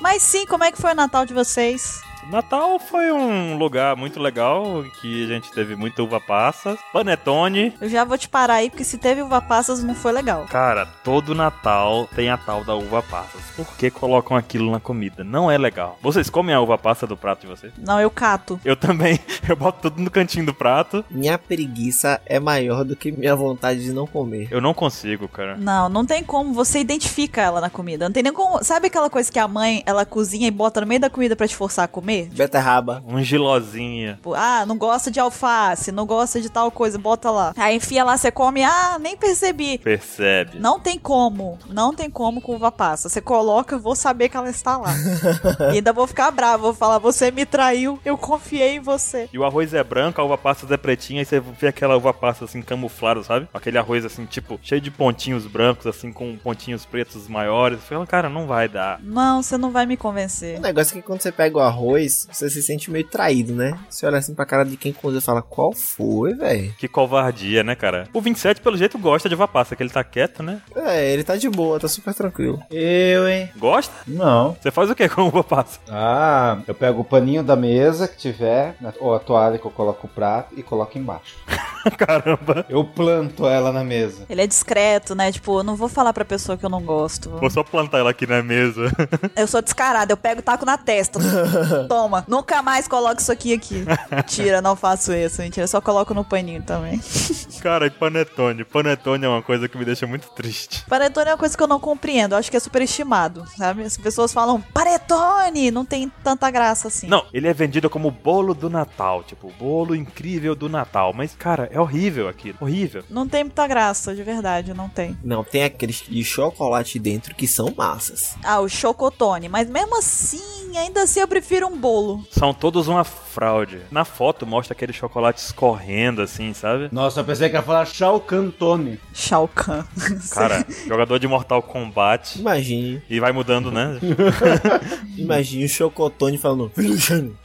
Mas sim, como é que foi o Natal de vocês? Natal foi um lugar muito legal, que a gente teve muita uva passa, panetone. Eu já vou te parar aí, porque se teve uva passas não foi legal. Cara, todo Natal tem a tal da uva passas. Por que colocam aquilo na comida? Não é legal. Vocês comem a uva passa do prato de vocês? Não, eu cato. Eu também. Eu boto tudo no cantinho do prato. Minha preguiça é maior do que minha vontade de não comer. Eu não consigo, cara. Não tem como. Você identifica ela na comida. Não tem nem como... Sabe aquela coisa que a mãe, ela cozinha e bota no meio da comida pra te forçar a comer? Beterraba. Um gilozinha. Não gosta de alface, não gosta de tal coisa, bota lá. Aí enfia lá, você come, nem percebi. Percebe. Não tem como com uva passa. Você coloca, eu vou saber que ela está lá. E ainda vou ficar bravo, vou falar, você me traiu, eu confiei em você. E o arroz é branco, a uva passa é pretinha, e você vê aquela uva passa assim camuflada, sabe? Aquele arroz assim, tipo, cheio de pontinhos brancos, assim, com pontinhos pretos maiores. Você fala, cara, não vai dar. Não, você não vai me convencer. O negócio é que quando você pega o arroz, você se sente meio traído, né? Você olha assim pra cara de quem cozinha e fala, qual foi, velho? Que covardia, né, cara? O 27, pelo jeito, gosta de uva passa, que ele tá quieto, né? Ele tá de boa, tá super tranquilo. Eu, hein? Gosta? Não. Você faz o que com uva passa? Eu pego o paninho da mesa que tiver, ou a toalha que eu coloco o prato e coloco embaixo. Caramba. Eu planto ela na mesa. Ele é discreto, né? Tipo, eu não vou falar pra pessoa que eu não gosto. Vou só plantar ela aqui na mesa. Eu sou descarada, eu pego e taco na testa. Toma, nunca mais coloco isso aqui. Mentira, não faço isso, mentira. Eu só coloco no paninho também. Cara, e panetone? Panetone é uma coisa que me deixa muito triste. Panetone é uma coisa que eu não compreendo. Eu acho que é superestimado, sabe? As pessoas falam, panetone! Não tem tanta graça assim. Não, ele é vendido como bolo do Natal. Tipo, bolo incrível do Natal. Mas, cara, é horrível aquilo. Horrível. Não tem muita graça, de verdade, não tem. Não, tem aqueles de chocolate dentro que são massas. O chocotone. Mas mesmo assim, ainda assim eu prefiro um bolo. São todos uma fraude. Na foto mostra aquele chocolate escorrendo assim, sabe? Nossa, eu pensei que ia falar Shao Kahn. Shao Kahn. Cara, jogador de Mortal Kombat. Imagine. E vai mudando, né? Imagine o Chocotone falando, Luciano.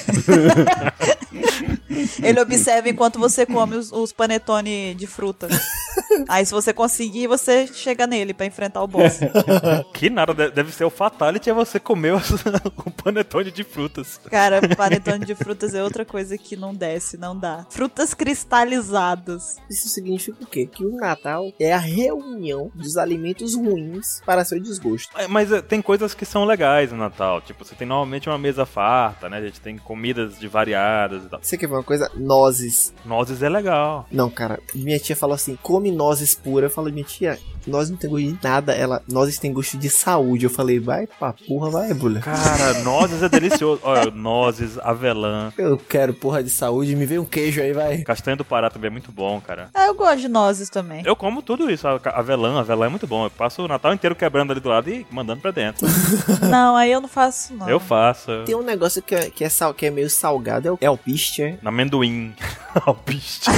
Ele observa enquanto você come os panetone de fruta. Aí se você conseguir, você chega nele pra enfrentar o boss. Que nada, deve ser o fatality é você comer o panetone de frutas. Cara, panetone de frutas é outra coisa que não desce, não dá. Frutas cristalizadas. Isso significa o quê? Que o Natal é a reunião dos alimentos ruins para seu desgosto. Mas tem coisas que são legais no Natal. Tipo, você tem normalmente uma mesa farta, né? A gente tem comidas de variadas e tal. Você quer ver uma coisa? Nozes. Nozes é legal. Não, cara. Minha tia falou assim, come nozes pura. Eu falei, minha tia, nozes não tem gosto de nada. Nozes tem gosto de saúde. Eu falei, vai pra porra, vai, bulha. Cara, nozes é delicioso. Olha, nozes, avelã. Eu quero porra de saúde. Me vê um queijo aí, vai. Castanha do Pará também é muito bom, cara. Eu gosto de nozes também. Eu como tudo isso. Avelã é muito bom. Eu passo o Natal inteiro quebrando ali do lado e mandando pra dentro. Não, aí eu não faço, não. Eu faço. Tem um negócio que é meio salgado. É o alpiste. Amendoim. Alpiste.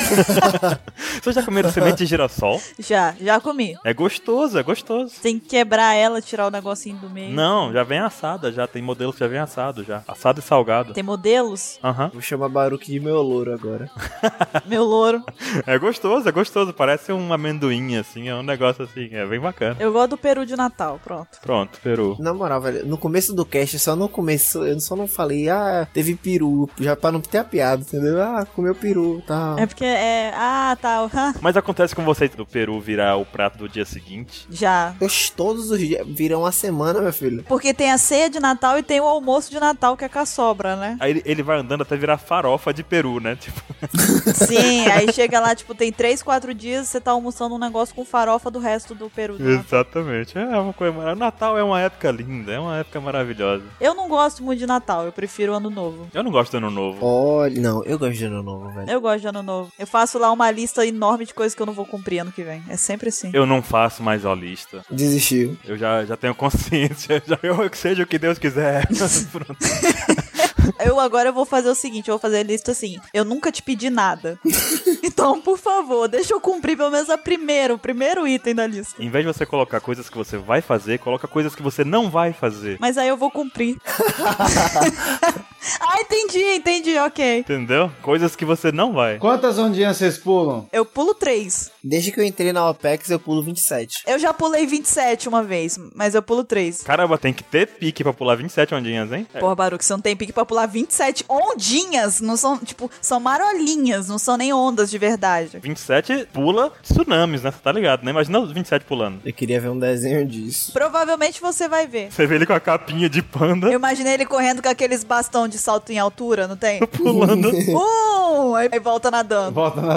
Vocês já comeram semente de girassol? Já comi. É gostoso, é gostoso. Tem que quebrar ela, tirar o negocinho do meio. Não, já vem assada, já tem modelo que já vem assado já. Assado e salgado. Tem modelos? Aham. Vou chamar Baruque de meu louro agora. Meu louro. É gostoso. Parece um amendoim, assim, é um negócio assim, é bem bacana. Eu gosto do peru de Natal, pronto. Pronto, peru. Na moral, velho, no começo do cast, eu só não falei, teve peru, já pra não ter a piada, entendeu? Comeu peru, tá. É porque tal. Mas acontece com vocês do peru virar o prato do dia seguinte? Já. Todos os dias viram uma semana, meu filho. Porque tem a ceia de Natal e tem o almoço de Natal, que é com a sobra, né? Aí ele vai andando até virar farofa de peru, né? Tipo... Sim, aí chega lá, tipo, tem 3, 4 dias, você tá almoçando um negócio com farofa do resto do peru. Exatamente. É uma coisa maravilhosa. Natal é uma época linda, é uma época maravilhosa. Eu não gosto muito de Natal, eu prefiro Ano Novo. Eu não gosto do Ano Novo. Olha, não, eu gosto de Ano Novo, velho. Eu gosto de Ano Novo. Eu faço lá uma lista enorme de coisas que eu não vou cumprir ano que vem. É sempre assim. Eu não faço mais a lista. Desistiu. Eu já tenho consciência. Eu que seja o que Deus quiser. Pronto. Agora eu vou fazer o seguinte, eu vou fazer a lista assim. Eu nunca te pedi nada. Então, por favor, deixa eu cumprir pelo menos o primeiro item da lista. Em vez de você colocar coisas que você vai fazer, coloca coisas que você não vai fazer. Mas aí eu vou cumprir. Entendi. entendi, ok. Entendeu? Coisas que você não vai. Quantas ondinhas vocês pulam? Eu pulo 3. Desde que eu entrei na OPEX, eu pulo 27. Eu já pulei 27 uma vez, mas eu pulo 3. Caramba, tem que ter pique pra pular 27 ondinhas, hein? Porra, Baruch, você não tem pique pra pular 27 ondinhas. Não são, tipo, são marolinhas, não são nem ondas de verdade. 27 pula tsunamis, né? Você tá ligado, né? Imagina os 27 pulando. Eu queria ver um desenho disso. Provavelmente você vai ver. Você vê ele com a capinha de panda Eu imaginei ele correndo com aqueles bastão de salto em altura, não tem? pulando. Aí volta nadando. Volta na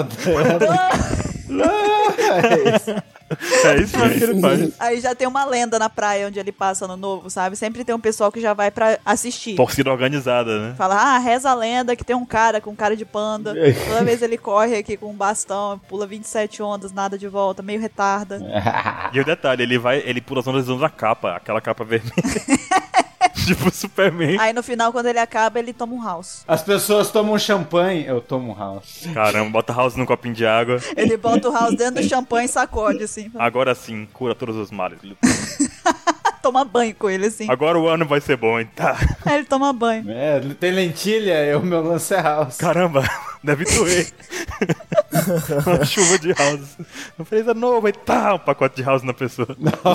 É isso mesmo que ele faz. Aí já tem uma lenda na praia onde ele passa no novo, sabe? Sempre tem um pessoal que já vai pra assistir. Torcida organizada, né? Fala, reza a lenda que tem um cara com cara de panda. Toda vez ele corre aqui com um bastão, pula 27 ondas, nada de volta, meio retarda. E o detalhe, ele pula as ondas usando a capa, aquela capa vermelha. Tipo Superman. Aí no final, quando ele acaba, ele toma um house. As pessoas tomam champanhe, eu tomo um house. Caramba, bota House num copinho de água. Ele bota o house dentro do champanhe e sacode, assim. Agora sim, cura todos os males. Toma banho com ele, assim. Agora o ano vai ser bom, hein? Tá. Aí ele toma banho. Tem lentilha, o meu lance é house. Caramba, deve doer. Uma chuva de House. Não fez a novo, e tá, um pacote de House na pessoa.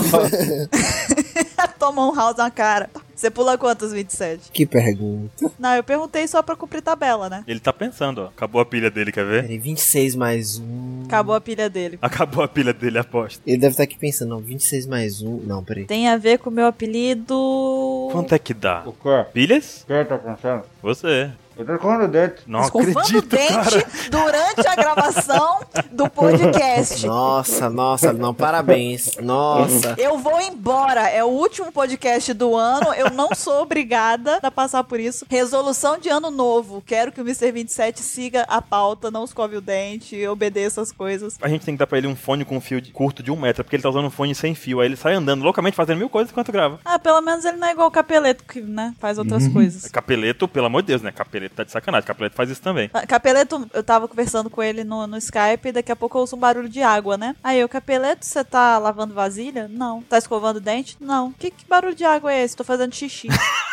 Toma um house na cara. Você pula quantos 27? Que pergunta. Não, eu perguntei só pra cumprir tabela, né? Ele tá pensando, ó. Acabou a pilha dele, quer ver? Peraí, 26 mais 1. Acabou a pilha dele. Acabou a pilha dele, aposto. Ele deve estar aqui pensando, não, 26 mais 1. Não, peraí. Tem a ver com o meu apelido... Quanto é que dá? O quê? Pilhas? Quem tá pensando? Você. Eu tô escovando o dente. Não Escovando acredito, o dente cara. durante a gravação do podcast. Nossa, não, parabéns. Nossa. Eu vou embora. É o último podcast do ano. Eu não sou obrigada a passar por isso. Resolução de ano novo. Quero que o Mr. 27 siga a pauta, não escove o dente, obedeça as coisas. A gente tem que dar pra ele um fone com um fio curto de 1 metro, porque ele tá usando um fone sem fio. Aí ele sai andando loucamente, fazendo 1000 coisas enquanto grava. Pelo menos ele não é igual o Capeleto, que, né, faz outras coisas. Capeleto, pelo amor de Deus, né? Capeleto tá de sacanagem. Capeleto faz isso também. Capeleto, eu tava conversando com ele no Skype e daqui a pouco eu ouço um barulho de água, né? Aí, Capeleto, você tá lavando vasilha? Não. Tá escovando o dente? Não. Que barulho de água é esse? Tô fazendo xixi.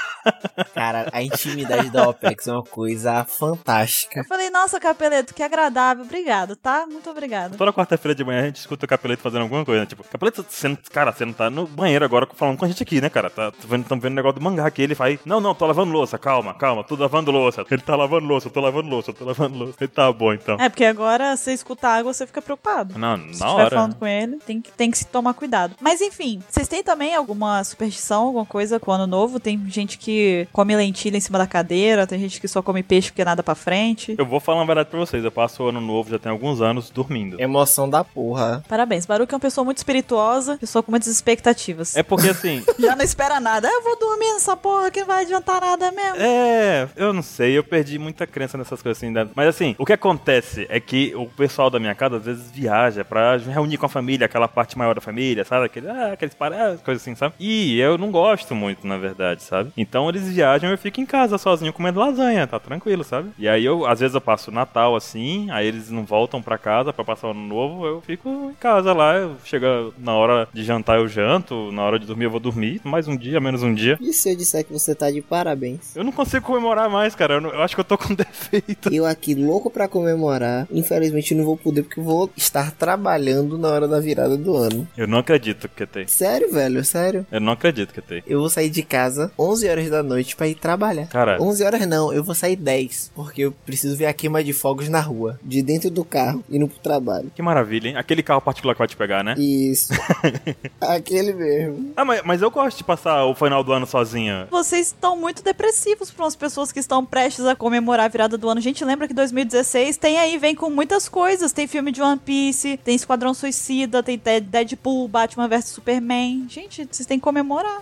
Cara, a intimidade da OPEX é uma coisa fantástica. Eu falei, nossa, Capeleto, que agradável. Obrigado, tá? Muito obrigado. Toda quarta-feira de manhã a gente escuta o Capeleto fazendo alguma coisa, né? Tipo, Capeleto, você não tá no banheiro agora falando com a gente aqui, né, cara? Tamo vendo o negócio do mangá aqui. Ele faz, não, tô lavando louça, calma, tô lavando louça. Ele tá lavando louça, eu tô lavando louça. Ele tá bom, então. Porque agora, se você escuta água, você fica preocupado. Não, se na estiver hora. falando com ele, tem que se tomar cuidado. Mas enfim, vocês têm também alguma superstição, alguma coisa com o ano novo? Tem gente que come lentilha em cima da cadeira, tem gente que só come peixe porque nada pra frente. Eu vou falar uma verdade pra vocês, eu passo o ano novo, já tem alguns anos, dormindo. Emoção da porra. Parabéns, Baruch é uma pessoa muito espirituosa, pessoa com muitas expectativas. É porque assim... Já não espera nada. Eu vou dormir nessa porra que não vai adiantar nada mesmo. Eu não sei, eu perdi muita crença nessas coisas assim. Mas assim, o que acontece é que o pessoal da minha casa às vezes viaja pra reunir com a família, aquela parte maior da família, sabe? Aqueles coisas assim, sabe? E eu não gosto muito, na verdade, sabe? Então eles viajam e eu fico em casa sozinho comendo lasanha, tá tranquilo, sabe? E aí às vezes eu passo o Natal assim, aí eles não voltam pra casa pra passar o ano novo, eu fico em casa lá, chega na hora de jantar eu janto, na hora de dormir eu vou dormir, mais um dia, menos um dia. E se eu disser que você tá de parabéns? Eu não consigo comemorar mais, cara, eu acho que eu tô com defeito. Eu aqui louco pra comemorar, infelizmente eu não vou poder porque eu vou estar trabalhando na hora da virada do ano. Eu não acredito que tem. Sério, velho, sério. Eu não acredito que tem. Eu vou sair de casa 11 horas da noite pra ir trabalhar. Cara, 11 horas não, eu vou sair 10, porque eu preciso ver a queima de fogos na rua, de dentro do carro, indo pro trabalho. que maravilha, hein? Aquele carro particular que vai te pegar, né? Isso. Aquele mesmo. Mas eu gosto de passar o final do ano sozinha. Vocês estão muito depressivos para as pessoas que estão prestes a comemorar a virada do ano. Gente, lembra que 2016 vem com muitas coisas. Tem filme de One Piece, tem Esquadrão Suicida, tem Deadpool, Batman vs Superman. Gente, vocês têm que comemorar.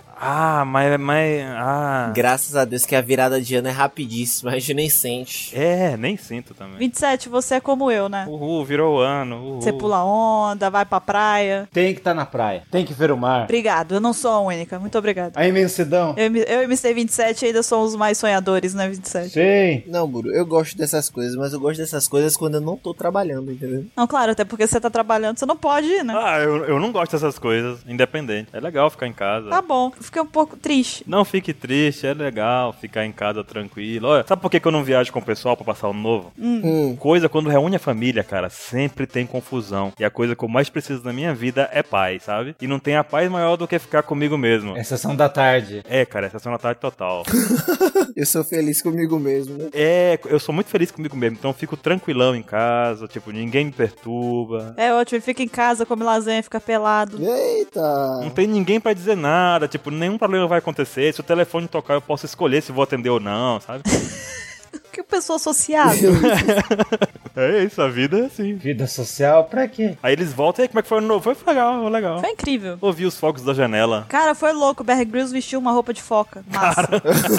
Graças a Deus que a virada de ano é rapidíssima, a gente nem sente. Nem sinto também. 27, você é como eu, né? Uhul, virou o ano. Uhul. Você pula onda, vai pra praia. Tem que estar na praia, tem que ver o mar. Obrigado, eu não sou a única. Muito obrigada. A imensidão. Eu e Mr. 27 ainda somos os mais sonhadores, né, 27? Sim. Não, Buru, eu gosto dessas coisas, mas eu gosto dessas coisas quando eu não tô trabalhando, entendeu? Não, claro, até porque você tá trabalhando, você não pode ir, né? Eu não gosto dessas coisas, independente. É legal ficar em casa. Tá bom, fiquei um pouco triste. Não fique triste. triste, é legal ficar em casa tranquilo. Olha, sabe por que eu não viajo com o pessoal pra passar o ano novo? Coisa, quando reúne a família, cara, sempre tem confusão. E a coisa que eu mais preciso na minha vida é paz, sabe? E não tem a paz maior do que ficar comigo mesmo. É sessão da tarde. É, cara, é sessão da tarde total. Eu sou feliz comigo mesmo, né? É, eu sou muito feliz comigo mesmo, então eu fico tranquilão em casa, tipo, ninguém me perturba. É ótimo, fica em casa, come lasanha, fica pelado. Eita! Não tem ninguém pra dizer nada, tipo, nenhum problema vai acontecer. Se o telefone tocar, eu posso escolher se vou atender ou não, sabe? Que pessoa sociável. É isso, a vida é assim. Vida social, pra quê? Aí eles voltam, e aí, como é que foi o ano novo? Foi legal, legal. Foi incrível. Ouvi os fogos da janela. Cara, foi louco. O Bear Grylls vestiu uma roupa de foca. Massa.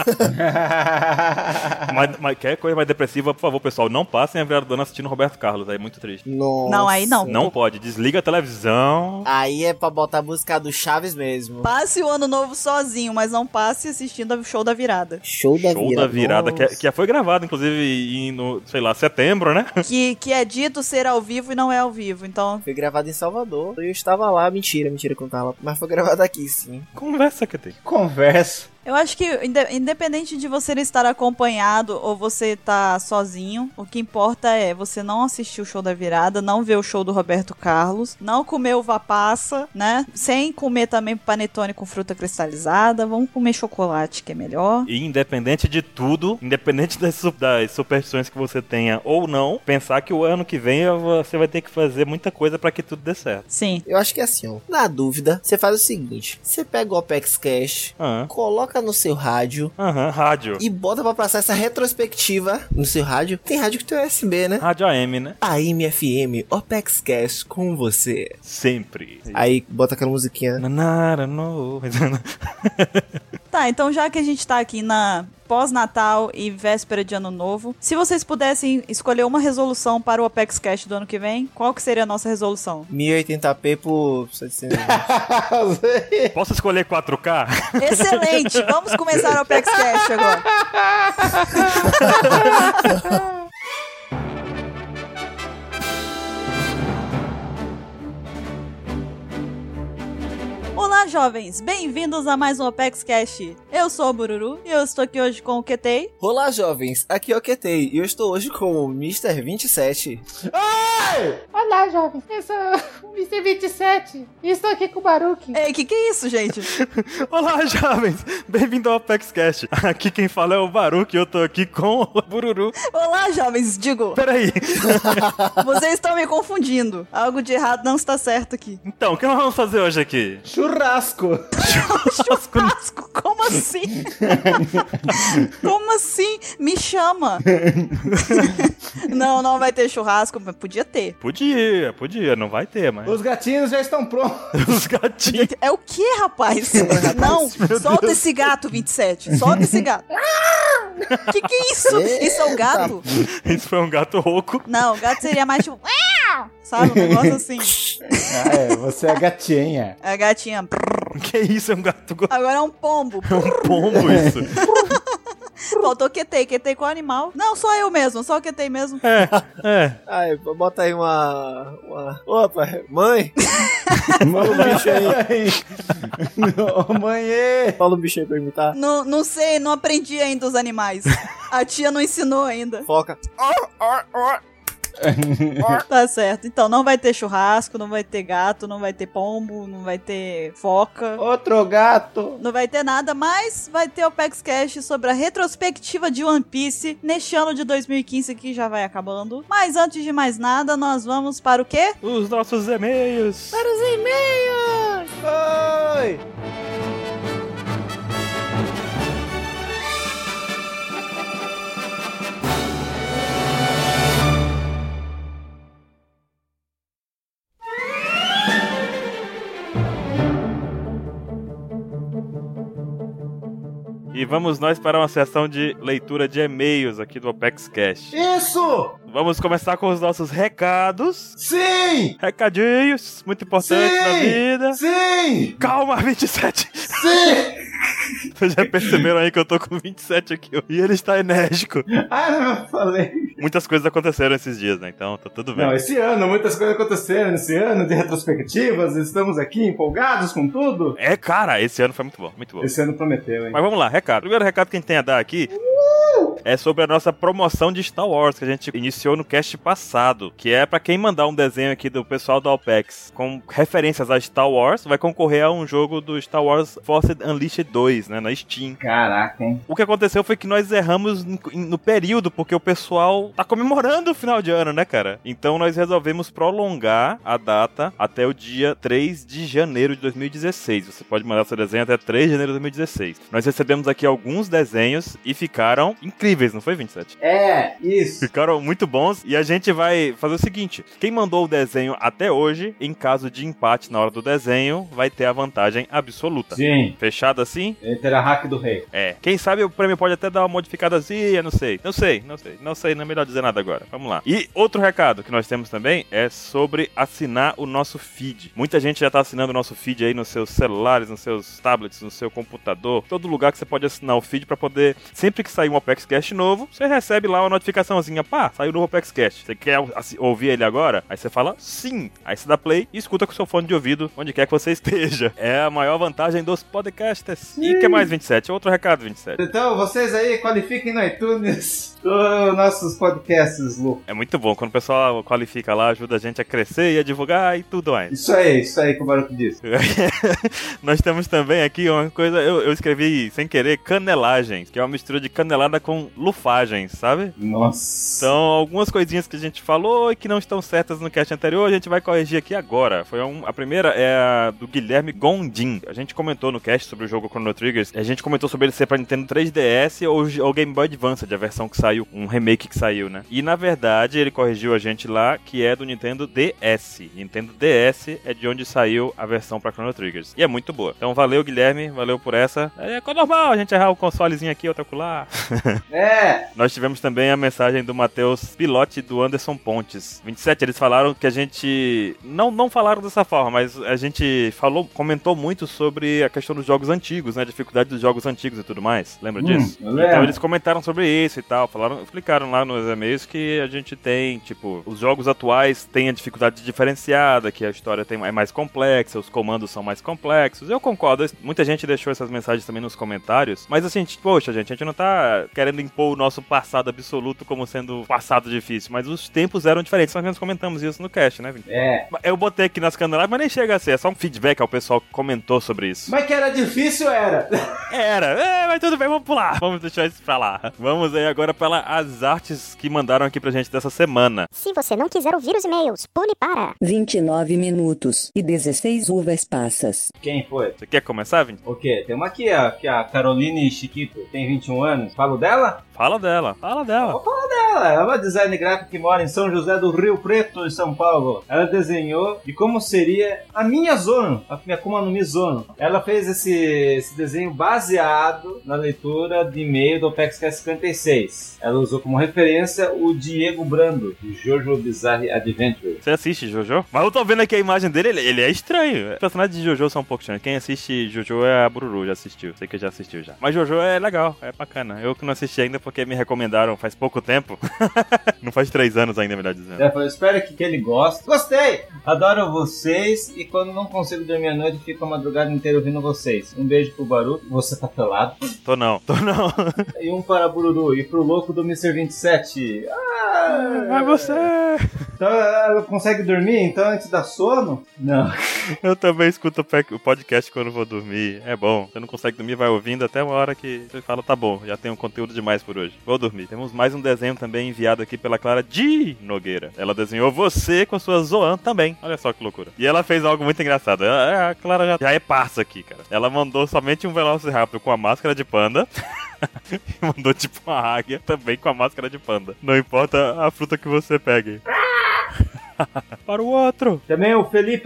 Mas quer coisa mais depressiva, por favor, pessoal, não passem a virada do ano assistindo Roberto Carlos, aí é muito triste. Nossa. Não, aí não. Não pode, desliga a televisão. Aí é pra botar a música do Chaves mesmo. Passe o ano novo sozinho, mas não passe assistindo o show da virada. Show da Show virada. da virada, Nossa. que foi gravado, inclusive, no, sei lá, setembro, né? Que é dito ser ao vivo e não é ao vivo, então... Foi gravado em Salvador. Eu estava lá. Mentira que eu tava lá. Mas foi gravado aqui, sim. Conversa que tem. Conversa. Eu acho que, independente de você estar acompanhado ou você estar sozinho, o que importa é você não assistir o show da virada, não ver o show do Roberto Carlos, não comer uva passa, né? Sem comer também panetone com fruta cristalizada, vamos comer chocolate, que é melhor. E independente de tudo, independente das superstições que você tenha ou não, pensar que o ano que vem você vai ter que fazer muita coisa pra que tudo dê certo. Sim. Eu acho que é assim, ó. Na dúvida, você faz o seguinte. Você pega o Opex Cash, coloca no seu rádio Rádio. e bota pra passar essa retrospectiva no seu rádio. Tem rádio que tem USB, né? Rádio AM, né? AM, FM, Opex Cash com você. Sempre. Aí bota aquela musiquinha. Nanara, no. Tá, então já que a gente tá aqui na pós-Natal e véspera de Ano Novo, se vocês pudessem escolher uma resolução para o Opex Cash do ano que vem, qual que seria a nossa resolução? 1080p por 700. Posso escolher 4K? Excelente! Vamos começar o Opex Cash agora. Olá, jovens! Bem-vindos a mais um Opex Cash. Eu sou o Bururu e eu estou aqui hoje com o Ketei. Olá, jovens. Aqui é o Ketei e eu estou hoje com o Mr. 27. Olá, jovens. Eu sou o Mr. 27 e estou aqui com o Baruque. Ei, que é isso, gente? Olá, jovens! Bem-vindo ao Apex Cash. Aqui quem fala é o Baruque e eu tô aqui com o Bururu. Olá, jovens! Digo, Peraí. vocês estão me confundindo. Algo de errado não está certo aqui. Então, o que nós vamos fazer hoje aqui? Churrasco. Churrasco? Como assim? Como assim? Me chama. Não vai ter churrasco. Mas podia ter. Podia. Não vai ter, mas... Os gatinhos já estão prontos. Os gatinhos. É o que, rapaz? Não, solta esse gato, 27. Solta esse gato. Que é isso? Isso é um gato? Isso foi um gato rouco. Não, o gato seria mais tipo... Sabe? Um negócio assim. Você é a gatinha. A gatinha... Que isso? É um gato... Agora é um pombo. É um pombo isso. Faltou Ketei. Ketei qual animal? Não, só eu mesmo. Só o Ketei mesmo. É. Ai, bota aí uma... Opa, mãe. Fala o bicho aí. Mãe! Fala o bicho aí pra imitar. Não sei, não aprendi ainda os animais. A tia não ensinou ainda. Foca. Tá certo. Então, não vai ter churrasco, não vai ter gato, não vai ter pombo, não vai ter foca. Outro gato. Não vai ter nada, mas vai ter o Opex Cash sobre a retrospectiva de One Piece neste ano de 2015 que já vai acabando. Mas antes de mais nada, nós vamos para o quê? Os nossos e-mails. Para os e-mails! Oi! E vamos nós para uma sessão de leitura de e-mails aqui do Opex Cash. Isso! Vamos começar com os nossos recados. Sim! Recadinhos, muito importantes Sim! na vida. Sim! Calma, 27. Sim! Vocês já perceberam aí que eu tô com 27 aqui. E ele está enérgico. Ah, não, eu falei. Muitas coisas aconteceram esses dias, né? Então tá tudo bem. Não, esse ano, muitas coisas aconteceram. Esse ano de retrospectivas, estamos aqui empolgados com tudo. Cara, esse ano foi muito bom, muito bom. Esse ano prometeu, hein? Mas vamos lá, recado. O primeiro recado que a gente tem a dar aqui é sobre a nossa promoção de Star Wars, que a gente iniciou no cast passado, que é pra quem mandar um desenho aqui do pessoal do Alpex com referências a Star Wars, vai concorrer a um jogo do Star Wars Force Unleashed 2, né, na Steam. Caraca, hein? O que aconteceu foi que nós erramos no período, porque o pessoal tá comemorando o final de ano, né, cara? Então nós resolvemos prolongar a data até o dia 3 de janeiro de 2016. Você pode mandar seu desenho até 3 de janeiro de 2016. Nós recebemos aqui alguns desenhos e ficaram incríveis, não foi, 27? É, isso. Ficaram muito bons e a gente vai fazer o seguinte: quem mandou o desenho até hoje, em caso de empate na hora do desenho, vai ter a vantagem absoluta. Sim. Fechado assim? Ele terá hack do rei. Quem sabe o prêmio pode até dar uma modificadazinha, não sei, não é melhor dizer nada agora. Vamos lá. E outro recado que nós temos também é sobre assinar o nosso feed. Muita gente já tá assinando o nosso feed aí nos seus celulares, nos seus tablets, no seu computador, todo lugar que você pode assinar o feed pra poder, sempre que sair um OpexCast novo, você recebe lá uma notificaçãozinha, pá, saiu o novo OpexCast. Você quer ouvir ele agora? Aí você fala sim. Aí você dá play e escuta com o seu fone de ouvido, onde quer que você esteja. É a maior vantagem dos podcasters. E o que mais, 27? Outro recado, 27. Então, vocês aí, qualifiquem no iTunes os nossos podcasts, Lu. É muito bom, quando o pessoal qualifica lá, ajuda a gente a crescer e a divulgar e tudo mais. Isso aí que o Baruco disse. Nós temos também aqui uma coisa, eu escrevi sem querer, canelagens, que é uma mistura de canelada com lufagens, sabe? Nossa. Então, algumas coisinhas que a gente falou e que não estão certas no cast anterior, a gente vai corrigir aqui agora. A primeira é a do Guilherme Gondim. A gente comentou no cast sobre o jogo Chrono Triggers, a gente comentou sobre ele ser pra Nintendo 3DS ou Game Boy Advance, a versão que saiu, um remake que saiu, né? E na verdade, ele corrigiu a gente lá, que é do Nintendo DS. Nintendo DS é de onde saiu a versão pra Chrono Triggers. E é muito boa. Então valeu, Guilherme, valeu por essa. É normal a gente errar o consolezinho aqui, outro acolá. Nós tivemos também a mensagem do Matheus Pilote do Anderson Pontes. 27, eles falaram que a gente... Não falaram dessa forma, mas a gente comentou muito sobre a questão dos jogos antigos, né? A dificuldade dos jogos antigos e tudo mais. Lembra disso? Então eles comentaram sobre isso e tal. Explicaram lá nos e-mails que a gente tem, tipo, os jogos atuais têm a dificuldade diferenciada, que a história é mais complexa, os comandos são mais complexos. Eu concordo, muita gente deixou essas mensagens também nos comentários, mas assim, poxa, gente, a gente não tá querendo impor o nosso passado absoluto como sendo passado difícil, mas os tempos eram diferentes, nós mesmos comentamos isso no cast, né, Vini? Eu botei aqui nas caneladas, mas nem chega a ser, é só um feedback ao pessoal que comentou sobre isso. Mas que era difícil, era. Mas tudo bem, vamos pular, vamos deixar isso pra lá. Vamos aí agora para as artes que mandaram aqui pra gente dessa semana. Se você não quiser ouvir os e-mails, pule para 29 minutos e 16 uvas passas. Quem foi? Você quer começar, Vini? O quê? Tem uma aqui, que é a Caroline Chiquito, tem 21 anos. Falo dela? Fala dela. Vou falar dela. É uma design gráfica que mora em São José do Rio Preto, em São Paulo. Ela desenhou de como seria a minha zona, a minha Akuma no Mi zona. Ela fez esse desenho baseado na leitura de e-mail do OpexCast 56. Ela usou como referência o Diego Brando, de Jojo Bizarre Adventure. Você assiste Jojo? Mas eu tô vendo aqui a imagem dele, ele é estranho. Os personagens de Jojo são um pouco estranhos. Quem assiste Jojo é a Bururu, já assistiu. Sei que já assistiu já. Mas Jojo é legal, é bacana. Eu que não assisti ainda porque me recomendaram faz pouco tempo. Não faz 3 anos ainda, melhor dizendo. Eu espero que ele goste. Gostei! Adoro vocês e quando não consigo dormir à noite, fico a madrugada inteira ouvindo vocês. Um beijo pro Baru. Você tá pelado? Tô não. E um para Bururu e pro louco do Mr. 27. É você! Então ela consegue dormir então antes da sono? Não. Eu também escuto o podcast quando vou dormir. É bom. Você não consegue dormir, vai ouvindo até uma hora que você fala, tá bom, já tenho conteúdo demais por hoje. Vou dormir. Temos mais um desenho também enviado aqui pela Clara de Nogueira. Ela desenhou você com a sua Zoan também. Olha só que loucura. E ela fez algo muito engraçado. A Clara já é parça aqui, cara. Ela mandou somente um Velociraptor com a máscara de panda. E mandou tipo uma águia também com a máscara de panda. Não importa a fruta que você pegue. Para o outro. Também o Felipe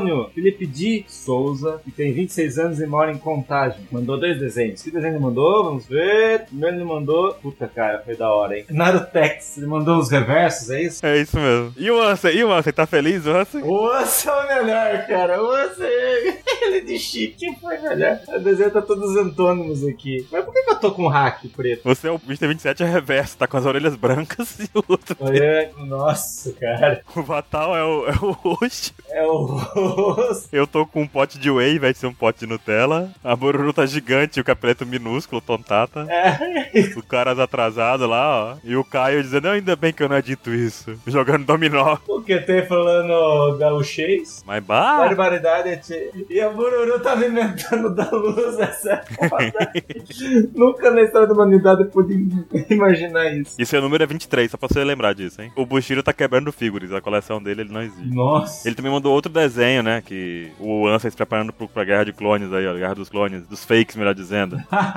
D. Souza, que tem 26 anos e mora em Contagem. Mandou 2 desenhos. Que desenho ele mandou? Vamos ver. Primeiro ele mandou... Puta, cara, foi da hora, hein? Narutex. Ele mandou os reversos, é isso? É isso mesmo. E o Ansem? Tá feliz, o Ansem? O Ansem é o melhor, cara. O Ansem... Aquele de chique foi melhor. O desenho tá todos antônimos aqui. Mas por que eu tô com um hack preto? Você é o Mr. 27 é reverso, tá com as orelhas brancas e o outro. Olha, nossa, cara. O Vatal é o host. É o rosto. Eu tô com um pote de whey, vai ser um pote de Nutella. A Bururu tá gigante, o Capeleto minúsculo, o Tontata. O Caras atrasado lá, ó. E o Caio dizendo, ainda bem que eu não edito isso. Jogando dominó. O QT falando gaúchês. Mas bah! Barbaridade, tchê. E a Bururu tá alimentando da luz essa foda. Nunca na história da humanidade eu pude imaginar isso. E seu número é 23, só pra você lembrar disso, hein? O Bushiro tá quebrando figures, a coleção dele ele não existe. Nossa. Ele também mandou outro desenho, né? Que o Ansem se preparando pra Guerra de Clones aí, ó. Guerra dos Clones, dos fakes, melhor dizendo.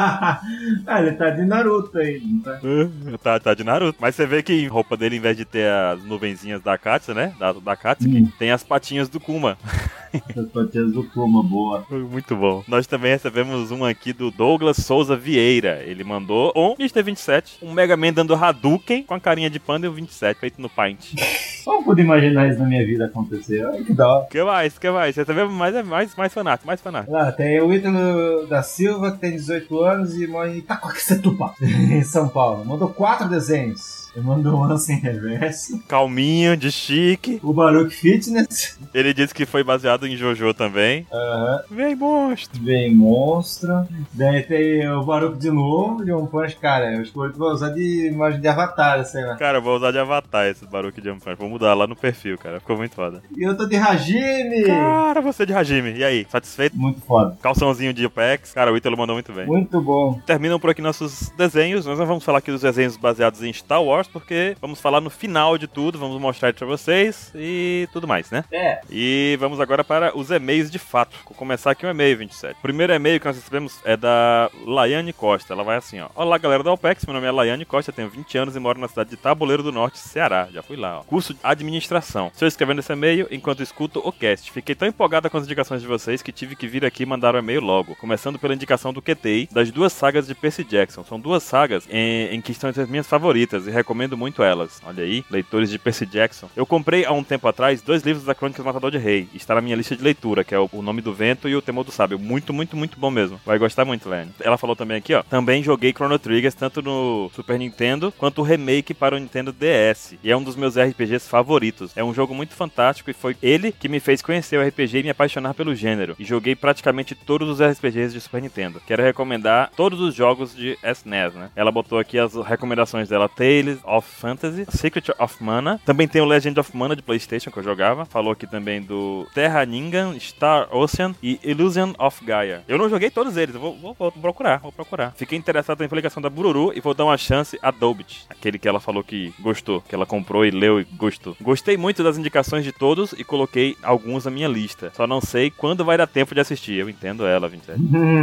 Ele tá de Naruto aí, não tá? Tá de Naruto. Mas você vê que a roupa dele, em vez de ter as nuvenzinhas da Katsu, né? Da Katsuki, tem as patinhas do Kuma. As patinhas do Kuma, boa. Muito bom. Nós também recebemos um aqui do Douglas Souza Vieira. Ele mandou um Mr. 27, um Mega Man dando Hadouken com a carinha de panda e o 27 feito no Paint. Como pude imaginar isso na minha vida acontecer? Olha que da hora. Que mais? Você também mais fanático, mais fanático. Ah, tem o Ítalo da Silva, que tem 18 anos e mora em Itacoaxetuba, em São Paulo. Mandou 4 desenhos. Ele mandou um Ansem reverso. Calminho, de chique. O Baruch Fitness. Ele disse que foi baseado em Jojo também. Vem, monstro. Vem, monstro. Daí tem o Baruch de novo, de One Punch. Cara, eu acho que vou usar de imagem de Avatar, sei lá. Cara, eu vou usar de Avatar esse Baruch de One Punch. Vou mudar lá no perfil, cara. Ficou muito foda. E eu tô de Hajime. Cara, você de Hajime. E aí, satisfeito? Muito foda. Calçãozinho de Apex. Cara, o Ítalo mandou muito bem. Muito bom. Terminam por aqui nossos desenhos. Nós não vamos falar aqui dos desenhos baseados em Star Wars, porque vamos falar no final de tudo, vamos mostrar pra vocês e tudo mais, né? É. E vamos agora para os e-mails de fato. Vou começar aqui o e-mail 27. O primeiro e-mail que nós recebemos é da Laiane Costa. Ela vai assim, ó. Olá, galera da OPEX, meu nome é Laiane Costa, tenho 20 anos e moro na cidade de Tabuleiro do Norte, Ceará. Já fui lá, ó. Curso de administração. Estou escrevendo esse e-mail enquanto escuto o cast. Fiquei tão empolgada com as indicações de vocês que tive que vir aqui e mandar o e-mail logo. Começando pela indicação do QTI, das 2 sagas de Percy Jackson. São 2 sagas em que estão entre as minhas favoritas e recomendo muito elas. Olha aí, leitores de Percy Jackson. Eu comprei há um tempo atrás 2 livros da Crônicas do Matador de Rei. Está na minha lista de leitura, que é o Nome do Vento e o Temor do Sábio. Muito, muito, muito bom mesmo. Vai gostar muito, Lene. Ela falou também aqui, ó. Também joguei Chrono Triggers tanto no Super Nintendo quanto o remake para o Nintendo DS. E é um dos meus RPGs favoritos. É um jogo muito fantástico e foi ele que me fez conhecer o RPG e me apaixonar pelo gênero. E joguei praticamente todos os RPGs de Super Nintendo. Quero recomendar todos os jogos de SNES, né? Ela botou aqui as recomendações dela: Tales of Fantasy, Secret of Mana. Também tem o Legend of Mana de PlayStation que eu jogava. Falou aqui também do Terra Ningan, Star Ocean e Illusion of Gaia. Eu não joguei todos eles, eu vou procurar. Fiquei interessado na implicação da Bururu e vou dar uma chance a Dobit, aquele que ela falou que gostou, que ela comprou e leu e gostou. Gostei muito das indicações de todos e coloquei alguns na minha lista. Só não sei quando vai dar tempo de assistir. Eu entendo ela, 27.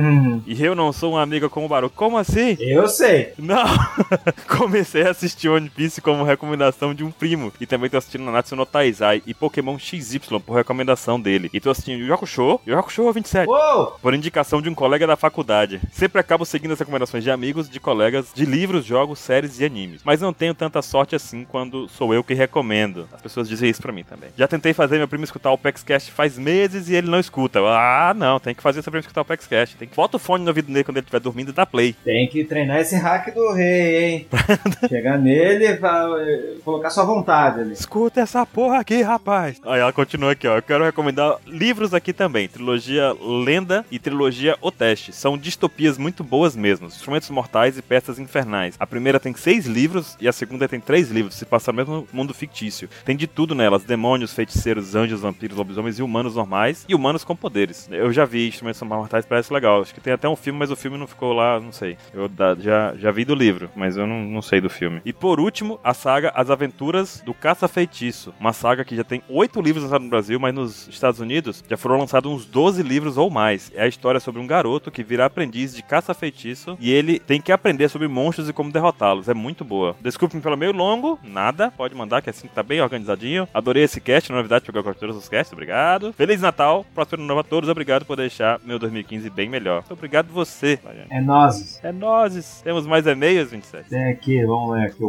E eu não sou uma amiga como o Baruch. Como assim? Eu sei. Não! Comecei a assistir One Piece como recomendação de um primo. E também tô assistindo Nanatsu no Taizai e Pokémon XY por recomendação dele. E tô assistindo Yu Hakusho 27. Uou! Por indicação de um colega da faculdade. Sempre acabo seguindo as recomendações de amigos, de colegas, de livros, jogos, séries e animes. Mas não tenho tanta sorte assim quando sou eu que recomendo. As pessoas dizem isso pra mim também. Já tentei fazer meu primo escutar o PEXCast faz meses e ele não escuta. Ah, não, tem que fazer seu primo escutar o PEXCast. Tem que bota o fone no ouvido dele quando ele estiver dormindo e dá play. Tem que treinar esse hack do rei, hein? Chegar nele e colocar sua vontade ali. Escuta essa porra aqui, rapaz. Aí ela continua aqui, ó. Eu quero recomendar livros aqui também. Trilogia Lenda e trilogia O Teste. São distopias muito boas mesmo. Instrumentos Mortais e Peças Infernais. A primeira tem 6 livros e a segunda tem 3 livros. Se passa no mesmo mundo fictício. Tem de tudo nelas. Demônios, feiticeiros, anjos, vampiros, lobisomens e humanos normais. E humanos com poderes. Eu já vi Instrumentos Mortais, parece legal. Acho que tem até um filme, mas o filme não ficou lá, não sei. Eu já vi do livro, mas eu não sei do filme. E por último, a saga As Aventuras do Caça-Feitiço. Uma saga que já tem 8 livros lançados no Brasil, mas nos Estados Unidos já foram lançados uns 12 livros ou mais. É a história sobre um garoto que vira aprendiz de caça-feitiço e ele tem que aprender sobre monstros e como derrotá-los. É muito boa. Desculpe-me pelo meio longo, nada. Pode mandar, que assim tá bem organizadinho. Adorei esse cast, novidade, pegar com todos os casts. Obrigado. Feliz Natal, próspero ano novo a todos. Obrigado por deixar meu 2015 bem melhor. Obrigado você, Laiane. É nozes. É nozes. Temos mais e-mails, 27? Tem aqui, vamos ler aqui. O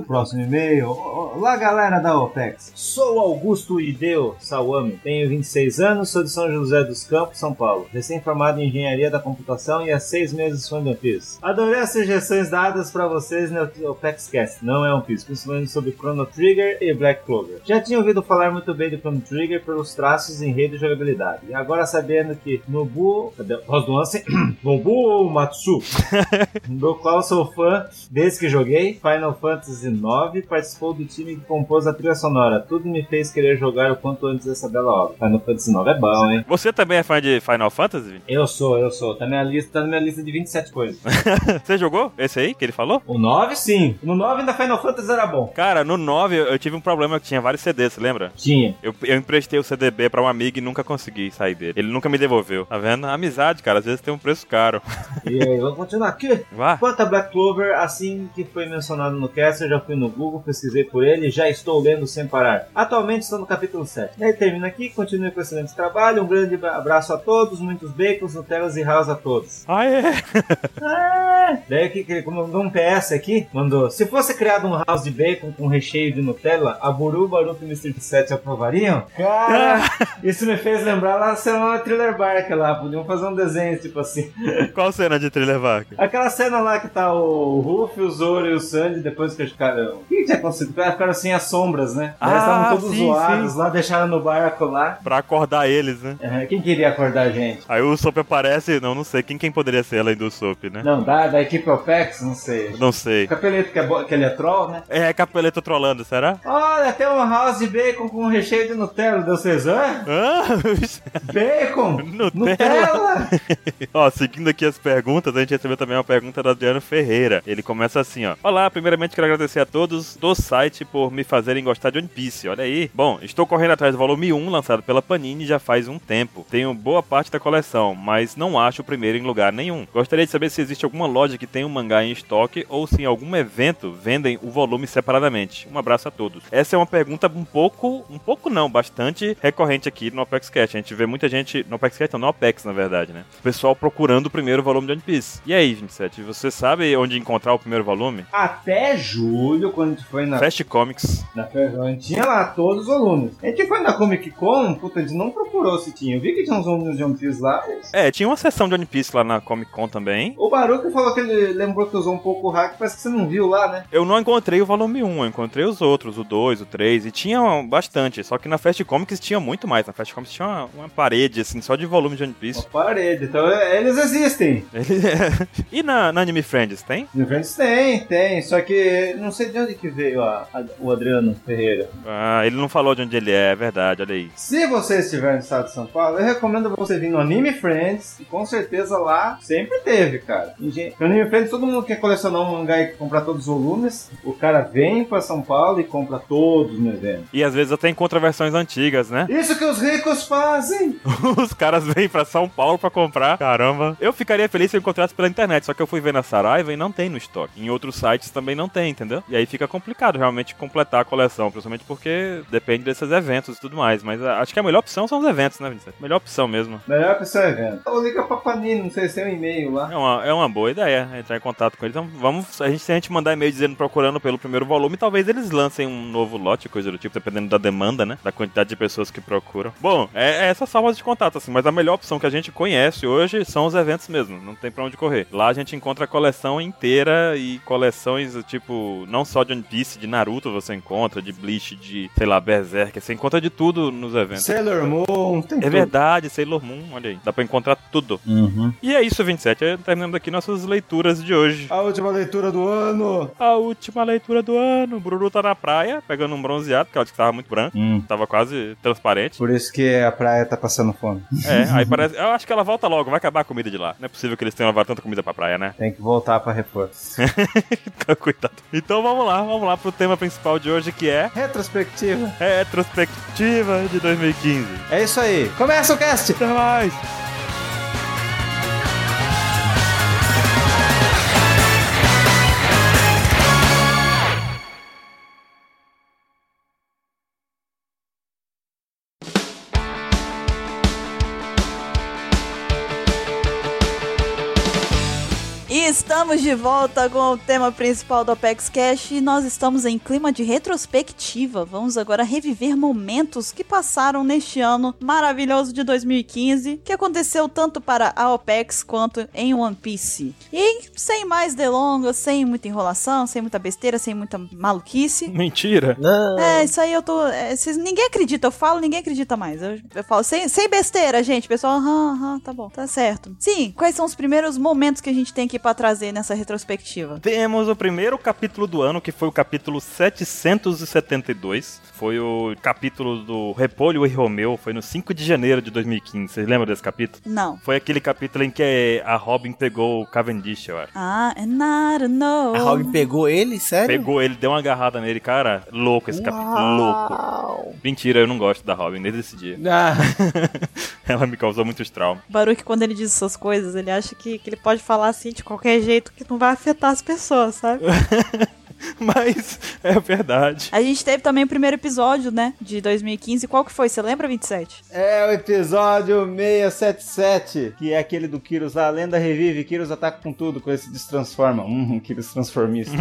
o próximo e-mail. Olá, galera da OPEX. Sou Augusto Ideo Sawami. Tenho 26 anos, sou de São José dos Campos, São Paulo. Recém-formado em Engenharia da Computação e há 6 meses fã de One Piece. Adorei as sugestões dadas pra vocês no OPEXcast. Não é One Piece, principalmente sobre Chrono Trigger e Black Clover. Já tinha ouvido falar muito bem de Chrono Trigger pelos traços, enredo e jogabilidade. E agora sabendo que Nobuo... Voz do Ansem. Nobuo Matsu. Do qual sou fã desde que joguei Final Fantasy IX, participou do time que compôs a trilha sonora. Tudo me fez querer jogar o quanto antes dessa bela obra. Final Fantasy IX é bom, hein? Você também é fã de Final Fantasy? Eu sou. Tá na minha lista de 27 coisas. Você jogou esse aí que ele falou? O 9, sim. No 9 ainda Final Fantasy era bom. Cara, no 9 eu tive um problema que tinha vários CDs, você lembra? Tinha. Eu emprestei o CDB pra um amigo e nunca consegui sair dele. Ele nunca me devolveu. Tá vendo? Amizade, cara, às vezes tem um preço caro. E aí, vamos continuar aqui. Vá. Quanto a Black Clover, assim que foi mencionado no cast, eu já fui no Google, pesquisei por ele e já estou lendo sem parar. Atualmente estou no capítulo 7. E aí termina aqui, continue com excelente trabalho, um grande abraço a todos, muitos bacons, nutelas e house a todos. Ah, é? Daí aqui, ele mandou um PS aqui, mandou: se fosse criado um house de bacon com recheio de Nutella, a Buru, Baruto e Mr. 7 aprovariam? Cara, isso me fez lembrar lá da cena Thriller Bark lá, podiam fazer um desenho tipo assim. Qual cena de Thriller Bark? Aquela cena lá que tá o Ruff, o Zoro e o Sanji, depois que eles ficaram... O que tinha acontecido? Ficaram sem as sombras, né? Eles estavam todos zoados lá, deixaram no barco lá. Pra acordar eles, né? Quem queria acordar a gente? Aí o Soap aparece, não sei, quem poderia ser além do Soap, né? Não, da equipe OPEX, não sei. Não sei. O Capeleto, que ele é troll, né? É, Capeleto trollando, será? Olha, tem um house de bacon com recheio de Nutella, deu vocês, hã? Bacon! Nutella! Ó, seguindo aqui as perguntas, a gente recebeu também uma pergunta do Adriano Ferreira. Ele começa assim, ó: olá, primeiramente quero agradecer a todos do site por me fazerem gostar de One Piece. Olha aí. Bom, estou correndo atrás do volume 1, lançado pela Panini já faz um tempo. Tenho boa parte da coleção, mas não acho o primeiro em lugar nenhum. Gostaria de saber se existe alguma loja que tenha um mangá em estoque ou se em algum evento vendem o volume separadamente. Um abraço a todos. Essa é uma pergunta bastante recorrente aqui no OpexCast. A gente vê muita gente no OpexCast, não, no Opex, na verdade, né? O pessoal procurando o primeiro volume de One Piece. E aí, 27, você sabe onde encontrar o primeiro volume? Até julho, quando a gente foi na Fast Comics. A gente tinha lá todos os volumes. A gente foi na Comic Con, puta, a gente não procurou se tinha. Eu vi que tinha uns volumes de One Piece lá. É, tinha uma seção de One Piece lá na Comic Con também. O Baruch falou que ele lembrou que usou um pouco o hack, parece que você não viu lá, né? Eu não encontrei o volume 1, eu encontrei os outros, o 2, o 3, e tinha bastante. Só que na Fast Comics tinha muito mais. Na Fast Comics tinha uma parede, assim, só de volume de One Piece. Uma parede, então eles existem. E na Anime Friends, tem? Anime Friends tem. Só que não sei de onde que veio o Adriano Ferreira. Ah, ele não falou de onde ele é verdade, olha aí. Se você estiver no estado de São Paulo, eu recomendo você vir no Anime Friends, e com certeza lá sempre teve, cara. No Anime Friends, todo mundo quer colecionar um mangá e comprar todos os volumes, o cara vem pra São Paulo e compra todos no evento. E às vezes até encontra versões antigas, né? Isso que os ricos fazem! Os caras vêm pra São Paulo pra comprar. Caramba. Eu ficaria feliz se eu encontrasse pela internet, só que eu fui ver na Saraiva e não tem no estoque. Em outros sites também não tem, entendeu? E aí fica complicado realmente completar a coleção, principalmente porque depende desses eventos e tudo mais. Mas acho que a melhor opção são os eventos, né, Vinícius? Melhor opção mesmo. Melhor opção é evento. Ou liga pra Panini, não sei se tem um e-mail lá. É uma boa ideia entrar em contato com eles. Então vamos, se a gente mandar e-mail dizendo procurando pelo primeiro volume, talvez eles lancem um novo lote, coisa do tipo, dependendo da demanda, né? Da quantidade de pessoas que procuram. Bom, é essas formas de contato, assim, mas a melhor opção que a gente conhece hoje são os eventos mesmo, não tem pra onde correr. Lá a gente encontra a coleção inteira e coleções, tipo, não só de One Piece, de Naruto você encontra, de Bleach, de, sei lá, Berserk, você encontra de tudo nos eventos. Sailor Moon, tem tudo. É verdade, Sailor Moon, olha aí, dá pra encontrar tudo. Uhum. E é isso, 27, terminando aqui nossas leituras de hoje. A última leitura do ano. O Bururu tá na praia, pegando um bronzeado, porque ela disse que tava muito branco, tava quase transparente. Por isso que a praia tá passando fome. Aí parece, eu acho que ela volta logo, vai acabar a comida de lá. Não é possível que eles tenham levado tanta comida pra praia, né? Tem que voltar pra reforço. Coitado. Então vamos lá pro tema principal de hoje, que é retrospectiva de 2015. É isso aí, começa o cast! Até mais! E E estamos de volta com o tema principal do Apex Cash e nós estamos em clima de retrospectiva. Vamos agora reviver momentos que passaram neste ano maravilhoso de 2015, que aconteceu tanto para a Apex quanto em One Piece. E sem mais delongas, sem muita enrolação, sem muita besteira, sem muita maluquice. Mentira. Não. Isso aí eu tô... ninguém acredita, eu falo, ninguém acredita mais. Eu falo sem besteira, gente. O pessoal, tá bom, tá certo. Sim, quais são os primeiros momentos que a gente tem aqui pra trazer nessa retrospectiva? Temos o primeiro capítulo do ano, que foi o capítulo 772. Foi o capítulo do Repolho e Romeu, foi no 5 de janeiro de 2015. Vocês lembram desse capítulo? Não. Foi aquele capítulo em que a Robin pegou o Cavendish, eu acho. And I don't know. A Robin pegou ele? Sério? Pegou ele, deu uma agarrada nele, cara. Louco esse capítulo, louco. Mentira, eu não gosto da Robin desde esse dia. Ela me causou muitos traumas. Baruch, quando ele diz essas coisas, ele acha que ele pode falar assim de qualquer jeito que não vai afetar as pessoas, sabe? Mas é verdade. A gente teve também o primeiro episódio, né, de 2015. Qual que foi? Você lembra, 27? É o episódio 677, que é aquele do Kyrus. A lenda revive, Kyrus ataca com tudo, quando ele se destransforma. Kyrus transformista.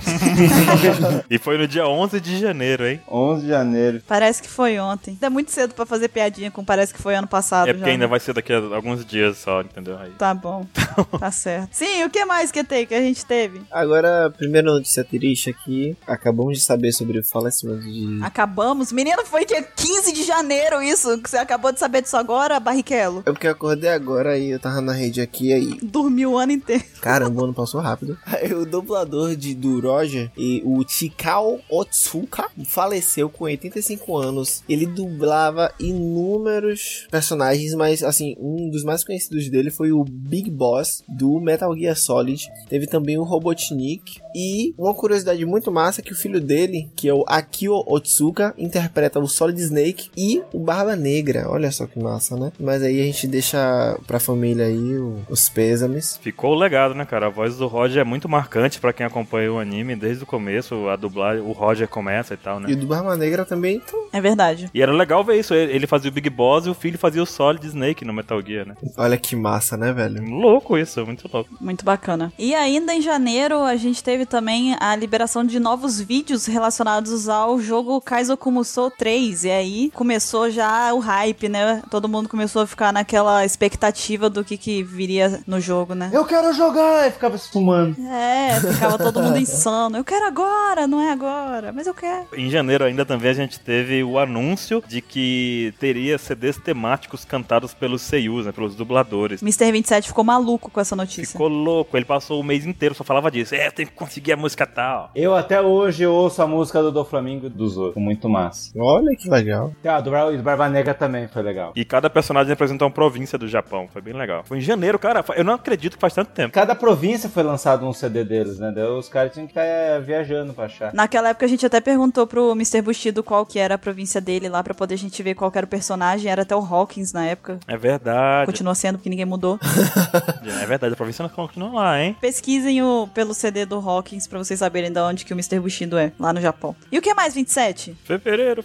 E foi no dia 11 de janeiro, hein? 11 de janeiro. Parece que foi ontem. É muito cedo pra fazer piadinha com parece que foi ano passado. É porque já, ainda né? vai ser daqui a alguns dias só, entendeu? Aí. Tá bom, tá certo. Sim, o que mais que a gente teve? Agora, a primeira notícia triste aqui. Acabamos de saber sobre o falecimento de... Acabamos? Menino, foi dia 15 de janeiro isso, que você acabou de saber disso agora, Barrichello? É porque eu acordei agora e eu tava na rede aqui aí. Dormiu o ano inteiro. Caramba, o ano passou rápido. O dublador do Roger, e o Chikao Otsuka, faleceu com 85 anos. Ele dublava inúmeros personagens, mas assim, um dos mais conhecidos dele foi o Big Boss do Metal Gear Solid. Teve também o Robotnik. E uma curiosidade muito massa é que o filho dele, que é o Akio Otsuka, interpreta o Solid Snake e o Barba Negra. Olha só que massa, né? Mas aí a gente deixa pra família aí os pêsames. Ficou o legado, né, cara? A voz do Roger é muito marcante pra quem acompanha o anime. Desde o começo, a dublagem, o Roger começa e tal, né? E o do Barba Negra também, então... É verdade. E era legal ver isso. Ele fazia o Big Boss e o filho fazia o Solid Snake no Metal Gear, né? Olha que massa, né, velho? Louco isso, muito louco. Muito bacana. E ainda em janeiro, a gente teve também a liberação de novos vídeos relacionados ao jogo Kaizoku Musou 3. E aí começou já o hype, né? Todo mundo começou a ficar naquela expectativa do que viria no jogo, né? Eu quero jogar! E ficava se fumando. Ficava todo mundo insano. Eu quero agora, não é agora, mas eu quero. Em janeiro ainda também a gente teve o anúncio de que teria CDs temáticos cantados pelos seiyus, né? Pelos dubladores. Mr. 27 ficou maluco com essa notícia. Ficou louco. Ele passou o mês inteiro só falava disso. Tem que conseguir a música tal. Eu até hoje ouço a música do Flamengo e do Zoro. Muito massa. Olha que legal. Do Barba Negra também foi legal. E cada personagem representa uma província do Japão. Foi bem legal. Foi em janeiro, cara. Eu não acredito que faz tanto tempo. Cada província foi lançado um CD deles, né? Daí os caras tinham que estar viajando pra achar. Naquela época a gente até perguntou pro Mr. Bushido qual que era a província dele lá, pra poder a gente ver qual que era o personagem. Era até o Hawkins na época. É verdade. Continua sendo, porque ninguém mudou. É verdade, a província não continua lá, hein? Pesquisem pelo CD do Hawkins pra vocês saberem de onde que o Mr. Bushido é, lá no Japão. E o que mais, 27? Fevereiro.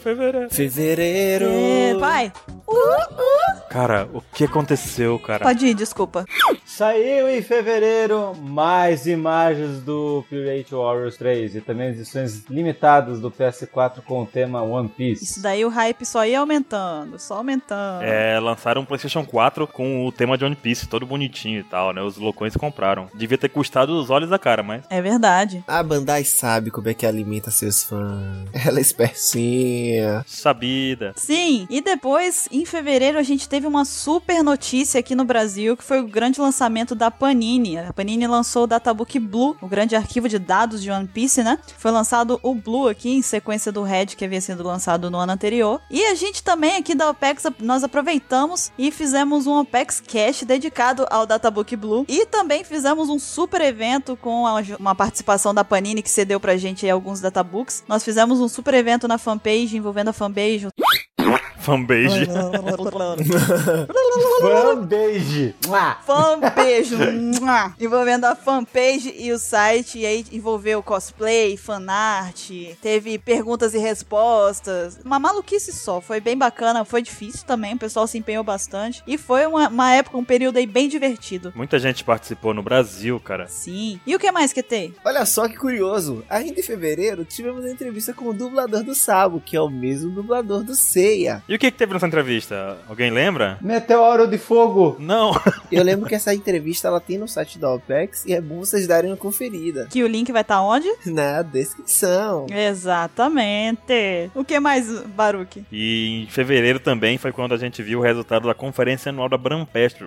Vai! Cara, o que aconteceu, cara? Pode ir, desculpa. Saiu em fevereiro mais imagens do Pirate Warriors 3 e também edições limitadas do PS4 com o tema One Piece. Isso daí o hype só ia aumentando, só aumentando. Lançaram um PlayStation 4 com o tema de One Piece, todo bonitinho e tal, né? Os loucões compraram. Devia ter custado os olhos da cara, mas... É verdade. A Bandai sabe como é que alimenta seus fãs. Ela é espertinha. Sabida. Sim, e depois, em fevereiro, a gente teve uma super notícia aqui no Brasil, que foi o grande lançamento da Panini. A Panini lançou o Databook Blue, o grande arquivo de dados de One Piece, né? Foi lançado o Blue aqui, em sequência do Red, que havia sido lançado no ano anterior. E a gente também aqui da OPEX, nós aproveitamos e fizemos um OPEX Cash dedicado ao Databook Blue. E também fizemos um super evento com uma participação da Panini, que cedeu pra gente aí alguns databooks. Nós fizemos um super evento na fanpage, envolvendo a fanpage. Fanbase. Fanpage. Fanpage, envolvendo a fanpage e o site, e aí envolveu cosplay, fanart, teve perguntas e respostas, uma maluquice só, foi bem bacana, foi difícil também, o pessoal se empenhou bastante, e foi uma época, um período aí bem divertido. Muita gente participou no Brasil, cara. Sim. E o que mais que tem? Olha só que curioso, ainda em fevereiro tivemos a entrevista com o dublador do Sabo, que é o mesmo dublador do Seiya. E o que teve nessa entrevista? Alguém lembra? Meteoro de fogo. Não. Eu lembro que essa entrevista ela tem no site da OPEX e é bom vocês darem uma conferida. Que o link vai estar onde? Na descrição. Exatamente. O que mais, Baruque? E em fevereiro também foi quando a gente viu o resultado da conferência anual da Brampestro.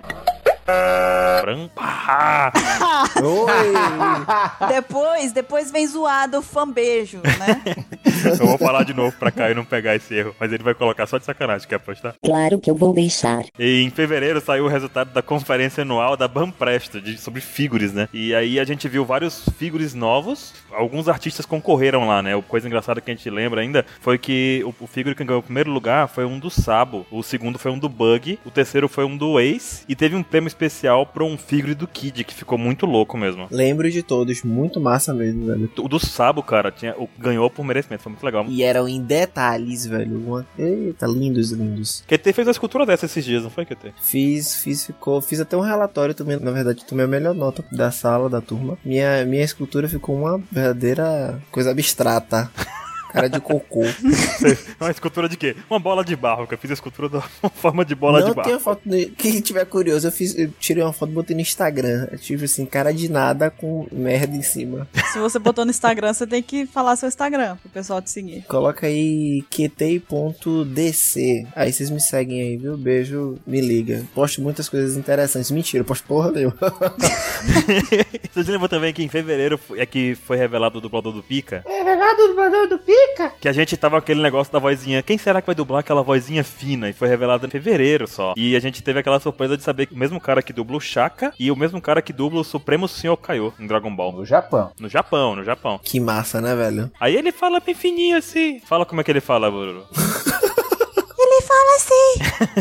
Depois vem zoado o fanbeijo, né? Eu vou falar de novo pra Caio não pegar esse erro, mas ele vai colocar só de sacanagem, quer apostar? Claro que eu vou deixar. E em fevereiro saiu o resultado da conferência anual da Banpresto, sobre figures, né? E aí a gente viu vários figures novos, alguns artistas concorreram lá, né? A coisa engraçada que a gente lembra ainda foi que o figure que ganhou o primeiro lugar foi um do Sabo, o segundo foi um do Bug, o terceiro foi um do Ace, e teve um prêmio especial pra um figure do Kid, que ficou muito louco mesmo. Lembro de todos, muito massa mesmo, velho. O do Sabo, cara, ganhou por merecimento, foi muito legal. E eram em detalhes, velho. Eita, lindos. QT fez uma escultura dessa esses dias, não foi, QT? Fiz até um relatório também. Na verdade, tomei a melhor nota da sala, da turma. Minha escultura ficou uma verdadeira coisa abstrata. Cara de cocô. Uma escultura de quê? Uma bola de barro, que eu fiz a escultura da forma de bola de barro. Não, tem uma foto. Quem tiver curioso, eu tirei uma foto e botei no Instagram. Eu tive assim, cara de nada com merda em cima. Se você botou no Instagram, você tem que falar seu Instagram pro pessoal te seguir. Coloca aí qt.dc. Aí vocês me seguem aí, viu? Beijo, me liga. Posto muitas coisas interessantes. Mentira, posto porra nenhuma. Vocês lembram também que em fevereiro que foi revelado o dublador do Pika? Revelado o dublador do Pika? Que a gente tava aquele negócio da vozinha. Quem será que vai dublar aquela vozinha fina? E foi revelado em fevereiro só. E a gente teve aquela surpresa de saber que o mesmo cara que dubla o Shaka e o mesmo cara que dubla o Supremo Senhor Kaiô em Dragon Ball. No Japão. No Japão. Que massa, né, velho? Aí ele fala bem fininho assim. Fala como é que ele fala, Bururu. Ele fala assim.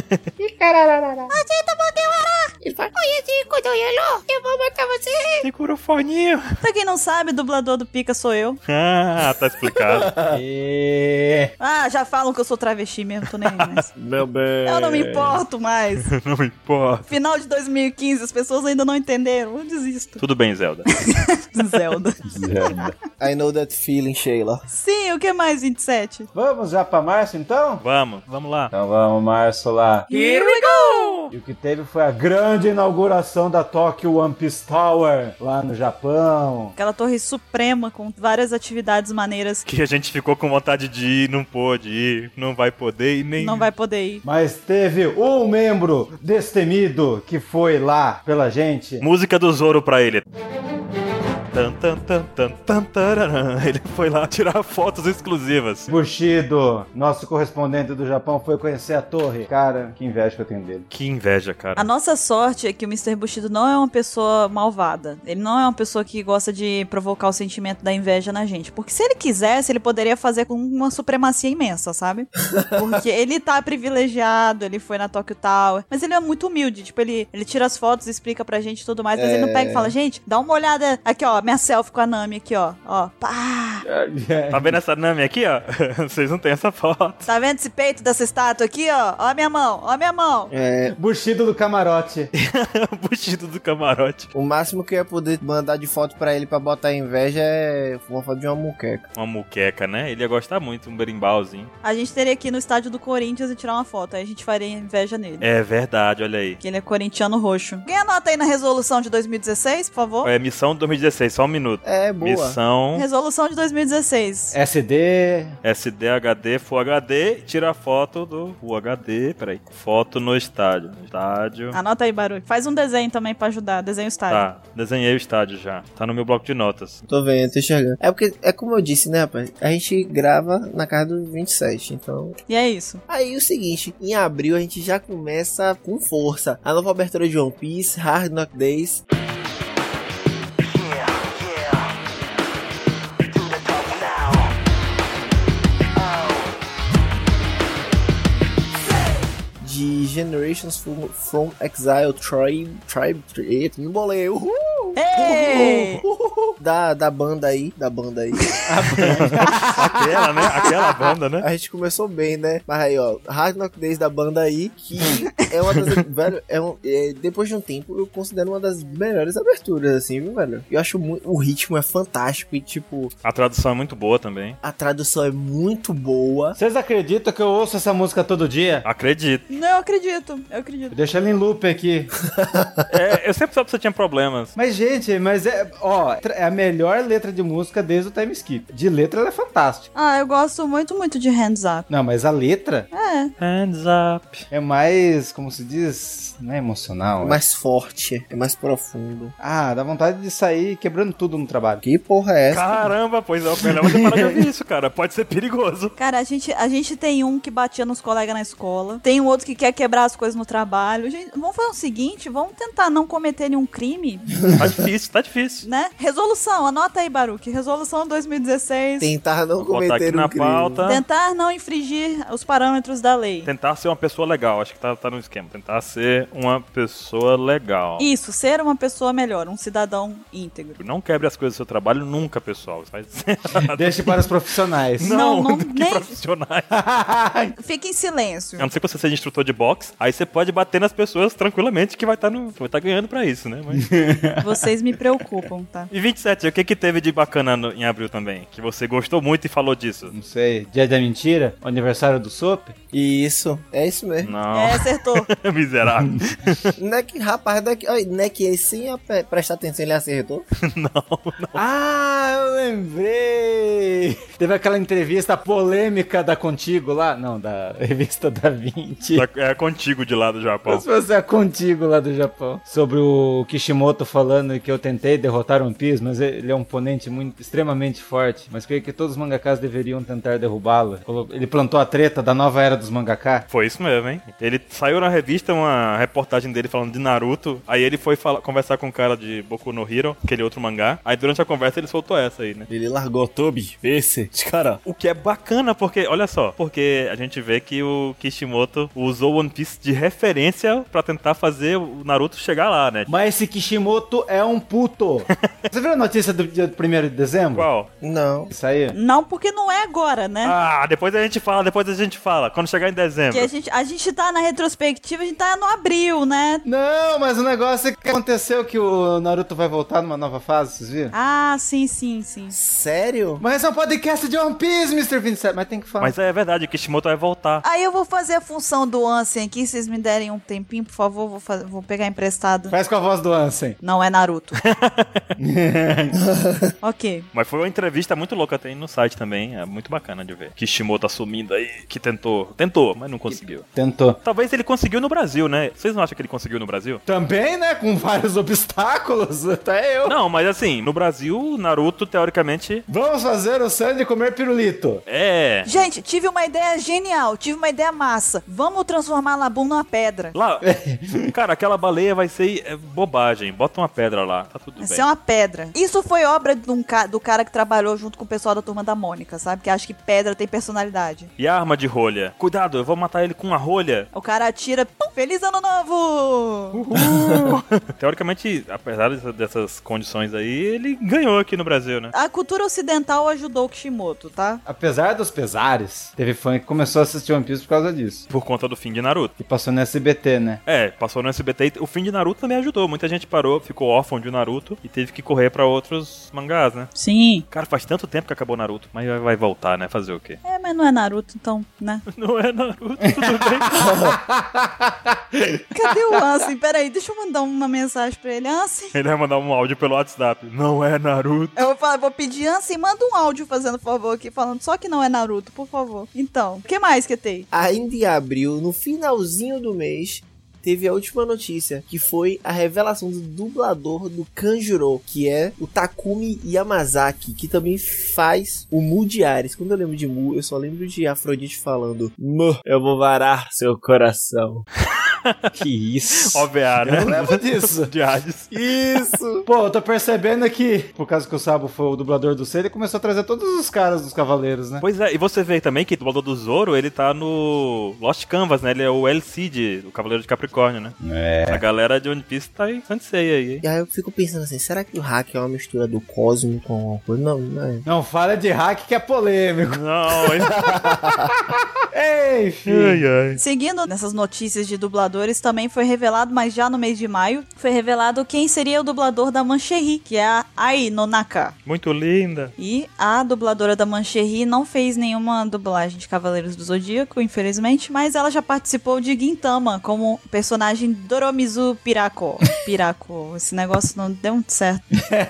Ele fala, oi, Kodoyelo, eu vou matar você. Segura o foninho. Pra quem não sabe, o dublador do Pika sou eu. Ah, tá explicado. Ah, já falam que eu sou travesti mesmo, tô nem aí mais. Meu bem. Eu não me importo mais. Não me importa. Final de 2015, as pessoas ainda não entenderam. Eu desisto. Tudo bem, Zelda. Zelda. I know that feeling, Sheila. Sim, o que mais, 27? Vamos já pra março, então? Vamos lá. Então vamos, março lá. Here we go! E o que teve foi a grande inauguração da Tokyo One Piece Tower, lá no Japão. Aquela torre suprema com várias atividades maneiras. Que a gente ficou com vontade de ir, não pôde ir, não vai poder ir nem... Não vai poder ir. Mas teve um membro destemido que foi lá pela gente. Música do Zoro pra ele. Ele foi lá tirar fotos exclusivas. Bushido, nosso correspondente do Japão, foi conhecer a torre. Cara, que inveja que eu tenho dele. Que inveja, cara. A nossa sorte é que o Mr. Bushido não é uma pessoa malvada. Ele não é uma pessoa que gosta de provocar o sentimento da inveja na gente. Porque se ele quisesse, ele poderia fazer com uma supremacia imensa, sabe? Porque ele tá privilegiado, ele foi na Tokyo Tower. Mas ele é muito humilde. Tipo, ele tira as fotos, explica pra gente tudo mais. Mas ele não pega e fala, gente, dá uma olhada aqui, ó. Minha selfie com a Nami aqui, ó. Ó, pá! Tá vendo essa Nami aqui, ó? Vocês não têm essa foto. Tá vendo esse peito dessa estátua aqui, ó? Ó a minha mão, ó a minha mão. Bushido do camarote. Bushido do camarote. O máximo que eu ia poder mandar de foto pra ele pra botar inveja é uma foto de uma muqueca. Uma muqueca, né? Ele ia gostar muito, um berimbalzinho. A gente teria que ir no estádio do Corinthians e tirar uma foto. Aí a gente faria inveja nele. É verdade, olha aí. Que ele é corintiano roxo. Quem anota aí na resolução de 2016, por favor? É missão de 2016, só um minuto. É, boa. Missão... Resolução de 2016. SD, HD, Full HD, tira a foto do Full HD, peraí. Foto no estádio. Anota aí, Barulho. Faz um desenho também pra ajudar. Desenha o estádio. Tá, desenhei o estádio já. Tá no meu bloco de notas. Tô vendo, tô enxergando. É porque, é como eu disse, né, rapaz? A gente grava na casa do 27, então... E é isso. Aí o seguinte, em abril a gente já começa com força. A nova abertura de One Piece, Hard Knock Days... de Generations from Exile Tribe, me bolei, da banda aí. Aquela banda, né? A gente começou bem, né? Mas aí, ó, Hard Knock Days da banda aí, que é uma das, velho, depois de um tempo, eu considero uma das melhores aberturas, assim, viu, velho? Eu acho o ritmo é fantástico e, tipo... A tradução é muito boa também. A tradução é muito boa. Vocês acreditam que eu ouço essa música todo dia? Acredito. Não, eu acredito. Deixa ela em loop aqui. Eu sempre soube que você tinha problemas. Mas, gente, é a melhor letra de música desde o Time Skip. De letra ela é fantástica. Ah, eu gosto muito, muito de Hands Up. Não, mas a letra Hands up. é mais, como se diz, não é emocional. É mais forte, é mais profundo. Ah, dá vontade de sair quebrando tudo no trabalho. Que porra é essa? Caramba, pois é, o melhor você parar de ouvir isso, cara. Pode ser perigoso. Cara, a gente tem um que batia nos colegas na escola, tem um outro que quer quebrar as coisas no trabalho. Gente, vamos fazer o seguinte, vamos tentar não cometer nenhum crime, Tá difícil. né? Resolução, anota aí, Baruch. Resolução 2016. Tentar não Vou botar aqui cometer na um crime. pauta. Tentar não infringir os parâmetros da lei. Tentar ser uma pessoa legal, acho que tá no esquema. Tentar ser uma pessoa legal. Isso, ser uma pessoa melhor, um cidadão íntegro. Não quebre as coisas do seu trabalho nunca, pessoal. Vai ser... Deixe para os profissionais. Não, que nem- profissionais. Fique em silêncio. A não ser que você seja instrutor de boxe, aí você pode bater nas pessoas tranquilamente que vai estar ganhando pra isso, né? Mas... Vocês me preocupam, tá? E 27, o que teve de bacana em abril também? Que você gostou muito e falou disso? Não sei, Dia da Mentira, aniversário do Sop. Isso, é isso mesmo. Não. Acertou. Miserável. Não é que, rapaz, não é que ele sem prestar atenção ele acertou? Ah, eu lembrei! Teve aquela entrevista polêmica da Contigo lá. Não, da revista da 20. É contigo de lá do Japão. Se fosse a Contigo lá do Japão. Sobre o Kishimoto falando que eu tentei derrotar One Piece, mas ele é um oponente extremamente forte. Mas creio que todos os mangakas deveriam tentar derrubá-lo. Ele plantou a treta da nova era dos mangaká. Foi isso mesmo, hein? Ele saiu na revista uma reportagem dele falando de Naruto. Aí ele foi conversar com o cara de Boku no Hero, aquele outro mangá. Aí durante a conversa ele soltou essa aí, né? Ele largou Tobi, esse cara. O que é bacana, porque, olha só, porque a gente vê que o Kishimoto usou One Piece de referência pra tentar fazer o Naruto chegar lá, né? Mas esse Kishimoto é um puto. Você viu a notícia do dia 1º de dezembro? Qual? Não. Isso aí? Não, porque não é agora, né? Ah, depois a gente fala. Quando chegar em dezembro. Porque a gente tá na retrospectiva, a gente tá no abril, né? Não, mas o negócio é que aconteceu que o Naruto vai voltar numa nova fase, vocês viram? Ah, sim. Sério? Mas é um podcast de One Piece, Mr. 27, mas tem que falar. Mas é verdade, o Kishimoto vai voltar. Aí eu vou fazer a função do Ansem aqui, se vocês me derem um tempinho, por favor, vou pegar emprestado. Faz com a voz do Ansem. Não é Naruto. Ok. Mas foi uma entrevista muito louca, tem no site também, é muito bacana de ver. Kishimoto assumindo aí que tentou, mas não conseguiu. Tentou. Talvez ele conseguiu no Brasil, né? Vocês não acham que ele conseguiu no Brasil? Também, né? Com vários obstáculos, até eu. Não, mas assim, no Brasil, Naruto, teoricamente, Vamos fazer o Sandy comer pirulito. é... Gente, tive uma ideia genial, tive uma ideia massa. Vamos transformar Labum numa pedra. Lá, cara, aquela baleia vai ser bobagem. Bota uma pedra lá, tá tudo Vai bem. ser uma pedra. Isso foi obra do cara que trabalhou junto com o pessoal da Turma da Mônica, sabe? Que acha que pedra tem personalidade. E a arma de rolha? Cuidado, eu vou matar ele com uma rolha. O cara atira, pum, feliz ano novo! Teoricamente, apesar dessas condições aí, ele ganhou aqui no Brasil, né? A cultura ocidental ajudou o Kishimoto, tá? Apesar dos pesares, teve fã que começou a assistir One Piece por causa disso. Por conta do fim de Naruto. Que passou no SBT, né? É, passou no SBT e o fim de Naruto também ajudou. Muita gente parou, ficou órfão de Naruto e teve que correr pra outros mangás, né? Sim. Cara, faz tanto tempo que acabou Naruto, mas vai voltar, né? Fazer o quê? É, mas não é Naruto, então, né? Não é Naruto, tudo bem. Cadê o Ansem? Peraí, deixa eu mandar uma mensagem pra ele. Ansem, Ele vai mandar um áudio pelo WhatsApp. Não é Naruto. eu vou pedir, Ansem, manda um áudio fazendo favor aqui, falando só que não é Naruto, por favor. Então, o que mais que tem? Ainda em abril, no finalzinho do mês, teve a última notícia, que foi a revelação do dublador do Kanjuro, que é o Takumi Yamazaki, que também faz o Mu de Ares. Quando eu lembro de Mu, eu só lembro de Afrodite falando: Mu, eu vou varar seu coração. Que isso. OVA, né? Eu não lembro disso. De Hades. Isso! Pô, eu tô percebendo que, por causa que o Sabo foi o dublador do C, ele começou a trazer todos os caras dos Cavaleiros, né? Pois é, e você vê também que o dublador do Zoro, ele tá no Lost Canvas, né? Ele é o El Cid, o Cavaleiro de Capricórnio, né? A galera de One Piece tá em Sansei aí, hein? E aí eu fico pensando assim, será que o hack é uma mistura do Cosmo com alguma coisa? Não, não é. Não fala de hack que é polêmico. Não, hein? Enfim. Seguindo nessas notícias de dubladores, também foi revelado, mas já no mês de maio, foi revelado quem seria o dublador da Mancherry, que é a Ai Nonaka. Muito linda. E a dubladora da Mancherry não fez nenhuma dublagem de Cavaleiros do Zodíaco, infelizmente, mas ela já participou de Gintama como personagem Doromizu Pirako. Pirako, esse negócio não deu muito certo.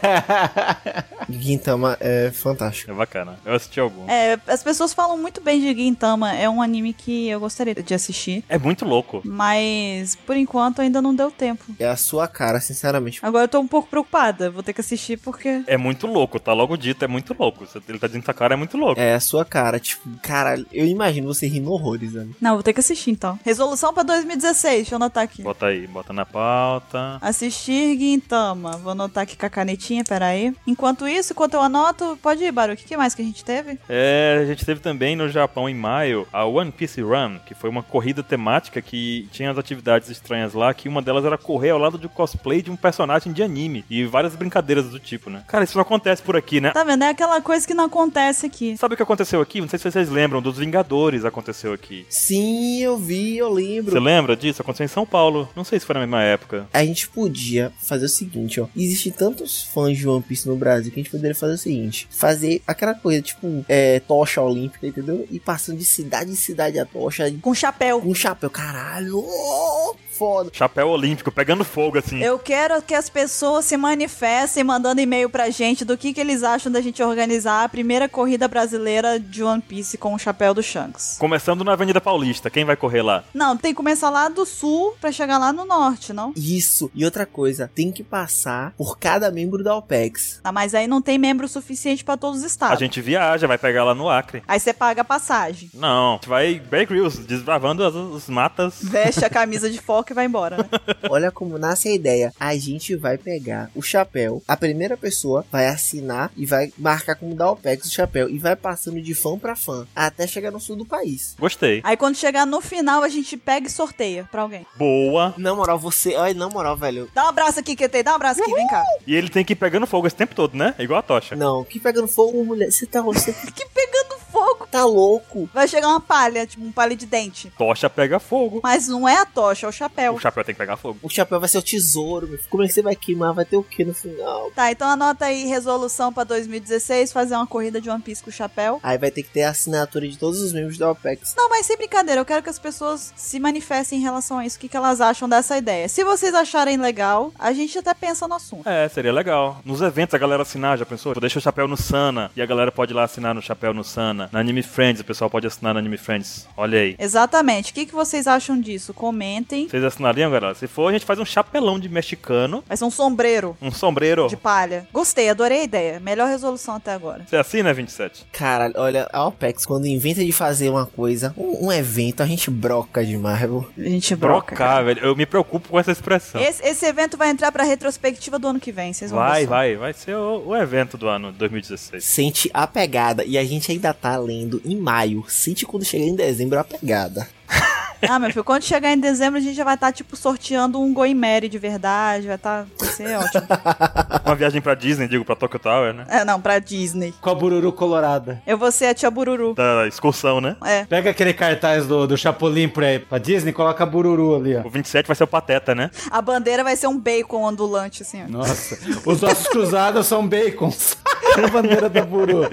Gintama é fantástico. É bacana. Eu assisti algum. As pessoas falam muito bem de Gintama, é um anime que eu gostaria de assistir, É muito louco. mas por enquanto ainda não deu tempo. É a sua cara, sinceramente. Agora eu tô um pouco preocupada, vou ter que assistir porque... É muito louco, tá logo dito, é muito louco. Ele tá dizendo que essa cara é muito louco. É a sua cara, tipo, cara, eu imagino você rindo horrores, velho. Não, vou ter que assistir então. Resolução pra 2016, deixa eu anotar aqui. Bota aí, bota na pauta. Assistir Gintama. Vou anotar aqui com a canetinha, peraí. Enquanto eu anoto, pode ir, Baru. O que mais que a gente teve? A gente teve também no Japão, em maio, a One Piece Run, que foi uma corrida temática que tinha as atividades estranhas lá, que uma delas era correr ao lado de cosplay de um personagem de anime. E várias brincadeiras do tipo, né? Cara, isso não acontece por aqui, né? Tá vendo? É aquela coisa que não acontece aqui. Sabe o que aconteceu aqui? Não sei se vocês lembram, dos Vingadores aconteceu aqui. Sim, eu vi, eu lembro. Você lembra disso? Aconteceu em São Paulo. Não sei se foi na mesma época. A gente podia fazer o seguinte, ó. Existem tantos fãs de One Piece no Brasil que a gente poderia fazer o seguinte. Fazer aquela coisa, tipo, tocha olímpica, entendeu? E passando de cidade em cidade a tocha. Com chapéu. Com chapéu, caralho. Oh, foda. Chapéu olímpico, pegando fogo, assim. Eu quero que as pessoas se manifestem mandando e-mail pra gente do que eles acham da gente organizar a primeira corrida brasileira de One Piece com o chapéu do Shanks. Começando na Avenida Paulista. Quem vai correr lá? Não, tem que começar lá do sul pra chegar lá no norte, não? Isso. E outra coisa, tem que passar por cada membro da OPEX. Ah, mas aí não tem membro suficiente pra todos os estados. A gente viaja, vai pegar lá no Acre. Aí você paga a passagem. Não, a gente vai Bear Grylls, desbravando as matas. Veste a camisa de foco e vai embora, né? Olha como nasce a ideia. A gente vai pegar o chapéu, a primeira pessoa vai assinar e vai marcar como da OPEX o chapéu e vai passando de fã pra fã até chegar no sul do país. Gostei. Aí quando chegar no final, a gente pega e sorteia pra alguém. Boa. Na moral, olha, na moral, velho. Dá um abraço aqui, QT, dá um abraço aqui, vem cá. E ele tem que ir pegando fogo esse tempo todo, né? Igual a tocha. Não, que pegando fogo, mulher. Você Que pegando fogo. tá louco. Vai chegar uma palha, tipo um palha de dente. Tocha pega fogo. Mas não é a tocha, é o chapéu. O chapéu tem que pegar fogo. O chapéu vai ser o tesouro, meu filho. Como é que você vai queimar? Vai ter o que no final? Tá, então anota aí resolução pra 2016, fazer uma corrida de One Piece com o chapéu. Aí vai ter que ter a assinatura de todos os membros da OPEX. Não, mas sem brincadeira, eu quero que as pessoas se manifestem em relação a isso, o que elas acham dessa ideia. Se vocês acharem legal, a gente até pensa no assunto. É, seria legal. Nos eventos a galera assinar, já pensou? Deixa o chapéu no Sana e a galera pode ir lá assinar no chapéu no Sana. Na Anime Friends, o pessoal pode assinar na Anime Friends. Olha aí. Exatamente. O que vocês acham disso? Comentem. Vocês assinariam, galera? Se for, a gente faz um chapelão de mexicano. Vai ser um sombreiro Um sombreiro. de palha. Gostei, adorei a ideia. Melhor resolução até agora. Você assina, 27? Caralho, olha, a OPEX, quando inventa de fazer uma coisa, um evento, a gente broca demais, viu? A gente broca. Brocar, velho. Eu me preocupo com essa expressão. Esse evento vai entrar pra retrospectiva do ano que vem, vocês vão ver só. Vai ser o evento do ano 2016. Sente a pegada. E a gente ainda tá lendo em maio. Sente quando chegar em dezembro a pegada. Ah, meu filho, quando chegar em dezembro a gente já vai estar, tipo, sorteando um Goimeri de verdade, vai ser ótimo. Uma viagem pra Disney, digo, pra Tokyo Tower, né? É, não, pra Disney. Com a Bururu colorada. Eu vou ser a tia Bururu. Da excursão, né? É. Pega aquele cartaz do Chapolin pra Disney e coloca a Bururu ali, ó. O 27 vai ser o Pateta, né? A bandeira vai ser um bacon ondulante, assim, ó. Nossa, os nossos cruzados são bacons. A bandeira da Buru.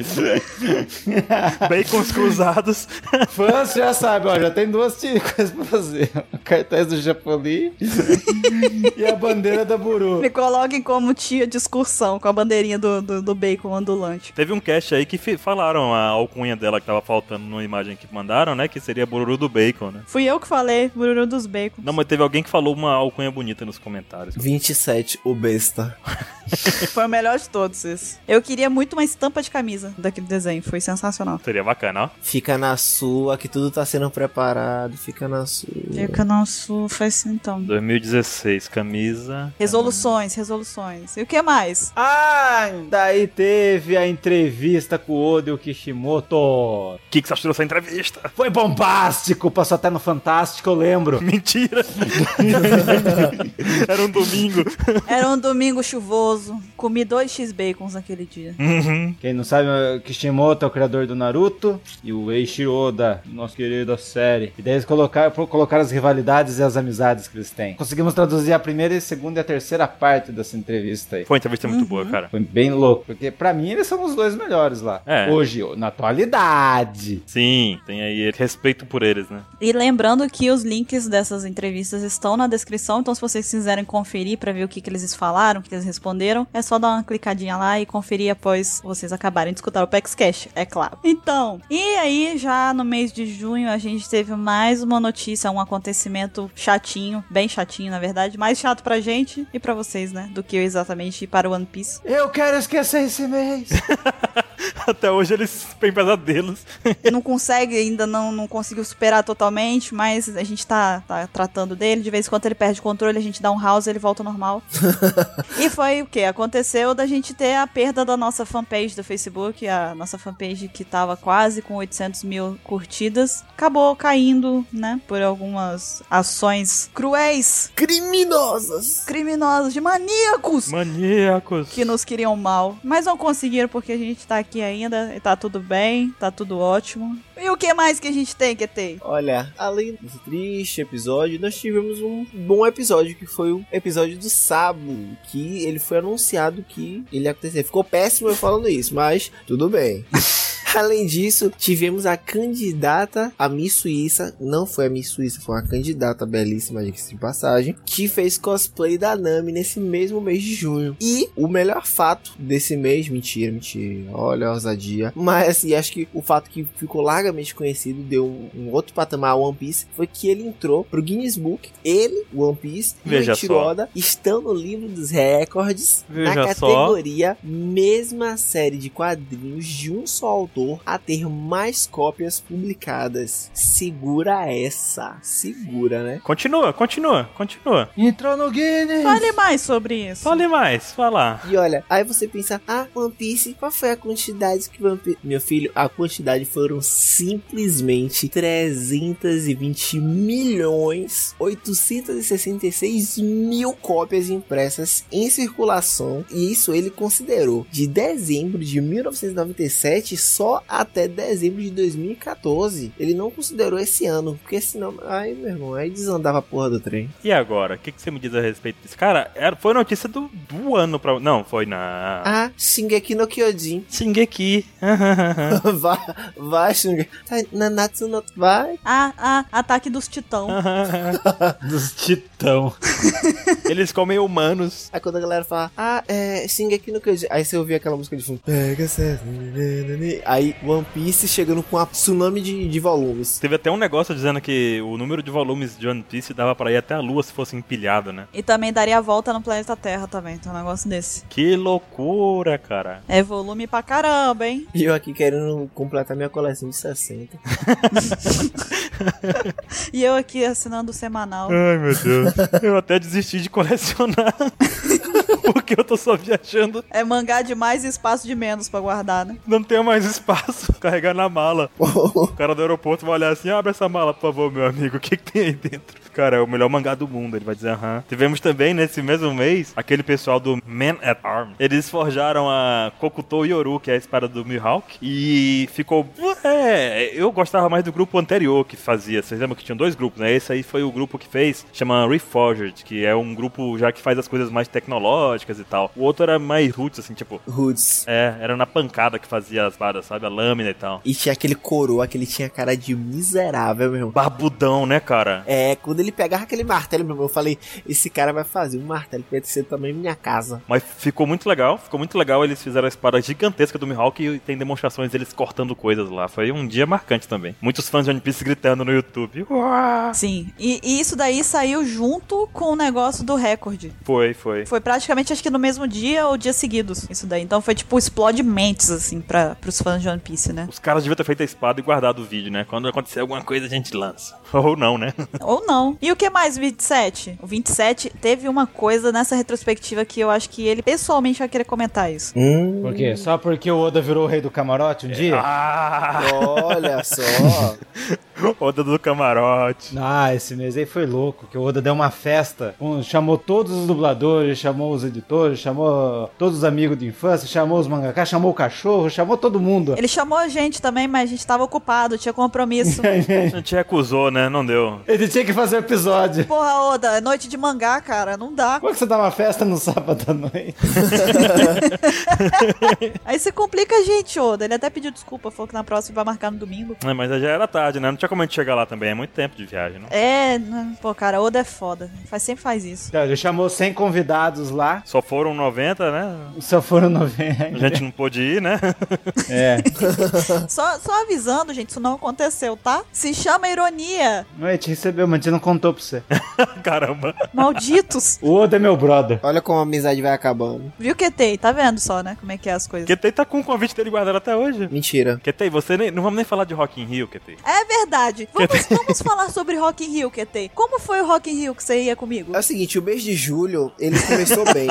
Bacons cruzados. Fãs já sabe, ó, já tem duas coisas pra fazer. O cartaz do Chapolin e a bandeira da Buru. Me coloquem como tia de excursão, com a bandeirinha do bacon ambulante. Teve um cast aí que falaram a alcunha dela que tava faltando numa imagem que mandaram, né? Que seria Bururu do Bacon, né? Fui eu que falei, Bururu dos Bacons. Não, mas teve alguém que falou uma alcunha bonita nos comentários. 27, o besta. Foi o melhor de todos esse. Eu queria muito uma estampa de camisa daquele desenho, foi sensacional. Seria bacana, ó. Fica na sua, que tudo tá sendo preparado. Fica na sua. Fica na sua, faz então. 2016, camisa. Resoluções. E o que mais? Ah, daí teve a entrevista com o Oda e o Kishimoto. O que você achou dessa entrevista? Foi bombástico, passou até no Fantástico, eu lembro. Mentira! Era um domingo. Era um domingo chuvoso. Comi 2 X-Bacons naquele dia. Uhum. Quem não sabe, o Kishimoto é o criador do Naruto e o Eiichiro Oda, nosso querido série. E daí eles colocaram as rivalidades e as amizades que eles têm. Conseguimos traduzir a primeira, a segunda e a terceira parte dessa entrevista aí. Foi uma entrevista muito boa, cara. Foi bem louco, porque pra mim eles são os 2 melhores lá. É. Hoje, na atualidade. Sim, tem aí respeito por eles, né? E lembrando que os links dessas entrevistas estão na descrição, então se vocês quiserem conferir pra ver o que eles falaram, o que eles responderam, é só dar uma clicadinha lá e conferir após vocês acabarem de escutar o PaxCast, é claro. Então, e aí já no mês de junho a gente teve mais uma notícia, um acontecimento chatinho, bem chatinho na verdade, mais chato pra gente e pra vocês, né, do que exatamente para o One Piece. Eu quero esquecer esse mês. Até hoje eles têm pesadelos. Não consegue, ainda não conseguiu superar totalmente, mas a gente tá tratando dele, de vez em quando ele perde o controle, a gente dá um house e ele volta ao normal. E foi o que? Aconteceu da gente ter a perda da nossa fanpage do Facebook, a nossa fanpage que tava quase com 800 mil curtidas, acabou caindo, né, por algumas ações cruéis, Criminosas, de maníacos que nos queriam mal, mas não conseguiram porque a gente tá aqui ainda e tá tudo bem, tá tudo ótimo. E o que mais que a gente tem, QT? Olha, além desse triste episódio, nós tivemos um bom episódio, que foi o episódio do Sabo, que ele foi anunciado que ele ia acontecer. Ficou péssimo eu falando isso, mas tudo bem. Além disso, tivemos a candidata a Miss Suíça. Não foi a Miss Suíça, foi uma candidata belíssima, diga-se de passagem, que fez cosplay da Nami nesse mesmo mês de junho. E o melhor fato desse mês, mentira, olha a ousadia, mas assim, acho que o fato que ficou largamente conhecido, deu um outro patamar ao One Piece, foi que ele entrou pro Guinness Book. Ele, o One Piece e o Eiichiro Oda estão no livro dos recordes na categoria mesma série de quadrinhos de um só autor a ter mais cópias publicadas. Segura essa. Segura, né? Continua. Entrou no Guinness. Fale mais sobre isso. Fala. E olha, aí você pensa, One Piece, qual foi a quantidade que One Piece... Meu filho, a quantidade foram simplesmente 320.866.000 cópias impressas em circulação. E isso ele considerou de dezembro de 1997 só até dezembro de 2014. Ele não considerou esse ano, porque senão, meu irmão, aí desandava a porra do trem. E agora, o que você me diz a respeito disso? Cara, foi notícia do ano pra... Não, foi na... Shingeki no Kyojin. Shingeki. vai, Shingeki. Nanatsu no... Vai. Ataque dos titãs. Dos titãs. Eles comem humanos. Aí quando a galera fala, Shingeki no Kyojin, aí você ouvia aquela música de fundo. Pega essa... Aí One Piece chegando com a tsunami de volumes. Teve até um negócio dizendo que o número de volumes de One Piece dava pra ir até a Lua se fosse empilhado, né? E também daria a volta no planeta Terra também, tem um negócio desse. Que loucura, cara. É volume pra caramba, hein? E eu aqui querendo completar minha coleção de 60. E eu aqui assinando o semanal. Ai, meu Deus. Eu até desisti de colecionar. Porque eu tô só viajando. É mangá de mais e espaço de menos pra guardar, né? Não tenho mais espaço. Carregar na mala. O cara do aeroporto vai olhar assim, abre essa mala, por favor, meu amigo. O que tem aí dentro? Cara, é o melhor mangá do mundo. Ele vai dizer, Tivemos também, nesse mesmo mês, aquele pessoal do Man at Arms. Eles forjaram a Kokuto Yoru, que é a espada do Mihawk. E ficou... eu gostava mais do grupo anterior que fazia. Vocês lembram que tinham 2 grupos, né? Esse aí foi o grupo que fez, chama Reforged, que é um grupo já que faz as coisas mais tecnológicas e tal. O outro era mais roots, assim, tipo... Roots. Era na pancada que fazia as varas, sabe? A lâmina e tal. E tinha aquele coroa que ele tinha cara de miserável, meu irmão. Barbudão, né, cara? Quando ele ele pegava aquele martelo, meu irmão. Eu falei, esse cara vai fazer um martelo que vai ser também minha casa. Mas ficou muito legal. Eles fizeram a espada gigantesca do Mihawk e tem demonstrações deles cortando coisas lá. Foi um dia marcante também. Muitos fãs de One Piece gritando no YouTube. Uau! Sim, e isso daí saiu junto com o negócio do recorde. Foi. Foi praticamente, acho que no mesmo dia ou dias seguidos, isso daí. Então foi tipo, explode mentes, assim, pros fãs de One Piece, né? Os caras deviam ter feito a espada e guardado o vídeo, né? Quando acontecer alguma coisa, a gente lança. Ou não, né? Ou não. E o que mais, 27? O 27 teve uma coisa nessa retrospectiva que eu acho que ele pessoalmente vai querer comentar isso. Por quê? Só porque o Oda virou o rei do camarote um dia? Olha só. Oda do camarote. Esse mês aí foi louco, que o Oda deu uma festa, chamou todos os dubladores, chamou os editores, chamou todos os amigos de infância, chamou os mangaká, chamou o cachorro, chamou todo mundo. Ele chamou a gente também, mas a gente tava ocupado, tinha compromisso. A gente recusou, né? Não deu. Ele tinha que fazer o episódio. Porra, Oda, é noite de mangá, cara, não dá. Como é que você dá uma festa no sábado à noite? Aí você complica a gente, Oda. Ele até pediu desculpa, falou que na próxima vai marcar no domingo. Mas já era tarde, né? Não tinha como a gente chegar lá também, é muito tempo de viagem, não? Pô, cara, Oda é foda. Sempre faz isso. Ele chamou 100 convidados lá. Só foram 90, né? Só foram 90. A gente não pôde ir, né? Só avisando, gente, isso não aconteceu, tá? Se chama ironia. A gente recebeu, mas a gente não contou pra você. Caramba. Malditos. O Oda é meu brother. Olha como a amizade vai acabando. Viu, Ketei? Tá vendo só, né? Como é que é as coisas. Ketei tá com o convite dele guardado até hoje. Mentira. Ketei, não vamos nem falar de Rock in Rio, Ketei. É verdade. Vamos falar sobre Rock in Rio, Ketei. Como foi o Rock in Rio que você ia comigo? É o seguinte, o mês de julho, ele começou bem.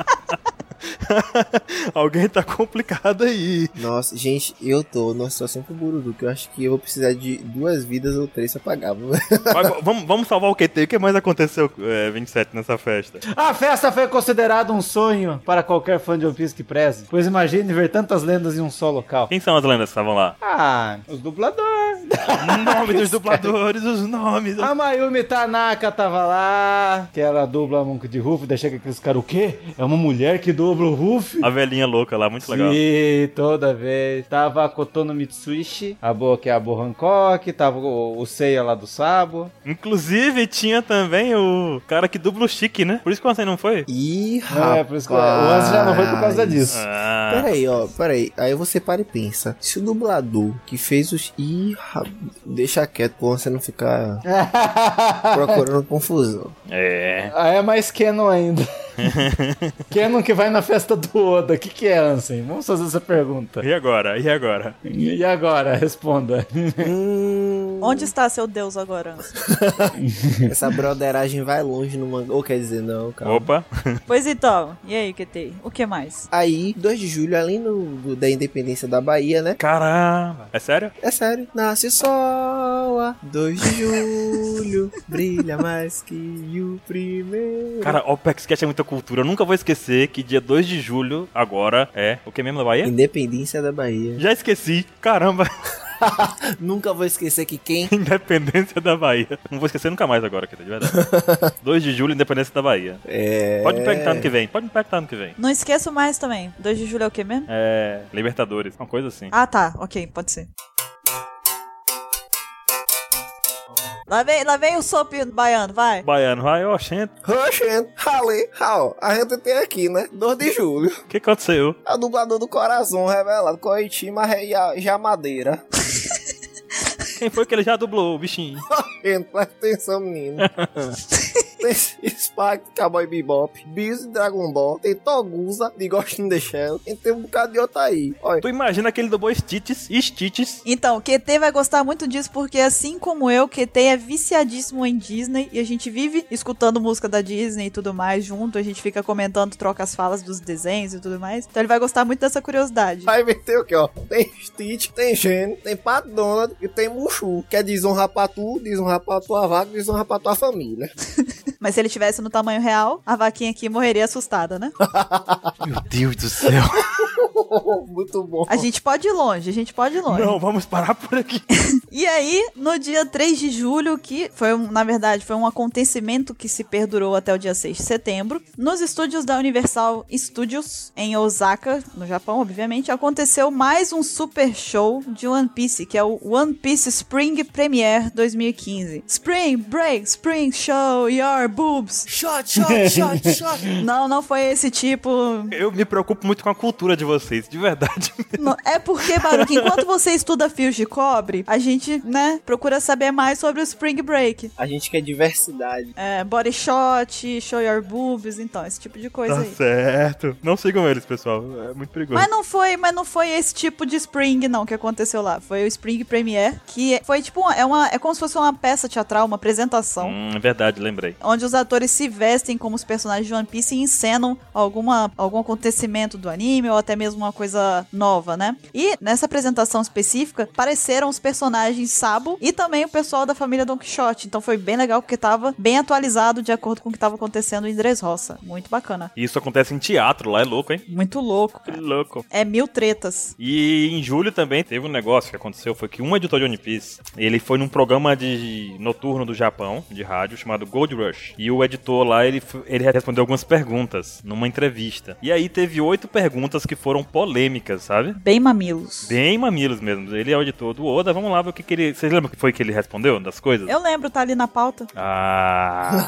Alguém tá complicado aí. Nossa, gente, eu tô numa situação com o Bururu, que eu acho que eu vou precisar de 2 vidas ou 3 pra pagar. Vamos salvar o QT. O que mais aconteceu 27 nessa festa? A festa foi considerada um sonho para qualquer fã de One Piece que preze. Pois imagine ver tantas lendas em um só local. Quem são as lendas que estavam lá? Os dubladores. O nome dos dubladores, os nomes. A Mayumi Tanaka tava lá, que ela dubla a Monk de Ruff, daí chega aqueles caras, o quê? É uma mulher que dubla o Ruff? A velhinha louca lá, muito legal. Sim, toda vez. Tava a Kotono Mitsuishi, que é a Bo Hancock, tava o Seiya lá do Sabo. Inclusive, tinha também o cara que dubla o Chique, né? Por isso que o Ansem não foi? Ih, rapaz. Por isso que o Ansem já não foi por causa disso. Peraí. Aí você para e pensa. Se o dublador que fez os... deixa quieto, pra você não ficar procurando confusão. Aí é mais canon ainda. Canon que vai na festa do Oda. O que é, Ansem? Vamos fazer essa pergunta. E agora? E agora? Responda. Onde está seu Deus agora, Ansem? Essa broderagem vai longe no mangá. Ou quer dizer, não, calma. Opa. Pois então, e aí, Ketei? O que mais? Aí, 2 de julho, além da independência da Bahia, né? Caramba. É sério? É sério. Nasce o sol a 2 de julho, brilha mais que o primeiro. Cara, o Opex Cash é muita cultura. Eu nunca vou esquecer que dia 2 de julho agora é o que mesmo da Bahia? Independência da Bahia. Já esqueci. Caramba. Nunca vou esquecer que quem... Independência da Bahia. Não vou esquecer nunca mais agora, de verdade. 2 de julho, Independência da Bahia. Pode me perguntar no que vem. Não esqueço mais também. 2 de julho é o que mesmo? Libertadores. Uma coisa assim. Ah, tá. Ok, pode ser. Lá vem o Sop baiano, vai. Baiano, vai, oxente. A gente tem aqui, né? 2 de julho. O que aconteceu? É o dublador do Coração revelado, Koichima Madeira. Quem foi que ele já dublou, o bichinho? Gente, presta atenção, menino. Tem Spike, Cowboy Bebop, Bills e Dragon Ball, tem Togusa de Ghost in the Shell, e tem um bocado de outro aí. Olha. Tu imagina que ele dublou Stitches. Então, QT vai gostar muito disso, porque assim como eu, QT é viciadíssimo em Disney, e a gente vive escutando música da Disney e tudo mais junto, a gente fica comentando, troca as falas dos desenhos e tudo mais, então ele vai gostar muito dessa curiosidade. Aí vai ter o que, ó? Tem Stitch, tem Gene, tem Pat Donald e tem Mushu, que é desonrar pra tu, desonrar pra tua vaca, desonrar pra tua família. Mas se ele tivesse no tamanho real, a vaquinha aqui morreria assustada, né? Meu Deus do céu. Muito bom. A gente pode ir longe, Não, vamos parar por aqui. E aí, no dia 3 de julho, que foi, na verdade, foi um acontecimento que se perdurou até o dia 6 de setembro, nos estúdios da Universal Studios, em Osaka, no Japão, obviamente, aconteceu mais um super show de One Piece, que é o One Piece Spring Premiere 2015. Spring Break, Spring Show, Your Boobs. Shot. Não foi esse tipo. Eu me preocupo muito com a cultura de vocês, de verdade. Não, é porque, Baruch, enquanto você estuda fios de cobre, a gente, né, procura saber mais sobre o Spring Break. A gente quer diversidade. Body shot, show your boobs, então, esse tipo de coisa Tá aí. certo. Não sigam eles, pessoal. É muito perigoso. Mas não foi esse tipo de Spring, não, que aconteceu lá. Foi o Spring Premiere, que foi tipo, é como se fosse uma peça teatral, uma apresentação. É verdade, lembrei. Onde os atores se vestem como os personagens de One Piece e encenam algum acontecimento do anime ou até mesmo uma coisa nova, né? E nessa apresentação específica, apareceram os personagens Sabo e também o pessoal da família Don Quixote. Então foi bem legal porque tava bem atualizado de acordo com o que tava acontecendo em Dressrosa. Muito bacana. E isso acontece em teatro lá, é louco, hein? Muito louco, Que cara. louco. É 1000 tretas. E em julho também teve um negócio que aconteceu, foi que um editor de One Piece, ele foi num programa de noturno do Japão, de rádio, chamado Gold Rush. E o editor lá, ele respondeu algumas perguntas numa entrevista. E aí teve 8 perguntas que foram polêmicas, sabe? Bem mamilos. Bem mamilos mesmo. Ele é o editor do Oda, vamos lá ver o que ele... Vocês lembram o que foi que ele respondeu das coisas? Eu lembro, tá ali na pauta. Ah...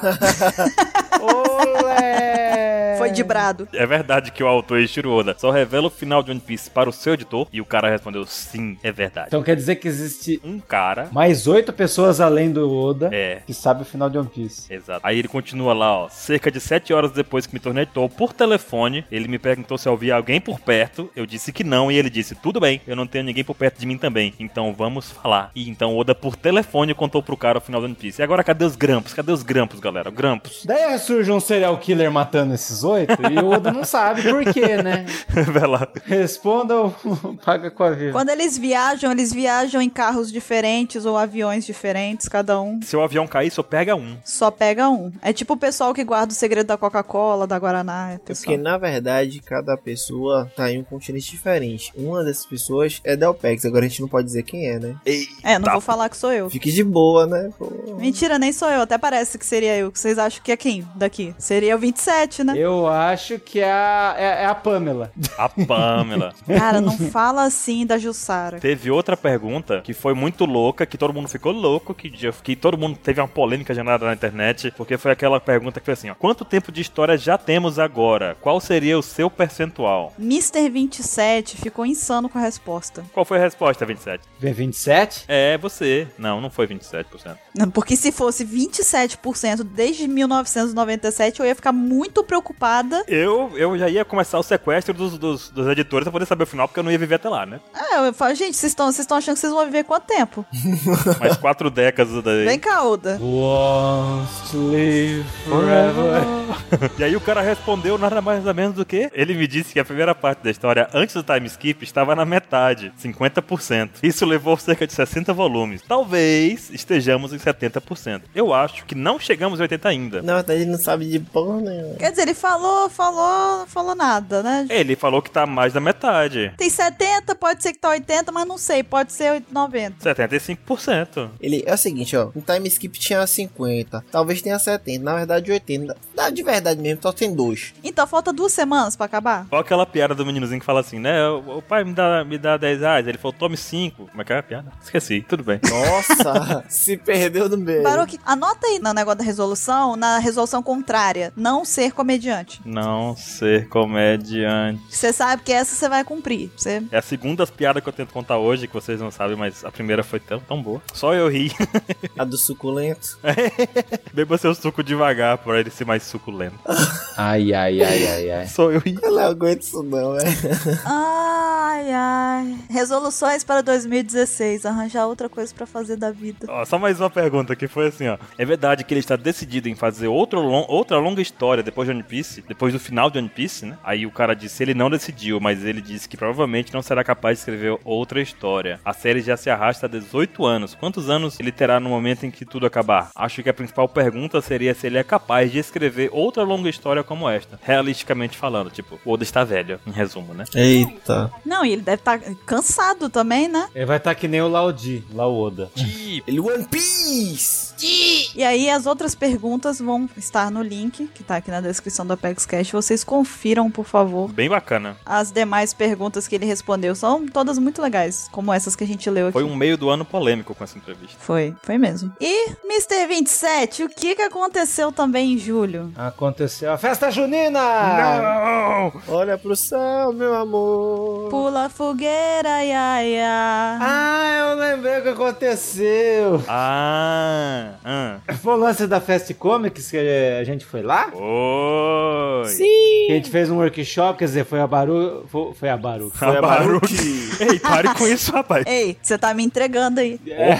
Olé! Foi de brado. É verdade que o autor Eiichiro Oda só revela o final de One Piece para o seu editor? E o cara respondeu, sim, é verdade. Então quer dizer que existe Um cara... mais 8 pessoas além do Oda É. que sabe o final de One Piece. Exato. Aí ele continua lá, ó. Cerca de 7 horas depois que me tornei editor, por telefone, ele me perguntou se havia alguém por perto. Eu disse que não, e ele disse, tudo bem, eu não tenho ninguém por perto de mim também. Então vamos falar. E então Oda por telefone contou pro cara o final do One Piece. E agora cadê os grampos? Cadê os grampos, galera? Grampos. Daí surge um serial killer matando esses 8 e o Oda não sabe por quê, né? Vai lá. Responda ou paga com a vida. Quando eles viajam em carros diferentes ou aviões diferentes, cada um Se o avião cair, só pega um. só pega um. É tipo o pessoal que guarda o segredo da Coca-Cola, da Guaraná. É porque, na verdade, cada pessoa tá em um continente diferente. Uma dessas pessoas é da OPEX, agora a gente não pode dizer quem é, né? Não vou falar que sou eu. Fique de boa, né? Pô. Mentira, nem sou eu. Até parece que seria eu. Vocês acham que é quem daqui? Seria o 27, né? Eu acho que é a Pamela. A Pamela. Cara, não fala assim da Jussara. Teve outra pergunta que foi muito louca, que todo mundo ficou louco, que todo mundo teve uma polêmica gerada na internet, porque foi aquela pergunta que foi assim, ó. Quanto tempo de história já temos agora? Qual seria o seu percentual? Mr. 27 ficou insano com a resposta. Qual foi a resposta, 27? V27? É, você. Não foi 27%. Porque se fosse 27% desde 1997, eu ia ficar muito preocupada. Eu já ia começar o sequestro dos editores pra poder saber o final, porque eu não ia viver até lá, né? Eu falo, gente, vocês estão achando que vocês vão viver quanto tempo? Mais 4 décadas daí. Vem cá, Oda. Wants to live forever. E aí o cara respondeu nada mais nada menos do que... Ele me disse que a primeira parte da história, antes do time skip, estava na metade, 50%. Isso levou cerca de 60 volumes. Talvez estejamos em 70%. Eu acho que não chegamos em 80 ainda. Na verdade, ele não sabe de porra nenhuma. Quer dizer, ele falou nada, né? Ele falou que tá mais da metade. Tem 70, pode ser que tá 80, mas não sei, pode ser 90. 75%. Ele é o seguinte, ó. No time skip tinha 50. Talvez tenha 70. Na verdade, 80. De verdade mesmo, só tem 2. Então falta 2 semanas pra acabar? Qual aquela piada do meninozinho que fala assim, né? O pai me dá 10 reais. Ele falou, tome 5. Como é que é a piada? Esqueci, tudo bem. Nossa, se perdeu no meio. Baruch, anota aí no negócio da resolução, na resolução contrária. Não ser comediante. Não ser comediante. Você sabe que essa você vai cumprir. Você... É a segunda piada que eu tento contar hoje, que vocês não sabem, mas a primeira foi tão boa. Só eu ri. A do suculento. Beba seu suco devagar, pra ele ser mais suculento. Ai. Só eu ri. Eu não aguento isso não, velho. Ai, ai. Resoluções para 2016. Arranjar outra coisa pra fazer da vida. Ó, só mais uma pergunta que foi assim, ó. É verdade que ele está decidido em fazer outra longa história depois de One Piece? Depois do final de One Piece, né? Aí o cara disse, ele não decidiu, mas ele disse que provavelmente não será capaz de escrever outra história. A série já se arrasta há 18 anos. Quantos anos ele terá no momento em que tudo acabar? Acho que a principal pergunta seria se ele é capaz de escrever outra longa história como esta. Realisticamente falando, tipo, o Oda está velho, em resumo, né? Eita. Não, e ele deve estar cansado também, né? Ele vai estar que nem o Laudi, lá o Oda. Ele One Piece! E aí as outras perguntas vão estar no link, que tá aqui na descrição do Apex Cash. Vocês confiram, por favor. Bem bacana. As demais perguntas que ele respondeu são todas muito legais, como essas que a gente leu aqui. Foi um meio do ano polêmico com essa entrevista. Foi mesmo. E, Mr. 27, o que aconteceu também em julho? Aconteceu a festa junina! Não! Olha pro céu, meu amor. Pula fogueira, ia, ia. Ah, eu lembrei o que aconteceu. Foi o lance da Fast Comics que a gente foi lá? Oi! Sim. Que a gente fez um workshop, quer dizer, foi a Baruch. Foi a Baruch. A Baruch. Ei, pare com isso, rapaz. Ei, você tá me entregando aí.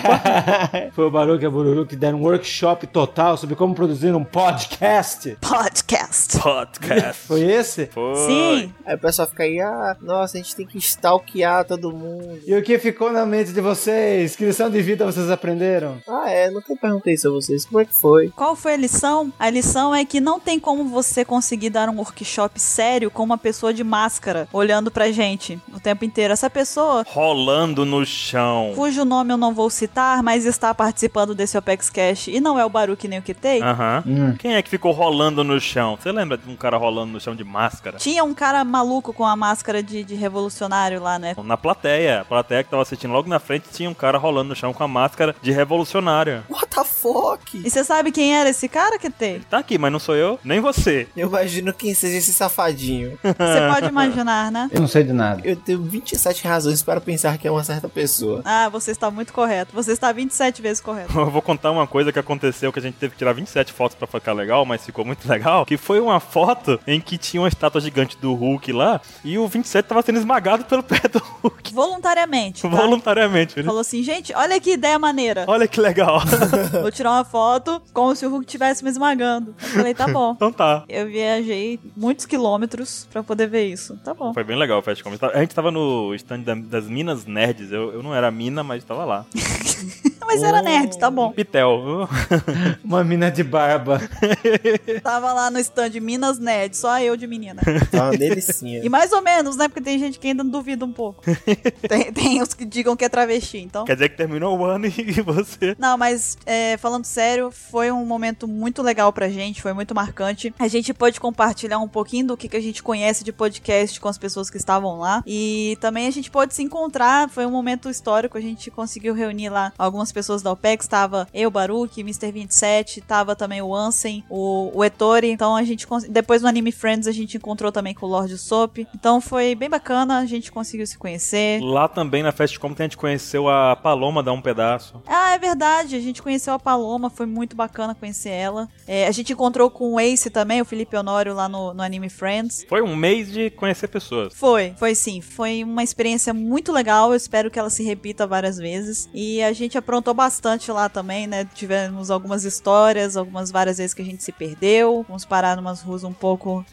Foi o Baruch e a Bururu que deram um workshop total sobre como produzir um podcast. Podcast. Foi esse? Foi. Sim. Aí o pessoal fica aí, nossa, a gente tem que stalkear todo mundo. E o que ficou na mente de vocês? Que lição de vida vocês aprenderam? Nunca perguntei isso a vocês, como é que foi? Qual foi a lição? A lição é que não tem como você conseguir dar um workshop sério com uma pessoa de máscara olhando pra gente o tempo inteiro. Essa pessoa, Rolando no chão. cujo nome eu não vou citar, mas está participando desse Apex Cash e não é o Baruch nem o Kitei. Aham. Quem é que ficou rolando no chão? Você lembra de um cara rolando no chão de máscara? Tinha um cara maluco com a máscara de revolucionário lá, né? Na plateia. A plateia que tava assistindo logo na frente tinha um cara rolando no chão com a máscara de revolucionário. What the fuck? E você sabe quem era esse cara, Kitei? Tá aqui, mas não sou eu, nem você. Eu imagino quem seja esse safadinho. Você pode imaginar, né? Eu não sei de nada. Eu tenho 27 razões para pensar que é uma certa pessoa. Ah, você está muito correto. Você está 27 vezes correto. Eu vou contar uma coisa que aconteceu, que a gente teve que tirar 27 fotos pra ficar legal, mas ficou muito legal, que foi uma foto em que tinha uma estátua gigante do Hulk lá, e o 27 tava sendo esmagado pelo pé do Hulk. Voluntariamente, tá? Voluntariamente. Ele... Falou assim, gente, olha que ideia maneira. Olha que legal. Vou tirar uma foto como se o Hulk estivesse me esmagando. Eu falei, tá bom. Então tá. Eu viajei muitos quilômetros pra poder ver isso. Tá bom. Foi bem legal o Fast Comics. A gente tava no stand das Minas Nerds. Eu não era mina, mas tava lá. Mas era nerd, tá bom. Pitel. Uma mina de barba. Tava lá no stand Minas Nerd, só eu de menina. Tá uma delicinha. E mais ou menos, né? Porque tem gente que ainda duvida um pouco. Tem os que digam que é travesti, então... Quer dizer que terminou o ano e você... Não, mas falando sério, foi um momento muito legal pra gente, foi muito marcante. A gente pôde compartilhar um pouquinho do que a gente conhece de podcast com as pessoas que estavam lá. E também a gente pôde se encontrar, foi um momento histórico, a gente conseguiu reunir lá algumas pessoas da OPEX, tava eu, Baruch, Mr. 27, tava também o Ansem, o Ettore. Então a gente, depois no Anime Friends, a gente encontrou também com o Lord Soap. Então foi bem bacana, a gente conseguiu se conhecer. Lá também na Fast Comics a gente conheceu a Paloma da Um Pedaço. Ah, é verdade, a gente conheceu a Paloma, foi muito bacana conhecer ela. A gente encontrou com o Ace também, o Felipe Honório lá no Anime Friends. Foi um mês de conhecer pessoas. Foi sim. Foi uma experiência muito legal, eu espero que ela se repita várias vezes. E a gente aprontou bastante lá também, né? Tivemos algumas histórias, várias vezes que a gente se perdeu. Vamos parar numas ruas um pouco...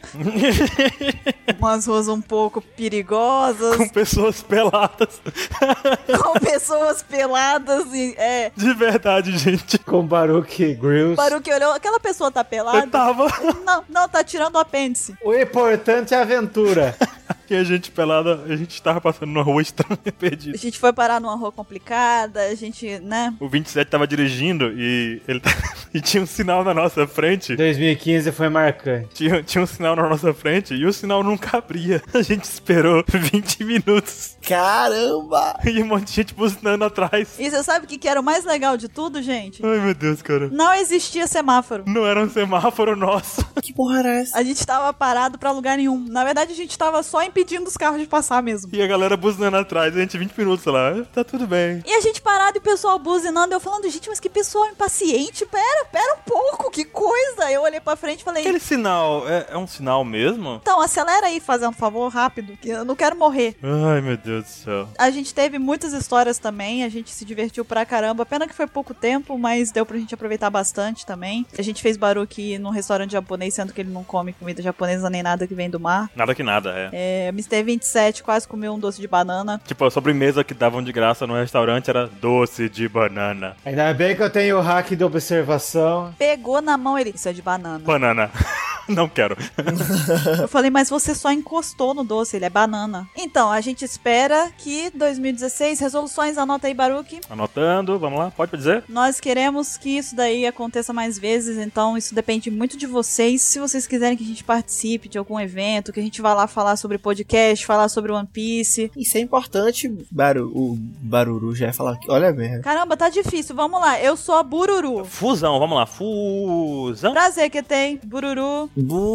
umas ruas um pouco perigosas. Com pessoas peladas. Com pessoas peladas e... De verdade, gente. Com Baruch Grills. Baruch olhou, aquela pessoa tá pelada? Eu tava. Não, tá tirando o apêndice. O importante é a aventura. E a gente pelada, a gente tava passando numa rua estranha, perdido. A gente foi parar numa rua complicada, a gente, né? O 27 tava dirigindo e ele e tinha um sinal na nossa frente. 2015 foi marcante. Tinha um sinal na nossa frente e o sinal nunca abria. A gente esperou 20 minutos. Caramba! E um monte de gente buzinando atrás. E você sabe o que era o mais legal de tudo, gente? Ai, meu Deus, cara. Não existia semáforo. Não era um semáforo nosso. Que porra era essa? A gente tava parado pra lugar nenhum. Na verdade, a gente tava só impedindo os carros de passar mesmo. E a galera buzinando atrás, a gente 20 minutos lá. Tá tudo bem. E a gente parado e o pessoal buzinando. Eu falando, gente, mas que pessoal impaciente. Pera, pera um pouco, que coisa. Eu olhei pra frente e falei... Aquele sinal, é um sinal mesmo? Então, acelera aí, fazendo um favor, rápido, que eu não quero morrer. Ai, meu Deus do céu. A gente teve muitas histórias também, a gente se divertiu pra caramba. Pena que foi pouco tempo, mas deu pra gente aproveitar bastante também. A gente fez Baruque num restaurante japonês, sendo que ele não come comida japonesa nem nada que vem do mar. Nada que nada, Mr. 27 quase comeu um doce de banana. Tipo, a sobremesa que davam de graça no restaurante era doce de banana. Ainda bem que eu tenho o hack de observação. Pegou na mão ele, isso é de banana. Banana. Não quero. Eu falei, mas você só encostou no doce, ele é banana. Então, a gente espera que 2016, resoluções, anota aí, Baruque. Anotando, vamos lá, pode dizer? Nós queremos que isso daí aconteça mais vezes, então isso depende muito de vocês. Se vocês quiserem que a gente participe de algum evento, que a gente vá lá falar sobre podcast, falar sobre One Piece. Isso é importante, o Baruru já ia falar aqui. Olha mesmo. Caramba, tá difícil, vamos lá. Eu sou a Bururu. Fusão, vamos lá, fusão. Prazer que tem, Bururu.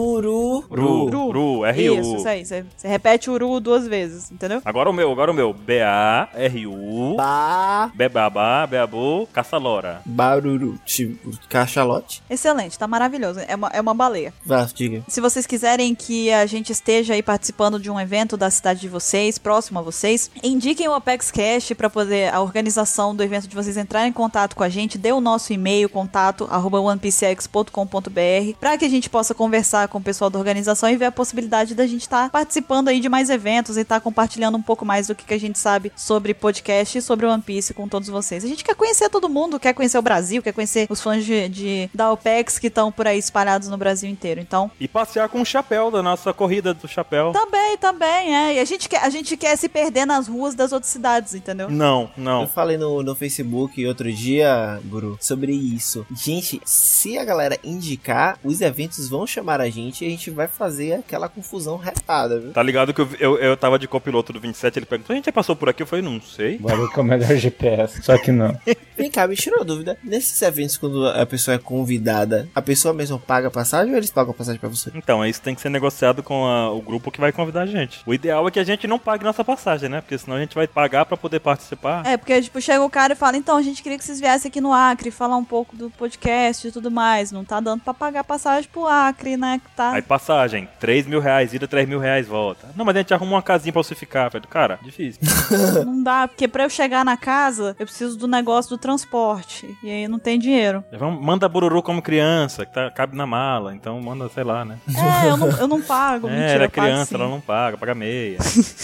Ru, R-U. Isso aí. Você repete o Ru 2 vezes, entendeu? Agora o meu. B-A-R-U. Bebabá, Beabu, Caçalora. Baruru. Tipo, cachalote. Excelente, tá maravilhoso. É uma baleia. Vá, diga. Se vocês quiserem que a gente esteja aí participando de um evento da cidade de vocês, próximo a vocês, indiquem o Apex Cash pra poder a organização do evento de vocês entrar em contato com a gente, dê o nosso e-mail, contato@onepcx.com.br, pra que a gente possa conversar com o pessoal da organização e ver a possibilidade da gente estar participando aí de mais eventos e estar compartilhando um pouco mais do que a gente sabe sobre podcast e sobre One Piece com todos vocês. A gente quer conhecer todo mundo, quer conhecer o Brasil, quer conhecer os fãs da OPEX que estão por aí espalhados no Brasil inteiro, então... E passear com o chapéu da nossa corrida do chapéu. Também, E a gente quer se perder nas ruas das outras cidades, entendeu? Não. Eu falei no Facebook outro dia, Guru, sobre isso. Gente, se a galera indicar, os eventos vão chamar a gente e a gente vai fazer aquela confusão retada, viu? Tá ligado que eu tava de copiloto do 27, ele perguntou, a gente já passou por aqui? Eu falei, não sei. Barulho é o melhor GPS, só que não. Vem cá, me tirou uma dúvida. Nesses eventos, quando a pessoa é convidada, a pessoa mesmo paga a passagem ou eles pagam a passagem pra você? Então, isso tem que ser negociado com o grupo que vai convidar a gente. O ideal é que a gente não pague nossa passagem, né? Porque senão a gente vai pagar pra poder participar. Porque, tipo, chega o cara e fala, então, a gente queria que vocês viessem aqui no Acre falar um pouco do podcast e tudo mais. Não tá dando pra pagar passagem pro Acre, né? Tá... Aí passagem, 3 mil reais, ida 3 mil reais, volta. Não, mas a gente arruma uma casinha pra você ficar. Falei, cara, difícil. Não dá, porque pra eu chegar na casa, eu preciso do negócio do transporte. E aí não tem dinheiro. Manda Bururu como criança, que cabe na mala. Então manda, sei lá, né? Eu não pago. Mentira, ela é criança, ela não paga, paga meia.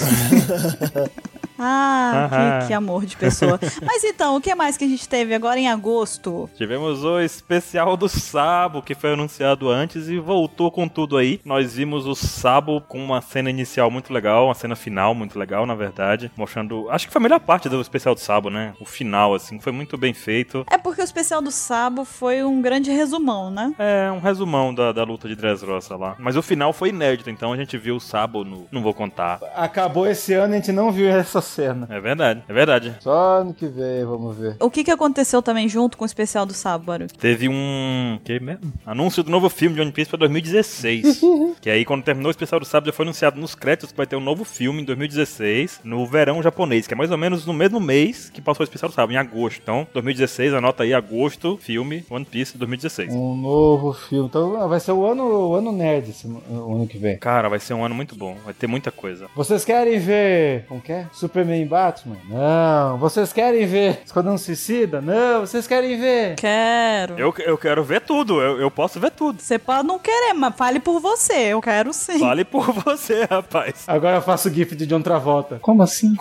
Que amor de pessoa. Mas então, o que mais que a gente teve agora em agosto? Tivemos o especial do Sabo, que foi anunciado antes e voltou com tudo aí. Nós vimos o Sabo com uma cena inicial muito legal, uma cena final muito legal, na verdade. Mostrando... Acho que foi a melhor parte do especial do Sabo, né? O final, assim, foi muito bem feito. É porque o especial do Sabo foi um grande resumão, né? É, um resumão da luta de Dressrosa lá. Mas o final foi inédito, então a gente viu o Sabo no... Não vou contar. Acabou esse ano e a gente não viu essa cena. É verdade. Só ano que vem, vamos ver. O que aconteceu também junto com o especial do Sabo, Baruque? Teve um... que mesmo? Anúncio do novo filme de One Piece pra 2016. Que aí, quando terminou o especial do Sabo, já foi anunciado nos créditos que vai ter um novo filme em 2016, no verão japonês, que é mais ou menos no mesmo mês que passou o especial do Sabo, em agosto. Então, 2016, anota aí, agosto, filme One Piece 2016. Um novo filme. Então, vai ser o ano nerd o ano que vem. Cara, vai ser um ano muito bom. Vai ter muita coisa. Vocês querem ver... Como que é? Superman e Batman? Não. Vocês querem ver Esquadrão Suicida? Não. Vocês querem ver? Quero. Eu quero ver tudo. Eu posso ver tudo. Você pode não querer, mas fale por você. Eu quero sim. Fale por você, rapaz. Agora eu faço o gif de John Travolta. Como assim?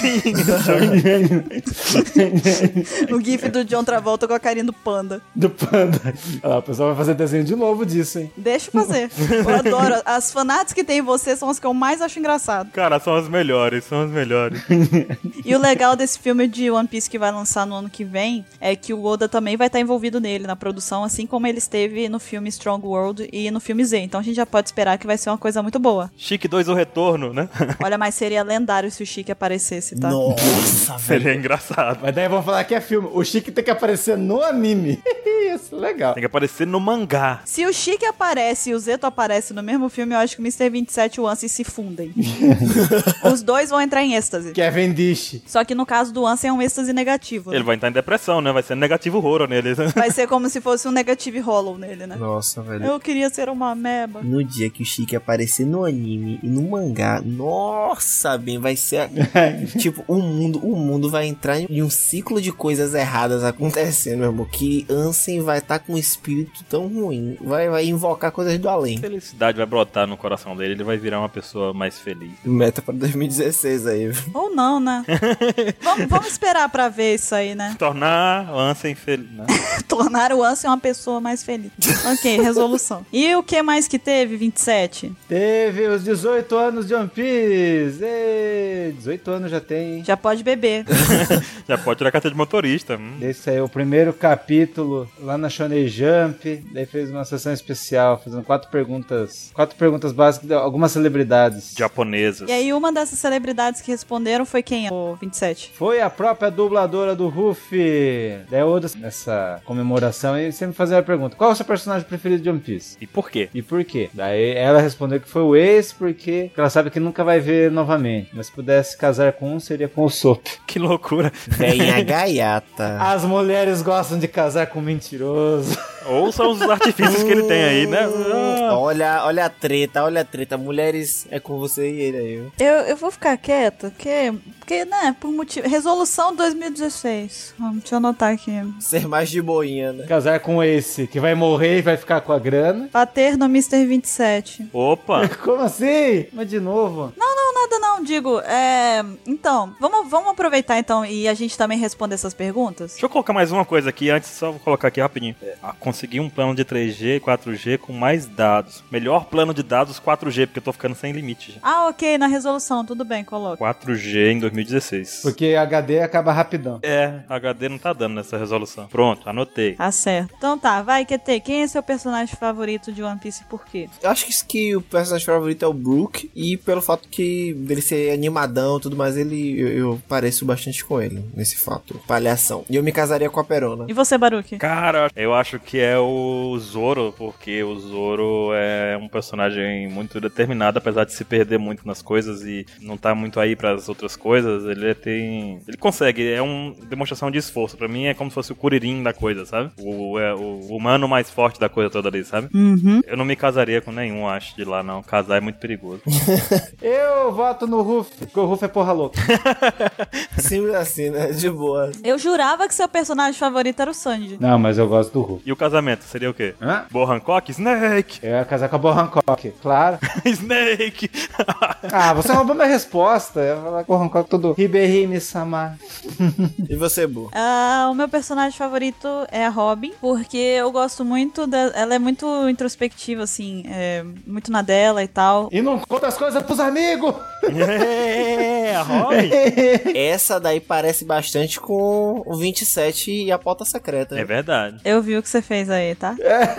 O gif do John Travolta com a carinha do panda. Do panda. Olha lá, o pessoal vai fazer desenho de novo disso, hein? Deixa eu fazer. Eu adoro. As fanarts que tem em você são as que eu mais acho engraçado. Cara, são as melhores. E o legal desse filme de One Piece que vai lançar no ano que vem é que o Oda também vai estar envolvido nele, na produção, assim como ele esteve no filme Strong World e no filme Z. Então a gente já pode esperar que vai ser uma coisa muito boa. Chique 2 o retorno, né? Olha, mas seria lendário se o Chique aparecesse, tá? Nossa, velho. Seria engraçado. Mas daí vamos falar que é filme. O Chique tem que aparecer no anime. Isso, legal. Tem que aparecer no mangá. Se o Chique aparece e o Zeto aparece no mesmo filme, eu acho que o Mr. 27 e o Ansem se fundem. Os dois vão entrar em êxtase. êxtase. Cavendish. Só que no caso do Ansem é um êxtase negativo. Ele vai entrar em depressão, né? Vai ser negativo horror nele. Vai ser como se fosse um negative hollow nele, né? Nossa, velho. Eu queria ser uma ameba. No dia que o Chique aparecer no anime e no mangá, nossa, bem, vai ser tipo, o mundo vai entrar em um ciclo de coisas erradas acontecendo, meu amor, que Ansem vai estar com um espírito tão ruim, vai invocar coisas do além. Felicidade vai brotar no coração dele, ele vai virar uma pessoa mais feliz. Meta pra 2016 aí. Ou não, né? vamos esperar pra ver isso aí, né? Tornar o Ansem feliz, né? Tornar o Ansem uma pessoa mais feliz. Ok, resolução. E o que mais que teve, 27? Teve os 18 anos de One Piece. Ei, 18 anos já tem, hein? Já pode beber. Já pode tirar carta de motorista. Esse aí é o primeiro capítulo lá na Shonen Jump. Daí fez uma sessão especial, fazendo 4 perguntas básicas de algumas celebridades Japonesas. E aí uma dessas celebridades que responderam foi quem, o 27? Foi a própria dubladora do Ruffy. Daí outra nessa comemoração e sempre fazia a pergunta: qual é o seu personagem preferido de One Piece? E por quê? E por quê? Daí ela respondeu que foi o Ace porque ela sabe que nunca vai ver novamente. Mas se pudesse casar com um, seria com o Sop. Que loucura. Venha gaiata. As mulheres gostam de casar com mentiroso. Ou são os artifícios que ele tem aí, né? Olha a treta. Mulheres, é com você e ele aí. Eu vou ficar quieta, porque, né, por motivo... Resolução 2016. Deixa eu anotar aqui. Ser mais de boinha, né? Casar com esse, que vai morrer e vai ficar com a grana. Bater no Mr. 27. Opa! Como assim? Mas de novo? Nada não, digo, então, vamos aproveitar então e a gente também responder essas perguntas? Deixa eu colocar mais uma coisa aqui, antes só vou colocar aqui rapidinho. Conseguir um plano de 3G e 4G com mais dados. Melhor plano de dados 4G, porque eu tô ficando sem limite já. Ah, ok, na resolução, tudo bem, coloca. 4G em 2016. Porque HD acaba rapidão. HD não tá dando nessa resolução. Pronto, anotei. Tá certo. Então tá, vai, QT, quem é seu personagem favorito de One Piece e por quê? Eu acho que o personagem favorito é o Brook, e pelo fato dele ser animadão e tudo mais, eu pareço bastante com ele, nesse fato. Palhação. E eu me casaria com a Perona. E você, Baruch? Cara, eu acho que é o Zoro, porque o Zoro é um personagem muito determinado, apesar de se perder muito nas coisas e não tá muito aí pras outras coisas, ele consegue, é uma demonstração de esforço. Pra mim é como se fosse o Kuririn da coisa, sabe? O humano mais forte da coisa toda ali, sabe? Uhum. Eu não me casaria com nenhum, acho, de lá não. Casar é muito perigoso. Eu voto no Ruff, porque o Ruff é porra louca. Simples assim, né? De boa. Eu jurava que seu personagem favorito era o Sanji. Não, mas eu gosto do Ruff. E o casamento seria o quê? Hã? Bo Hancock? Snake! Eu ia casar com a Bo Hancock, claro. Snake! Ah, você roubou minha resposta. Eu ia falar com o Hancock todo Ribeirinho-sama. E você, Bo? O meu personagem favorito é a Robin, porque eu gosto muito ela é muito introspectiva, assim, muito na dela e tal. E não conta as coisas pros amigos! A Robin! Essa daí parece bastante com o 27 e a pauta secreta. É verdade. Eu vi o que você fez aí, tá?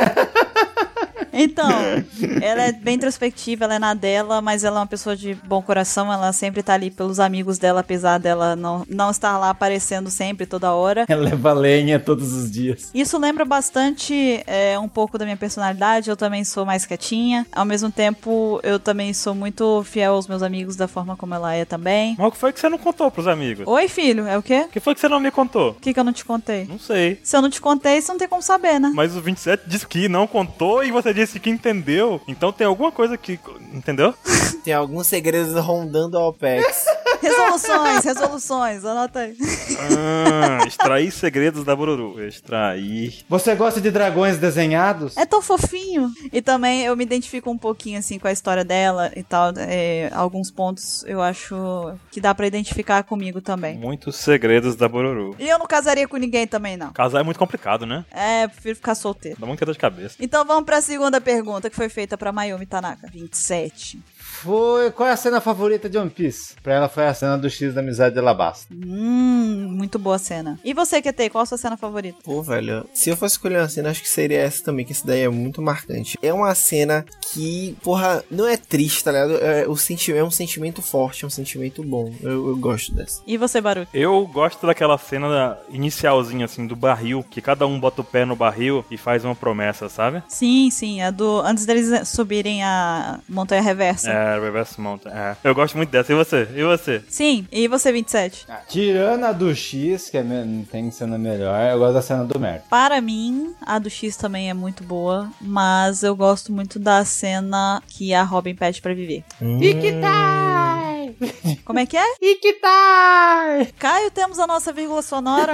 Então, ela é bem introspectiva, ela é na dela, mas ela é uma pessoa de bom coração, ela sempre tá ali pelos amigos dela, apesar dela não estar lá aparecendo sempre, toda hora. Ela leva lenha todos os dias. Isso lembra bastante um pouco da minha personalidade, eu também sou mais quietinha, ao mesmo tempo eu também sou muito fiel aos meus amigos da forma como ela é também. Mas o que foi que você não contou pros amigos? Oi, filho, é o quê? O que foi que você não me contou? O que eu não te contei? Não sei. Se eu não te contei, você não tem como saber, né? Mas o 27 disse que não contou e você disse que entendeu. Então tem alguma coisa que... Entendeu? Tem alguns segredos rondando a OPEX. Resoluções, anota aí. Extrair segredos da Bururu. Extrair. Você gosta de dragões desenhados? É tão fofinho. E também eu me identifico um pouquinho, assim, com a história dela e tal. Alguns pontos eu acho que dá pra identificar comigo também. Muitos segredos da Bururu. E eu não casaria com ninguém também, não. Casar é muito complicado, né? Prefiro ficar solteiro. Dá muita dor de cabeça. Então vamos pra segunda pergunta que foi feita pra Mayumi Tanaka. 27. Qual é a cena favorita de One Piece? Pra ela foi a cena do X da Amizade de Alabasta. Muito boa cena. E você, QT, qual a sua cena favorita? Pô, velho, se eu fosse escolher uma cena, acho que seria essa também, que essa daí é muito marcante. É uma cena que, porra, não é triste, tá ligado? É um sentimento forte, é um sentimento bom. Eu gosto dessa. E você, Baruch? Eu gosto daquela cena inicialzinha, assim, do barril, que cada um bota o pé no barril e faz uma promessa, sabe? Sim, é antes deles subirem a montanha reversa. Reverse Mountain. É. Eu gosto muito dessa. E você? Sim, e você, 27? Tirando a do X, que tem cena melhor, eu gosto da cena do Mer. Para mim, a do X também é muito boa, mas eu gosto muito da cena que a Robin pede pra viver. Ikitai! Como é que é? Ikitai! Caio, temos a nossa vírgula sonora.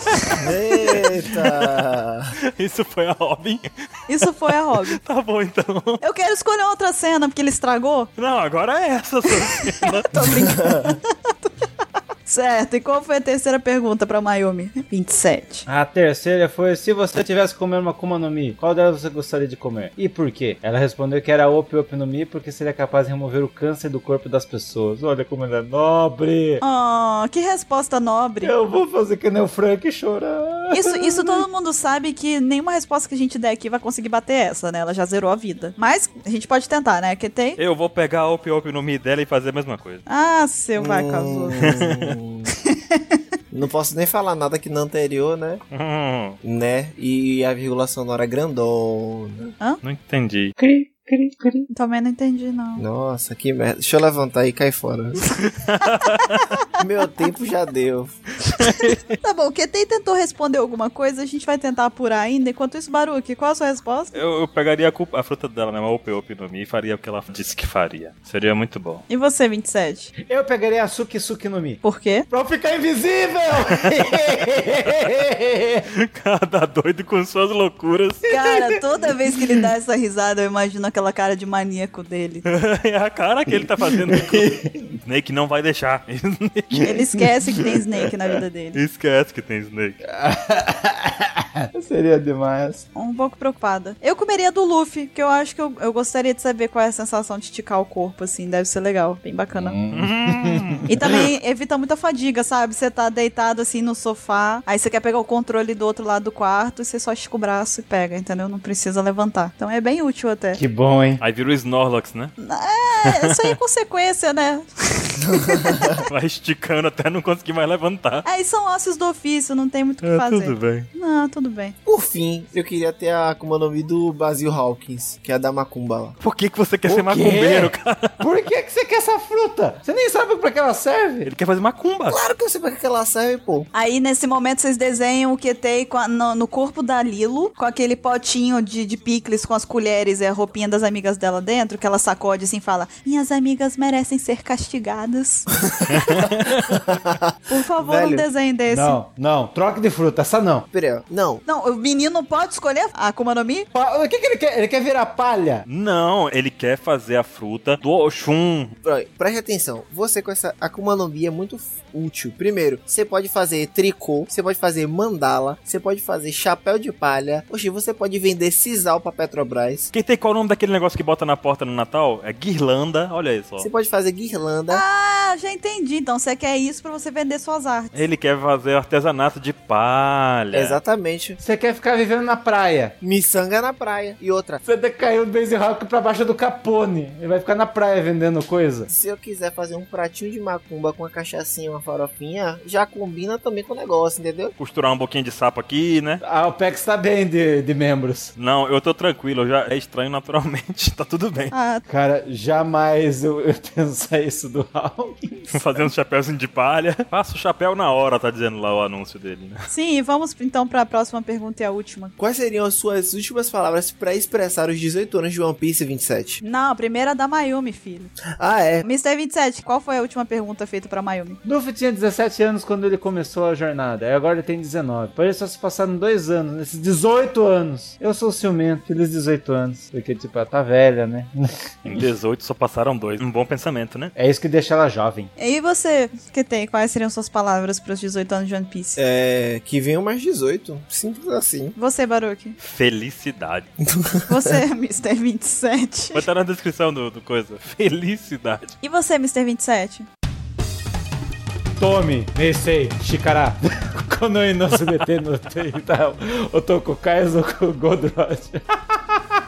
Eita! Isso foi a Robin? Isso foi a Robin. Tá bom, então. Eu quero escolher outra cena, porque ele estragou. Não, agora é essa a sua cena. Tô brincando. Certo, e qual foi a terceira pergunta pra Mayumi? 27. A terceira foi, se você tivesse comendo uma Akuma no Mi, qual delas você gostaria de comer? E por quê? Ela respondeu que era a Opi Opi no Mi, porque seria capaz de remover o câncer do corpo das pessoas. Olha como ela é nobre! Oh, que resposta nobre. Eu vou fazer que nem o Frank chorar. Isso todo mundo sabe que nenhuma resposta que a gente der aqui vai conseguir bater essa, né? Ela já zerou a vida. Mas a gente pode tentar, né? Que tem? Eu vou pegar a Opi Opi no Mi dela e fazer a mesma coisa. Ah, seu vacazoso. Não posso nem falar nada que na anterior, né? Né? E a vírgula sonora grandona. Não entendi. Também não entendi, não. Nossa, que merda. Deixa eu levantar e cair fora. Meu tempo já deu. Tá bom, o QT tentou responder alguma coisa, a gente vai tentar apurar ainda. Enquanto isso, Baruque, qual a sua resposta? Eu pegaria a fruta dela, né? Uma Opi Opi no Mi e faria o que ela disse que faria. Seria muito bom. E você, 27? Eu pegaria a Suki Suki no Mi. Por quê? Pra eu ficar invisível! Cada doido com suas loucuras. Cara, toda vez que ele dá essa risada, eu imagino aquela cara de maníaco dele. É a cara que ele tá fazendo. Snake não vai deixar. Ele esquece que tem Snake na vida dele. Esquece que tem Snake. Seria demais. Um pouco preocupada. Eu comeria do Luffy, que eu acho que eu gostaria de saber qual é a sensação de esticar o corpo, assim. Deve ser legal, bem bacana. E também evita muita fadiga, sabe? Você tá deitado, assim, no sofá, aí você quer pegar o controle do outro lado do quarto, e você só estica o braço e pega, entendeu? Não precisa levantar. Então é bem útil até. Que bom, hein? Aí vira o Snorlax, né? Isso aí é consequência, né? Vai esticando até não conseguir mais levantar. Aí são ossos do ofício, não tem muito o que fazer. Tudo bem. Não, tudo bem. Por fim, eu queria ter a Akuma no Mi do Basil Hawkins, que é a da Macumba lá. Por que você quer ser macumbeiro, cara? Por que você quer essa fruta? Você nem sabe pra que ela serve. Ele quer fazer macumba. Claro que eu sei pra que ela serve, pô. Aí, nesse momento, vocês desenham o QT no corpo da Lilo, com aquele potinho de picles com as colheres e a roupinha das amigas dela dentro, que ela sacode assim e fala: minhas amigas merecem ser castigadas. Por favor, Velho. um desenho desse. Não, troca de fruta, essa não. Peraí, não. Não, o menino pode escolher a Akuma no Mi? O que ele quer? Ele quer virar palha? Não, ele quer fazer a fruta do Oxum. Preste atenção. Você com essa Akuma no Mi é muito útil. Primeiro, você pode fazer tricô, você pode fazer mandala, você pode fazer chapéu de palha. Oxi, você pode vender sisal pra Petrobras. Quem tem qual é o nome daquele negócio que bota na porta no Natal? É guirlanda, olha aí só. Você pode fazer guirlanda. Ah, já entendi. Então você quer isso pra você vender suas artes. Ele quer fazer artesanato de palha. Exatamente. Você quer ficar vivendo na praia. Miçanga na praia. E outra, Você caiu do Base Rock pra baixo do Capone. Ele vai ficar na praia vendendo coisa. se eu quiser fazer um pratinho de macumba com uma cachaçinha, uma farofinha, já combina também com o negócio, entendeu? Costurar um pouquinho de sapo aqui, né? A OPEX tá bem de membros. Não, eu tô tranquilo, eu já é estranho naturalmente, tá tudo bem. Ah, Cara, jamais eu pensar isso do Hawkins. Fazendo chapéuzinho de palha. Faça o chapéu na hora, tá dizendo lá o anúncio dele, né? sim, vamos então pra próxima pergunta e a última. Quais seriam as suas últimas palavras pra expressar os 18 anos de One Piece 27? Não, a primeira é da Mayumi, filho. Ah, é. Mr. 27, qual foi a última pergunta feita pra Mayumi? Luffy tinha 17 anos quando ele começou a jornada, aí agora ele tem 19. Por isso só se passaram 2 anos, nesses 18 anos. Eu sou ciumento, feliz 18 anos. Porque, tipo, ela tá velha, né? Em 18 só passaram 2. Um bom pensamento, né? É isso que deixa ela jovem. E você, que tem? Quais seriam suas palavras pros 18 anos de One Piece? Que venham mais 18. Simples assim. Você, Baruque. Felicidade. Você, Mr. 27. Vai estar na descrição do coisa. Felicidade. E você, Mr. 27? Tome, Meisei, Shikara. Kono inosu dete no teita. Otoko Kaizo Godrod.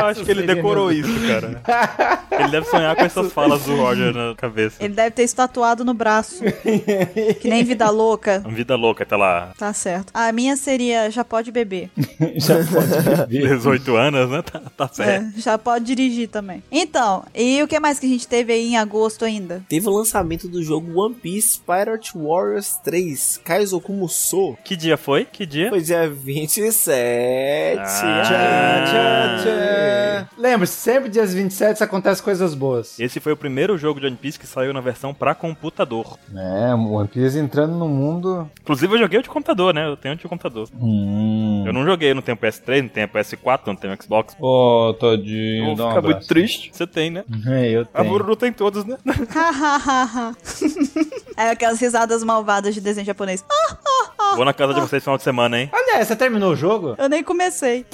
acho que ele decorou isso, cara. Ele deve sonhar com essas falas do Roger na cabeça. Ele deve ter estatuado no braço. Que nem Vida Louca. Vida louca, tá lá. Tá certo. A minha seria Já Pode Beber. Já pode beber. 18 anos, né? Tá certo. Já pode dirigir também. Então, e o que mais que a gente teve aí em agosto ainda? Teve o lançamento do jogo One Piece Pirate Warriors 3, Kaizoku Musou. Que dia foi? Que dia? Foi dia 27. Lembre-se, sempre dias 27 acontece coisas boas. Esse foi o primeiro jogo de One Piece que saiu na versão pra computador. É, One Piece entrando no mundo... Inclusive eu joguei o de computador, né? Eu tenho o de computador. Eu não joguei, eu não tenho PS3, não tenho PS4, não tenho Xbox. Ô, tadinho, Vou ficar muito triste. Você tem, né? Eu A tenho. Bururu tem todos, né? É aquelas risadas malvadas de desenho japonês. Vou na casa de vocês no final de semana, hein? Aliás, você terminou o jogo? Eu nem comecei.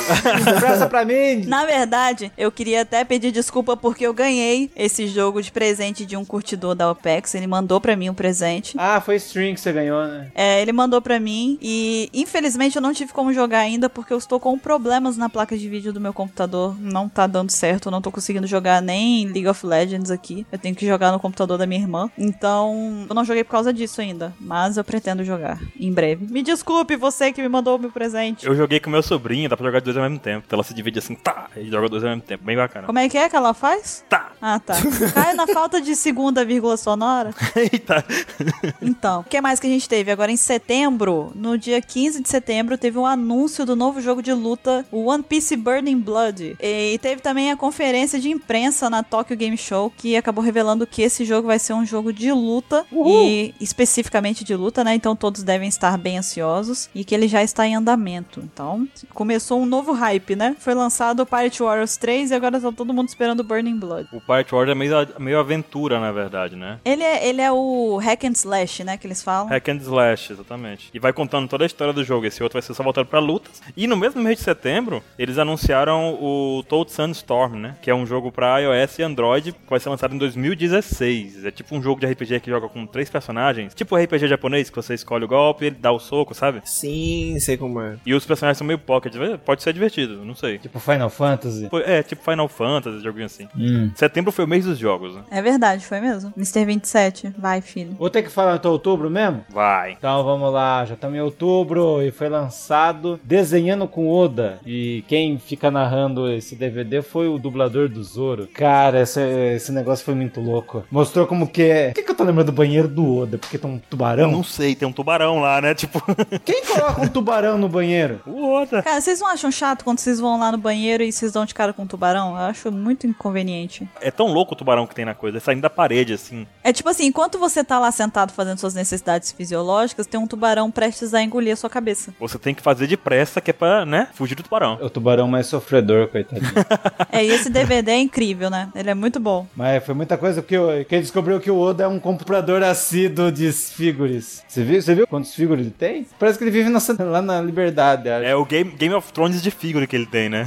Presta pra mim! Na verdade, eu queria até pedir desculpa porque eu ganhei esse jogo de presente de um curtidor da OPEX. Ele mandou pra mim um presente. Ah, foi stream que você ganhou, né? É, ele mandou pra mim e infelizmente eu não tive como jogar ainda porque eu estou com problemas na placa de vídeo do meu computador. Não tá dando certo, eu não tô conseguindo jogar nem League of Legends aqui. Eu tenho que jogar no computador da minha irmã. Então, eu não joguei por causa disso ainda, mas eu pretendo jogar em breve. Me desculpe você que me mandou o meu presente. Eu joguei com meu sobrinho, dá pra jogar dois ao mesmo tempo. Ela se divide assim, tá, e joga dois ao mesmo tempo. Bem bacana. Como é que ela faz? Tá. Ah, tá. Cai na falta de segunda vírgula sonora. Eita. Então, o que mais que a gente teve? Agora em setembro, no dia 15 de setembro, teve um anúncio do novo jogo de luta, o One Piece Burning Blood. E teve também a conferência de imprensa na Tokyo Game Show, que acabou revelando que esse jogo vai ser um jogo de luta, e especificamente de luta, né? Então todos devem estar bem ansiosos, e que ele já está em andamento. Então, começou um novo hype, né? Foi lançado o Pirate Warriors 3 e agora tá todo mundo esperando o Burning Blood. O Pirate Warriors é meio aventura, na verdade, né? Ele é o hack and slash, né? Que eles falam. Hack and Slash, exatamente. E vai contando toda a história do jogo. Esse outro vai ser só voltado pra lutas. E no mesmo mês de setembro, eles anunciaram o Toad Sandstorm, né? Que é um jogo pra iOS e Android, que vai ser lançado em 2016. É tipo um jogo de RPG que joga com 3 personagens. Tipo RPG japonês, que você escolhe o golpe, ele dá o soco, sabe? Sim, sei como é. E os personagens são meio pocket. Pode ser divertido, não sei. Tipo Final Fantasy. É, tipo Final Fantasy, joguinho assim. Setembro foi o mês dos jogos, né? É verdade, foi mesmo. Mr. 27, vai, filho. Vou ter que falar até outubro mesmo? Vai. Então vamos lá, já estamos em outubro e foi lançado Desenhando com Oda. E quem fica narrando esse DVD foi o dublador do Zoro. Cara, esse negócio foi muito louco. Mostrou como que é. Por que eu tô lembrando do banheiro do Oda? Porque tem um tubarão? Não sei, tem um tubarão lá, né? Tipo. Quem coloca um tubarão no banheiro? O Oda. Cara, vocês não acham chato quando vocês vão lá no banheiro e vocês dão de cara com um tubarão? Eu acho muito inconveniente. É tão louco o tubarão que tem na coisa, é saindo da parede, assim. É tipo assim, enquanto você tá lá sentado fazendo suas necessidades fisiológicas, tem um tubarão prestes a engolir a sua cabeça. Você tem que fazer depressa, que é pra, né, fugir do tubarão. O tubarão mais sofredor, coitadinho. E esse DVD é incrível, né? Ele é muito bom. Mas foi muita coisa que ele descobriu que o Oda é um comprador assíduo de figures. Você viu quantos figures ele tem? Parece que ele vive lá na Liberdade, acho. É o Game of Thrones de figure que ele tem, né?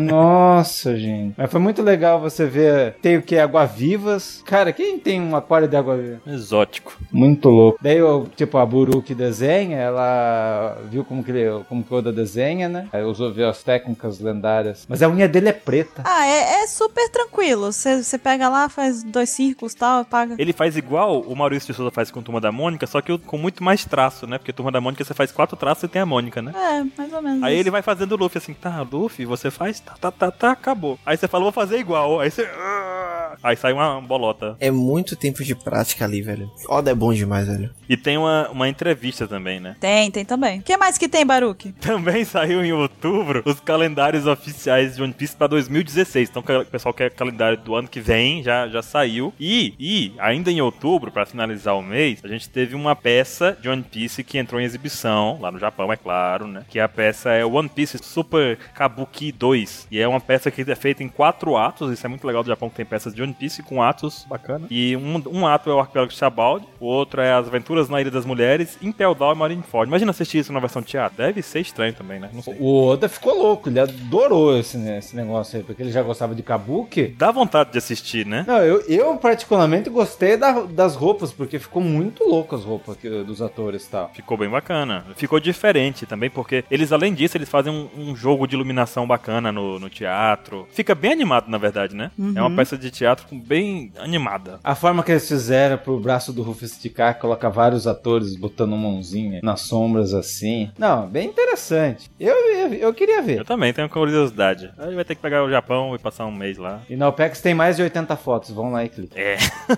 Nossa, gente. Mas foi muito legal você ver. Tem o que? Água-vivas. Cara, quem tem um aquário de água-viva? Exótico. Muito louco. Daí, tipo, a Buru que desenha, ela viu como que o Oda desenha, né? Aí usou ver as técnicas lendárias. Mas a unha dele é preta. Ah, é super tranquilo. Você pega lá, faz 2 círculos e tal, apaga. Ele faz igual o Maurício de Souza faz com Turma da Mônica, só que com muito mais traço, né? Porque Turma da Mônica você faz 4 traços e tem a Mônica, né? É, mais ou menos. Aí isso. ele vai fazendo o Luffy assim, tá, Luffy, você faz, tá, acabou. Aí você fala, vou fazer igual. Aí você... Aí sai uma bolota. É muito tempo de prática ali, velho. Oda é bom demais, velho. E tem uma entrevista também, né? Tem também. O que mais que tem, Baruque? Também saiu em outubro os calendários oficiais de One Piece pra 2016. Então o pessoal quer calendário do ano que vem, já saiu. E ainda em outubro, pra finalizar o mês, a gente teve uma peça de One Piece que entrou em exibição, lá no Japão, é claro, né? Que a peça é One Piece Super Kabuki 2. E é uma peça que é feita em 4 atos. Isso é muito legal do Japão, que tem peças de One One Piece com atos bacana. E um ato é o Arquipélago de Chabaldi, o outro é As Aventuras na Ilha das Mulheres, Impel Down e Marineford. Imagina assistir isso na versão teatro. Deve ser estranho também, né? Não sei. O Oda ficou louco, ele adorou esse negócio aí, porque ele já gostava de Kabuki. Dá vontade de assistir, né? Não, eu particularmente gostei das roupas, porque ficou muito louco as roupas dos atores e tal. Ficou bem bacana. Ficou diferente também, porque eles, além disso, eles fazem um jogo de iluminação bacana no teatro. Fica bem animado, na verdade, né? É uma peça de teatro bem animada. A forma que eles fizeram pro braço do Ruffy esticar, coloca vários atores botando mãozinha nas sombras assim. Não, bem interessante. Eu queria ver. Eu também tenho curiosidade. Aí vai ter que pegar o Japão e passar um mês lá. E na OPEX tem mais de 80 fotos. Vão lá e clique. É.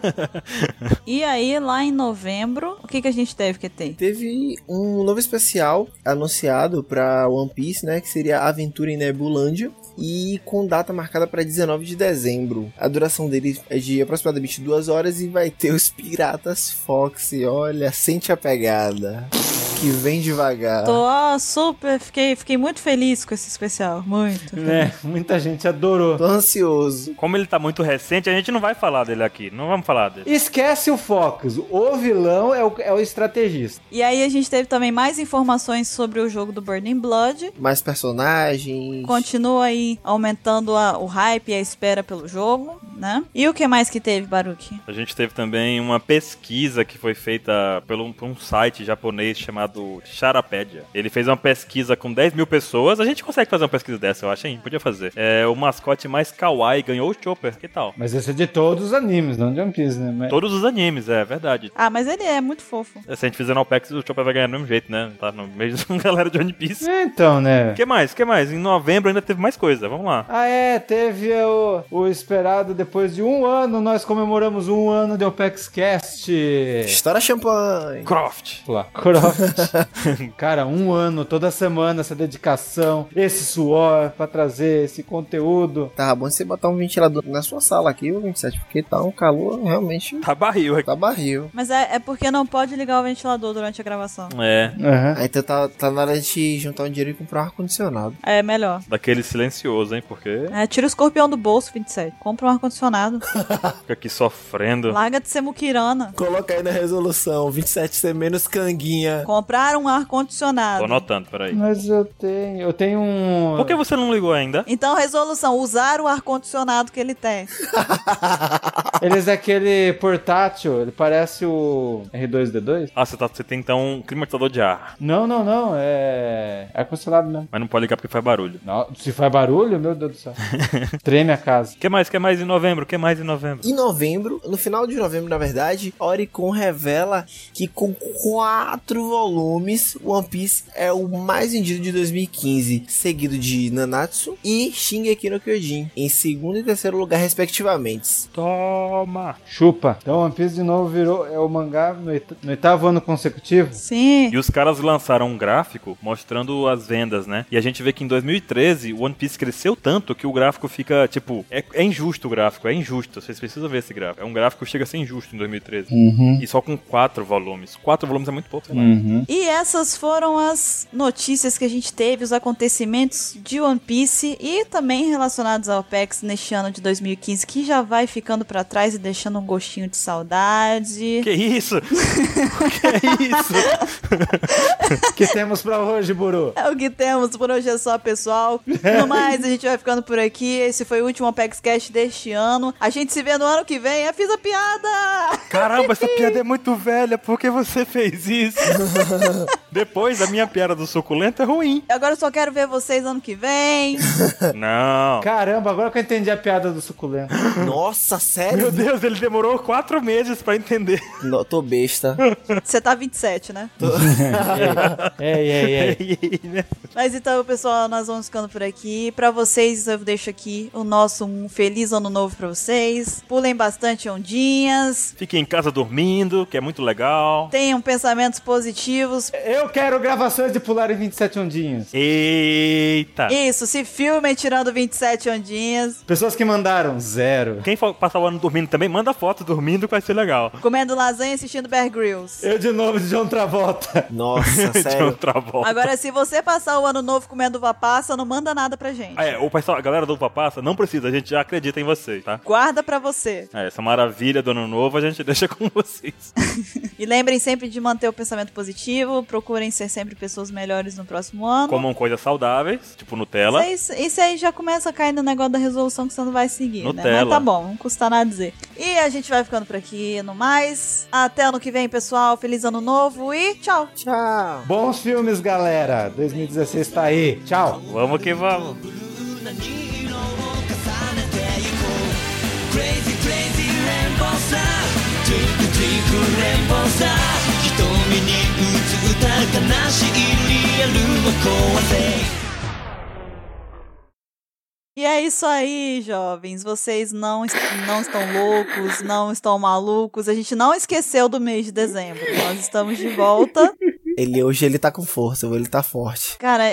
E aí, lá em novembro, o que a gente teve que ter? Teve um novo especial anunciado pra One Piece, né? Que seria a Aventura em Nebulândia. E com data marcada para 19 de dezembro. A duração dele é de aproximadamente 2 horas e vai ter os Piratas Fox. Olha, sente a pegada. Que vem devagar. Tô super, fiquei muito feliz com esse especial, muito. Muita gente adorou. Tô ansioso. Como ele tá muito recente, a gente não vai falar dele aqui. Não vamos falar dele. Esquece o Fox. O vilão é o estrategista. E aí a gente teve também mais informações sobre o jogo do Burning Blood. Mais personagens. Continua aí aumentando o hype e a espera pelo jogo, né? E o que mais que teve, Baruki? A gente teve também uma pesquisa que foi feita por um site japonês chamado Charapédia. Ele fez uma pesquisa com 10 mil pessoas. A gente consegue fazer uma pesquisa dessa, eu acho, hein? Podia fazer. O mascote mais kawaii ganhou o Chopper. Que tal? Mas esse é de todos os animes, não de One Piece, né? Mas... Todos os animes, é verdade. Ah, mas ele é muito fofo. Se a gente fizer no OPEX, o Chopper vai ganhar do mesmo jeito, né? Tá no meio da galera de One Piece. Então, né? O que mais? Em novembro ainda teve mais coisa. Vamos lá. Teve o esperado depois de 1 ano. Nós comemoramos 1 ano de OPEX Cast. Estoura champanhe. Croft. Cara, 1 ano, toda semana, essa dedicação, esse suor pra trazer esse conteúdo. Tava bom você botar um ventilador na sua sala aqui, o 27, porque tá um calor realmente... Tá barril aqui. Tá barril. Mas é porque não pode ligar o ventilador durante a gravação. Então tá na hora de juntar um dinheiro e comprar um ar-condicionado. É melhor. Daquele silencioso, hein? Porque Tira o escorpião do bolso, 27. Compra um ar-condicionado. fica aqui sofrendo. Larga de ser muquirana. Coloca aí na resolução, 27 ser menos canguinha. Comprar um ar-condicionado. Tô anotando, peraí. Mas eu tenho um... Por que você não ligou ainda? Então, resolução, usar o ar-condicionado que ele tem. Eles é aquele portátil, ele parece o R2D2. Ah, você tem então um climatizador de ar. Não, é ar-condicionado mesmo. Mas não pode ligar porque faz barulho. Não, se faz barulho, meu Deus do céu. Treme a casa. O que mais em novembro? Em novembro, no final de novembro, na verdade, Oricon revela que com 4 volumes, One Piece é o mais vendido de 2015, seguido de Nanatsu e Shingeki no Kyojin, em segundo e terceiro lugar, respectivamente. Toma! Chupa. Então One Piece de novo virou o mangá no 8º ano consecutivo. Sim. E os caras lançaram um gráfico mostrando as vendas, né? E a gente vê que em 2013 o One Piece cresceu tanto que o gráfico fica, tipo, é injusto o gráfico, é injusto. Vocês precisam ver esse gráfico. É um gráfico que chega a ser injusto em 2013. E só com 4 volumes. 4 volumes é muito pouco, sei lá. E essas foram as notícias que a gente teve, os acontecimentos de One Piece e também relacionados ao OPEX neste ano de 2015, que já vai ficando pra trás e deixando um gostinho de saudade. Que isso? Que isso? O que temos pra hoje, Buru? É o que temos por hoje, é só, pessoal. No mais, a gente vai ficando por aqui. Esse foi o último Apex Cash deste ano. A gente se vê no ano que vem. Eu fiz a piada! Caramba, essa piada é muito velha. Por que você fez isso? Depois, a minha piada do suculento é ruim. Agora eu só quero ver vocês ano que vem. Não. Caramba, agora que eu entendi a piada do suculento. Nossa, sério? Meu Deus, ele demorou 4 meses pra entender. Não, tô besta. Você tá 27, né? Ei. Mas então, pessoal, nós vamos ficando por aqui. Pra vocês, eu deixo aqui o nosso feliz ano novo pra vocês. Pulem bastante ondinhas. Fiquem em casa dormindo, que é muito legal. Tenham pensamentos positivos. Eu quero gravações de pular em 27 ondinhas. Eita! Isso, se filmem tirando 27 ondinhas. Pessoas que mandaram 0. Quem for passar o ano dormindo também, manda foto dormindo que vai ser legal. Comendo lasanha e assistindo Bear Grylls. Eu de novo de John Travolta. Nossa, De sério. outra volta. Agora, se você passar o ano novo comendo uva passa, não manda nada pra gente. O pessoal, a galera do Uva Passa, não precisa, a gente já acredita em vocês, tá? Guarda pra você. Essa maravilha do ano novo a gente deixa com vocês. E lembrem sempre de manter o pensamento positivo. Procurem ser sempre pessoas melhores no próximo ano. Comam coisas saudáveis, tipo Nutella. Isso aí já começa a cair no negócio da resolução que você não vai seguir, né? Nutella. Mas tá bom, não custa nada dizer. E a gente vai ficando por aqui no mais. Até ano que vem, pessoal. Feliz ano novo e tchau. Tchau. Bons filmes, galera. 2016 tá aí. Tchau. Vamos que vamos. E é isso aí, jovens. Vocês não estão loucos, não estão malucos. A gente não esqueceu do mês de dezembro. Nós estamos de volta. Hoje ele tá com força, ele tá forte. Cara,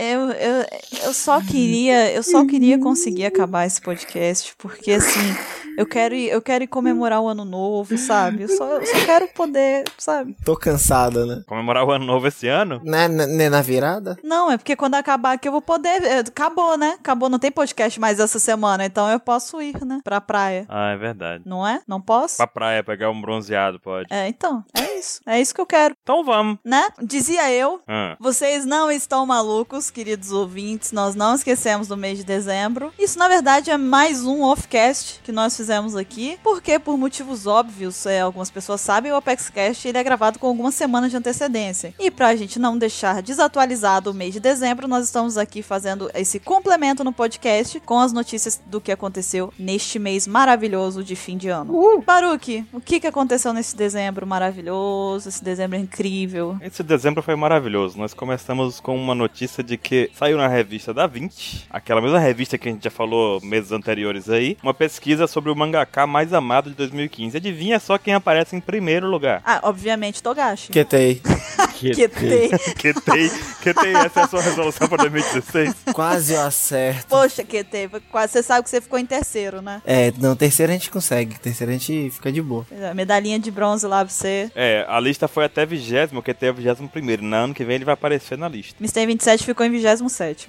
eu só queria conseguir acabar esse podcast, porque assim, eu quero ir comemorar o ano novo, sabe? Eu só quero poder, sabe? Tô cansada, né? Comemorar o ano novo esse ano? Né na virada? Não, é porque quando acabar aqui eu vou poder. Acabou, né? Acabou, não tem podcast mais essa semana, então eu posso ir, né? Pra praia. Ah, é verdade. Não é? Não posso? Pra praia, pegar um bronzeado, pode. Então, é isso. É isso que eu quero, Então vamos. né? Dizia eu. Ah. Vocês não estão malucos, queridos ouvintes. Nós não esquecemos do mês de dezembro. Isso, na verdade, é mais um offcast que nós fizemos aqui. Porque, por motivos óbvios, algumas pessoas sabem, o ApexCast ele é gravado com algumas semanas de antecedência. E pra gente não deixar desatualizado o mês de dezembro, nós estamos aqui fazendo esse complemento no podcast com as notícias do que aconteceu neste mês maravilhoso de fim de ano. Baruque, o que aconteceu nesse dezembro maravilhoso, esse dezembro incrível? Esse dezembro foi maravilhoso. Nós começamos com uma notícia de que saiu na revista Da Vinci, aquela mesma revista que a gente já falou meses anteriores aí, uma pesquisa sobre o mangaka mais amado de 2015. Adivinha só quem aparece em primeiro lugar? Ah, obviamente, Togashi. Ketei. Ketei. Ketei, essa é a sua resolução para 2016? Quase eu acerto. Poxa, Ketei, quase você sabe que você ficou em terceiro, né? Não, terceiro a gente consegue. Terceiro a gente fica de boa. Medalhinha de bronze lá pra você. A lista foi até 20º, o Ketei é o 21º. No ano que vem ele vai aparecer na lista. Mr. 27 ficou em 27º.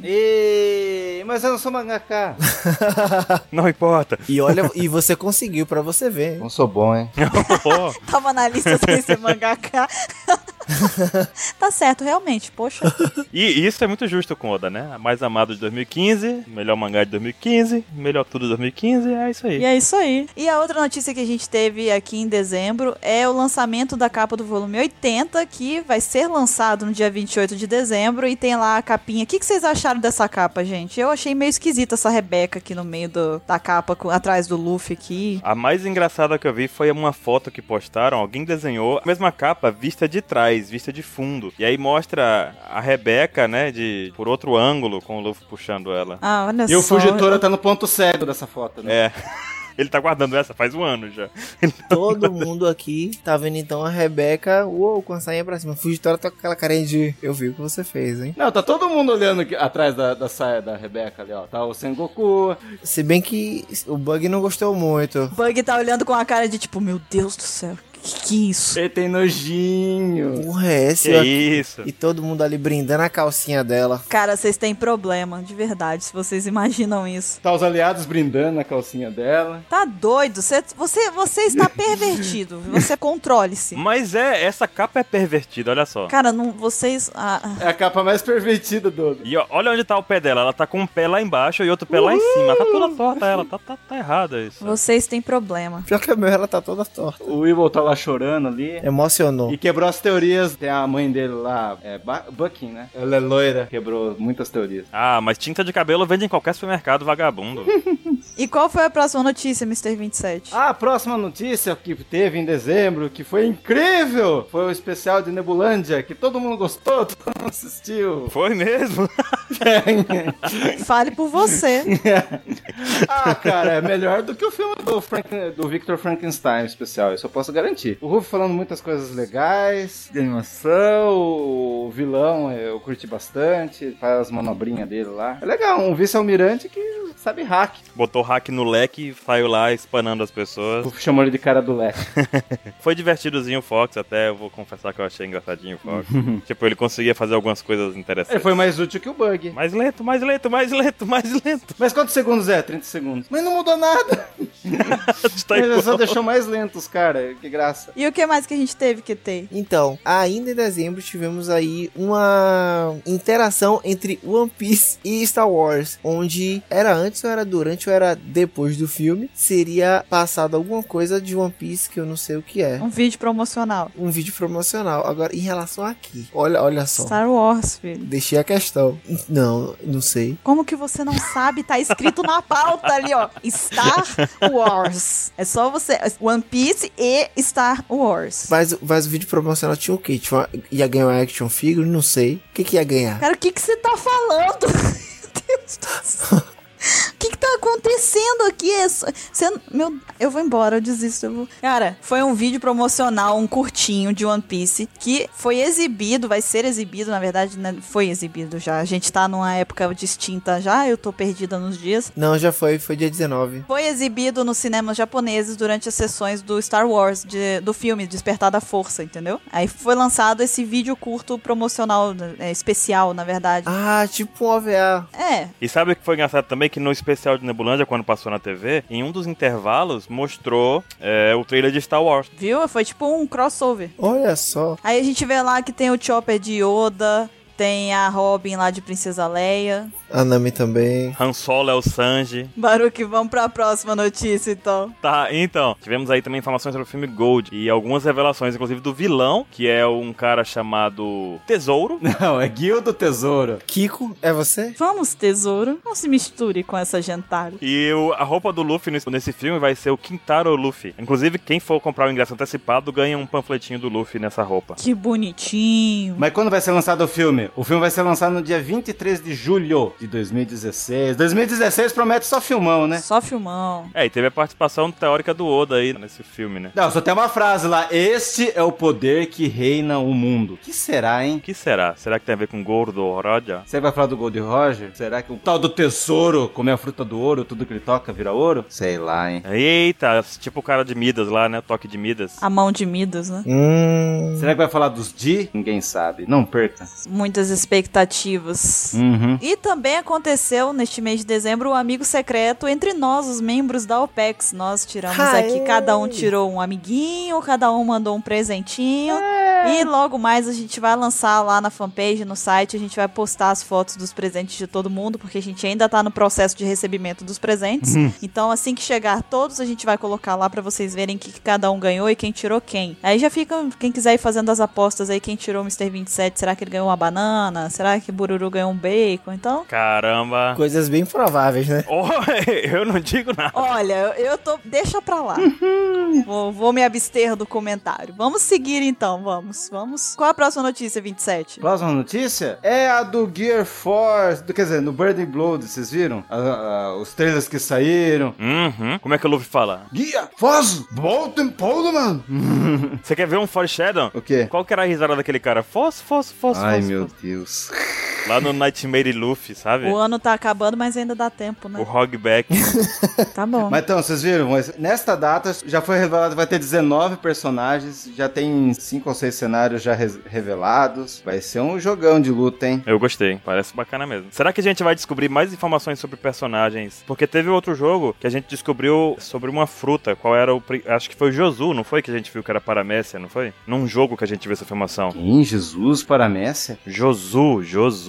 Mas eu não sou mangaka. Não importa. E você conseguiu, pra você ver. Não sou bom, hein? Tava na lista sem ser mangaka. Tá certo, realmente, poxa. E isso é muito justo com Oda, né? Mais amado de 2015, melhor mangá de 2015, melhor tudo de 2015, é isso aí. E é isso aí. E a outra notícia que a gente teve aqui em dezembro é o lançamento da capa do volume 80, que vai ser lançado no dia 28 de dezembro, e tem lá a capinha. O que vocês acharam dessa capa, gente? Eu achei meio esquisita essa Rebeca aqui no meio da capa, atrás do Luffy aqui. A mais engraçada que eu vi foi uma foto que postaram, alguém desenhou a mesma capa vista de trás, vista de fundo. E aí mostra a Rebeca, né, por outro ângulo, com o Luffy puxando ela. Ah, olha só. E o Fujitora tá no ponto cego dessa foto, né? É. Ele tá guardando essa faz um ano já. Todo mundo aqui tá vendo então a Rebeca, com a sainha pra cima. Fujitora tá com aquela carinha de eu vi o que você fez, hein? Não, tá todo mundo olhando aqui, atrás da saia da Rebeca ali, ó. Tá o Sengoku. Se bem que o Bug não gostou muito. Bug tá olhando com a cara de tipo, meu Deus do céu. Que isso? Ele tem nojinho. Porra, é esse? Que isso? E todo mundo ali brindando a calcinha dela. Cara, vocês têm problema, de verdade, se vocês imaginam isso. Tá os aliados brindando na calcinha dela. Tá doido? Você está pervertido. Você controle-se. Mas essa capa é pervertida, olha só. Cara, não, vocês... É a capa mais pervertida do... E ó, olha onde tá o pé dela. Ela tá com um pé lá embaixo e outro pé lá em cima. Tá toda torta ela. Tá errada isso. Vocês têm problema. Pior que a minha, ela tá toda torta. O Evil tá lá chorando ali. Emocionou. E quebrou as teorias. Tem a mãe dele lá, Bucky, né? Ela é loira. Quebrou muitas teorias. Ah, mas tinta de cabelo vende em qualquer supermercado, vagabundo. E qual foi a próxima notícia, Mr. 27? A próxima notícia que teve em dezembro, que foi incrível, foi o especial de Nebulândia, que todo mundo gostou, todo mundo assistiu. Foi mesmo? Fale por você. Cara, é melhor do que o filme do Victor Frankenstein especial, isso eu posso garantir. O Ruff falando muitas coisas legais, de animação, o vilão eu curti bastante, faz as manobrinhas dele lá. É legal, um vice-almirante que sabe hack. Botou hack no leque e saiu lá espanando as pessoas. O Ruff chamou ele de cara do leque. Foi divertidozinho o Fox, até eu vou confessar que eu achei engraçadinho o Fox. Tipo, ele conseguia fazer algumas coisas interessantes. Ele foi mais útil que o Bug. Mais lento, mais lento, mais lento, mais lento. Mas quantos segundos é? 30 segundos. Mas não mudou nada. Ele só deixou mais lentos, cara. Que graça. E o que mais que a gente teve que ter? Então, ainda em dezembro tivemos aí uma interação entre One Piece e Star Wars, onde era antes ou era durante ou era depois do filme, seria passado alguma coisa de One Piece que eu não sei o que é. Um vídeo promocional. Um vídeo promocional. Agora, em relação aqui, olha só. Star Wars, filho. Deixei a questão. Não sei. Como que você não sabe? Tá escrito na pauta ali, ó. Star Wars. É só você... One Piece e Star Wars. Mas o vídeo promocional tinha o quê? Ia ganhar uma action figure? Não sei. O que ia ganhar? Cara, o que você tá falando? Meu Deus do céu. O que tá acontecendo aqui? Eu vou embora, eu desisto. Cara, foi um vídeo promocional, um curtinho de One Piece, que foi exibido, vai ser exibido, na verdade, né? Foi exibido já. A gente tá numa época distinta já, eu tô perdida nos dias. Não, já foi dia 19. Foi exibido nos cinemas japoneses durante as sessões do Star Wars, do filme Despertar da Força, entendeu? Aí foi lançado esse vídeo curto promocional, especial, na verdade. Ah, tipo um OVA. É. E sabe o que foi engraçado também? Que no especial de Nebulândia, quando passou na TV, em um dos intervalos, mostrou o trailer de Star Wars. Viu? Foi tipo um crossover. Olha só. Aí a gente vê lá que tem o Chopper de Yoda, tem a Robin lá de Princesa Leia. A Nami também. Han Solo é o Sanji. Baruque, vamos pra próxima notícia, então. Tá, então, tivemos aí também informações sobre o filme Gold e algumas revelações, inclusive do vilão, que é um cara chamado Tesouro. Não, é Guildo Tesouro. Kiko, é você? Vamos, Tesouro. Não se misture com essa gentalha. E a roupa do Luffy nesse filme vai ser o Quintaro Luffy. Inclusive, quem for comprar o ingresso antecipado ganha um panfletinho do Luffy nessa roupa. Que bonitinho. Mas quando vai ser lançado o filme? O filme vai ser lançado no dia 23 de julho de 2016. 2016 promete só filmão, né? Só filmão. E teve a participação teórica do Oda aí nesse filme, né? Não, só tem uma frase lá. Este é o poder que reina o mundo. Que será, hein? O que será? Será que tem a ver com Gordo Roger? Você vai falar do Gold Roger? Será que o tal do tesouro comer a fruta do ouro, tudo que ele toca vira ouro? Sei lá, hein? Eita, tipo o cara de Midas lá, né? O toque de Midas. A mão de Midas, né? Será que vai falar dos Di? Ninguém sabe. Não perca. Muitas expectativas. E também aconteceu neste mês de dezembro o amigo secreto entre nós, os membros da OPEX. Nós tiramos aqui, cada um tirou um amiguinho, cada um mandou um presentinho. E logo mais a gente vai lançar lá na fanpage, no site, a gente vai postar as fotos dos presentes de todo mundo, porque a gente ainda tá no processo de recebimento dos presentes. Então assim que chegar todos, a gente vai colocar lá pra vocês verem que cada um ganhou e quem tirou quem. Aí já fica, quem quiser ir fazendo as apostas aí, quem tirou o Mr. 27, será que ele ganhou uma banana? Será que o Bururu ganhou um bacon? Então... Caramba. Coisas bem prováveis, né? Eu não digo nada. Olha, eu tô... Deixa pra lá. Vou me abster do comentário. Vamos seguir então, vamos. Qual a próxima notícia, 27? Próxima notícia é a do Gear Force, quer dizer, no Burning Blood, vocês viram? Os trailers que saíram. Como é que o Luffy fala? Gear Force, Bolton Poleman. Você quer ver um foreshadow? O quê? Qual que era a risada daquele cara? Fosso. Ai, meu Deus. Lá no Nightmare Luffy, sabe? O ano tá acabando, mas ainda dá tempo, né? O Hogback. Tá bom. Mas então, vocês viram? Mas nesta data já foi revelado, vai ter 19 personagens, já tem 5 ou 6 cenários já revelados. Vai ser um jogão de luta, hein? Eu gostei, parece bacana mesmo. Será que a gente vai descobrir mais informações sobre personagens? Porque teve outro jogo que a gente descobriu sobre uma fruta. Qual era o... Acho que foi o Josu, não foi? Que a gente viu que era Paramécia, não foi? Num jogo que a gente viu essa informação. Quem? Jesus Paramécia? Josu,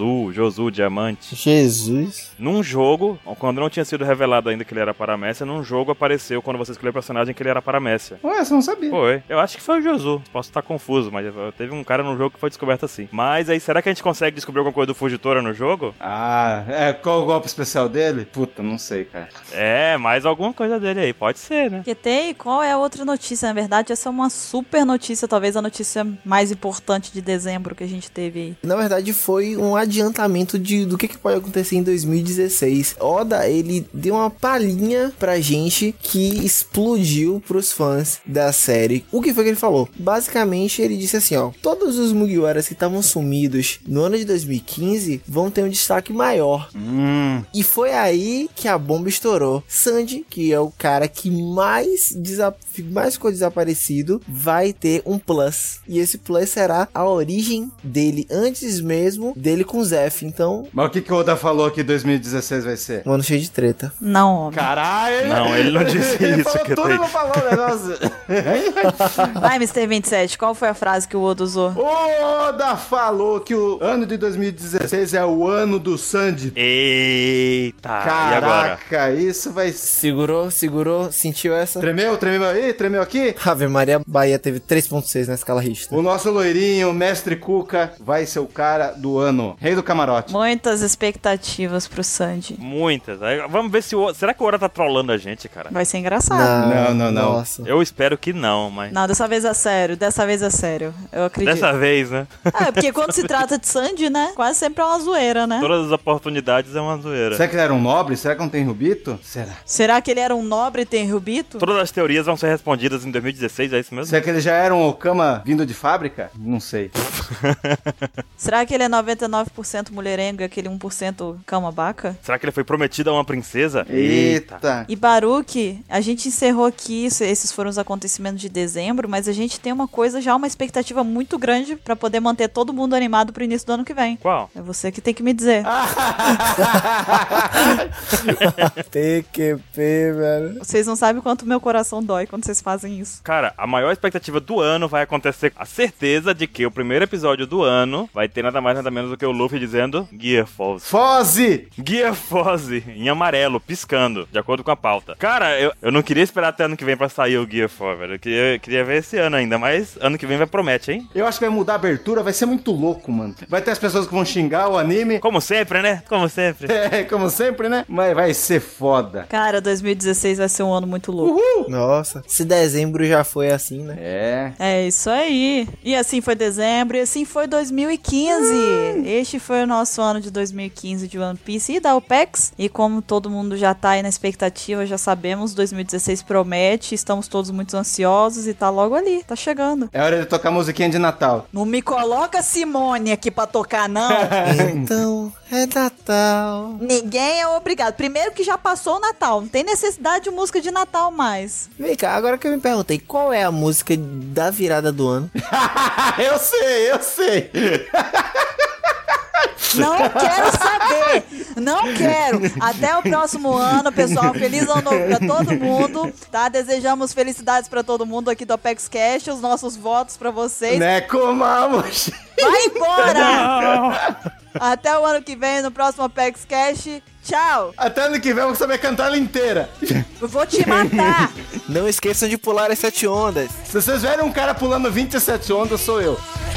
Diamante. Jesus. Num jogo, quando não tinha sido revelado ainda que ele era Paramécia, num jogo apareceu, quando você escolheu o personagem, que ele era Paramécia. Ué, você não sabia. Foi. Eu acho que foi o Josu. Posso estar confuso, mas mas teve um cara no jogo que foi descoberto assim. Mas aí, será que a gente consegue descobrir alguma coisa do Fujitora no jogo? Qual o golpe especial dele? Puta, não sei, cara. Mais alguma coisa dele aí, pode ser, né? Que tem, qual é a outra notícia? Na verdade, essa é uma super notícia, talvez a notícia mais importante de dezembro que a gente teve aí. Na verdade, foi um adiantamento do que pode acontecer em 2016. Oda, ele deu uma palhinha pra gente que explodiu pros fãs da série. O que foi que ele falou? Basicamente, ele disse assim, ó, todos os Mugiwaras que estavam sumidos no ano de 2015 vão ter um destaque maior. E foi aí que a bomba estourou. Sanji, que é o cara que mais ficou desaparecido, vai ter um plus. E esse plus será a origem dele, antes mesmo dele com o Zef. Então... Mas o que o Oda falou que 2016 vai ser? Um ano cheio de treta. Não, homem. Caralho! Não, ele não disse Ele isso. falou Que tudo e não falou o negócio. Vai, Mr. 27, qual foi a frase que o Oda usou? O Oda falou que o ano de 2016 é o ano do Sanji. Eita, e agora? Caraca, isso vai... Segurou, sentiu essa? Tremeu aí? Tremeu aqui? Ave Maria, Bahia teve 3.6 na escala Richter. O nosso loirinho, o Mestre Cuca, vai ser o cara do ano. Rei do camarote. Muitas expectativas pro Sanji. Muitas. Aí, vamos ver se será que o Oda tá trollando a gente, cara? Vai ser engraçado. Não. Nossa. Eu espero que não, mas... Não, dessa vez é sério. Eu acredito. Dessa vez, né? Porque quando se trata de Sanji, né? Quase sempre é uma zoeira, né? Todas as oportunidades é uma zoeira. Será que ele era um nobre? Será que não tem Rubito? Será? Será que ele era um nobre e tem Rubito? Todas as teorias vão ser respondidas em 2016, é isso mesmo? Será que ele já era um Okama vindo de fábrica? Não sei. Será que ele é 99% mulherengo e aquele 1% cama-baca? Será que ele foi prometido a uma princesa? Eita. E Baruch, a gente encerrou aqui, esses foram os acontecimentos de dezembro, mas a gente tem uma coisa já, uma expectativa muito grande pra poder manter todo mundo animado pro início do ano que vem. Qual? É você que tem que me dizer. TQP, velho. Vocês não sabem quanto meu coração dói quando vocês fazem isso. Cara, a maior expectativa do ano vai acontecer a certeza de que o primeiro episódio do ano vai ter nada mais nada menos do que o Luffy dizendo Gear Force. Foze! Gear Force, em amarelo, piscando, de acordo com a pauta. Cara, eu não queria esperar até ano que vem pra sair o Gear Force, velho. Eu queria ver esse ano ainda, mas ano que vem vai promete, hein? Eu acho que vai mudar a abertura, vai ser muito louco, mano. Vai ter as pessoas que vão xingar o anime. Como sempre, né? Como sempre. Como sempre, né? Mas vai ser foda. Cara, 2016 vai ser um ano muito louco. Uhul! Nossa, se dezembro já foi assim, né? É isso aí. E assim foi dezembro, e assim foi 2015. Este foi o nosso ano de 2015 de One Piece e da OPEX. E como todo mundo já tá aí na expectativa, já sabemos, 2016 promete, estamos todos muito ansiosos e tá logo ali, tá chegando. É hora de tocar musiquinha de Natal. Não me coloca Simone aqui pra tocar, não. Então, é Natal. Ninguém é obrigado. Primeiro que já passou o Natal, não tem necessidade de música de Natal mais. Vem cá, agora que eu me perguntei, qual é a música da virada do ano? Eu sei. Não quero saber. Não quero. Até o próximo ano, pessoal. Feliz ano novo pra todo mundo, tá? Desejamos felicidades pra todo mundo aqui do Apex Cash. Os nossos votos pra vocês. Necomamos. Vai embora! Até o ano que vem, no próximo Apex Cash. Tchau! Até ano que vem eu vou saber cantar ela inteira. Eu vou te matar! Não esqueçam de pular as 7 ondas. Se vocês verem um cara pulando 27 ondas, sou eu.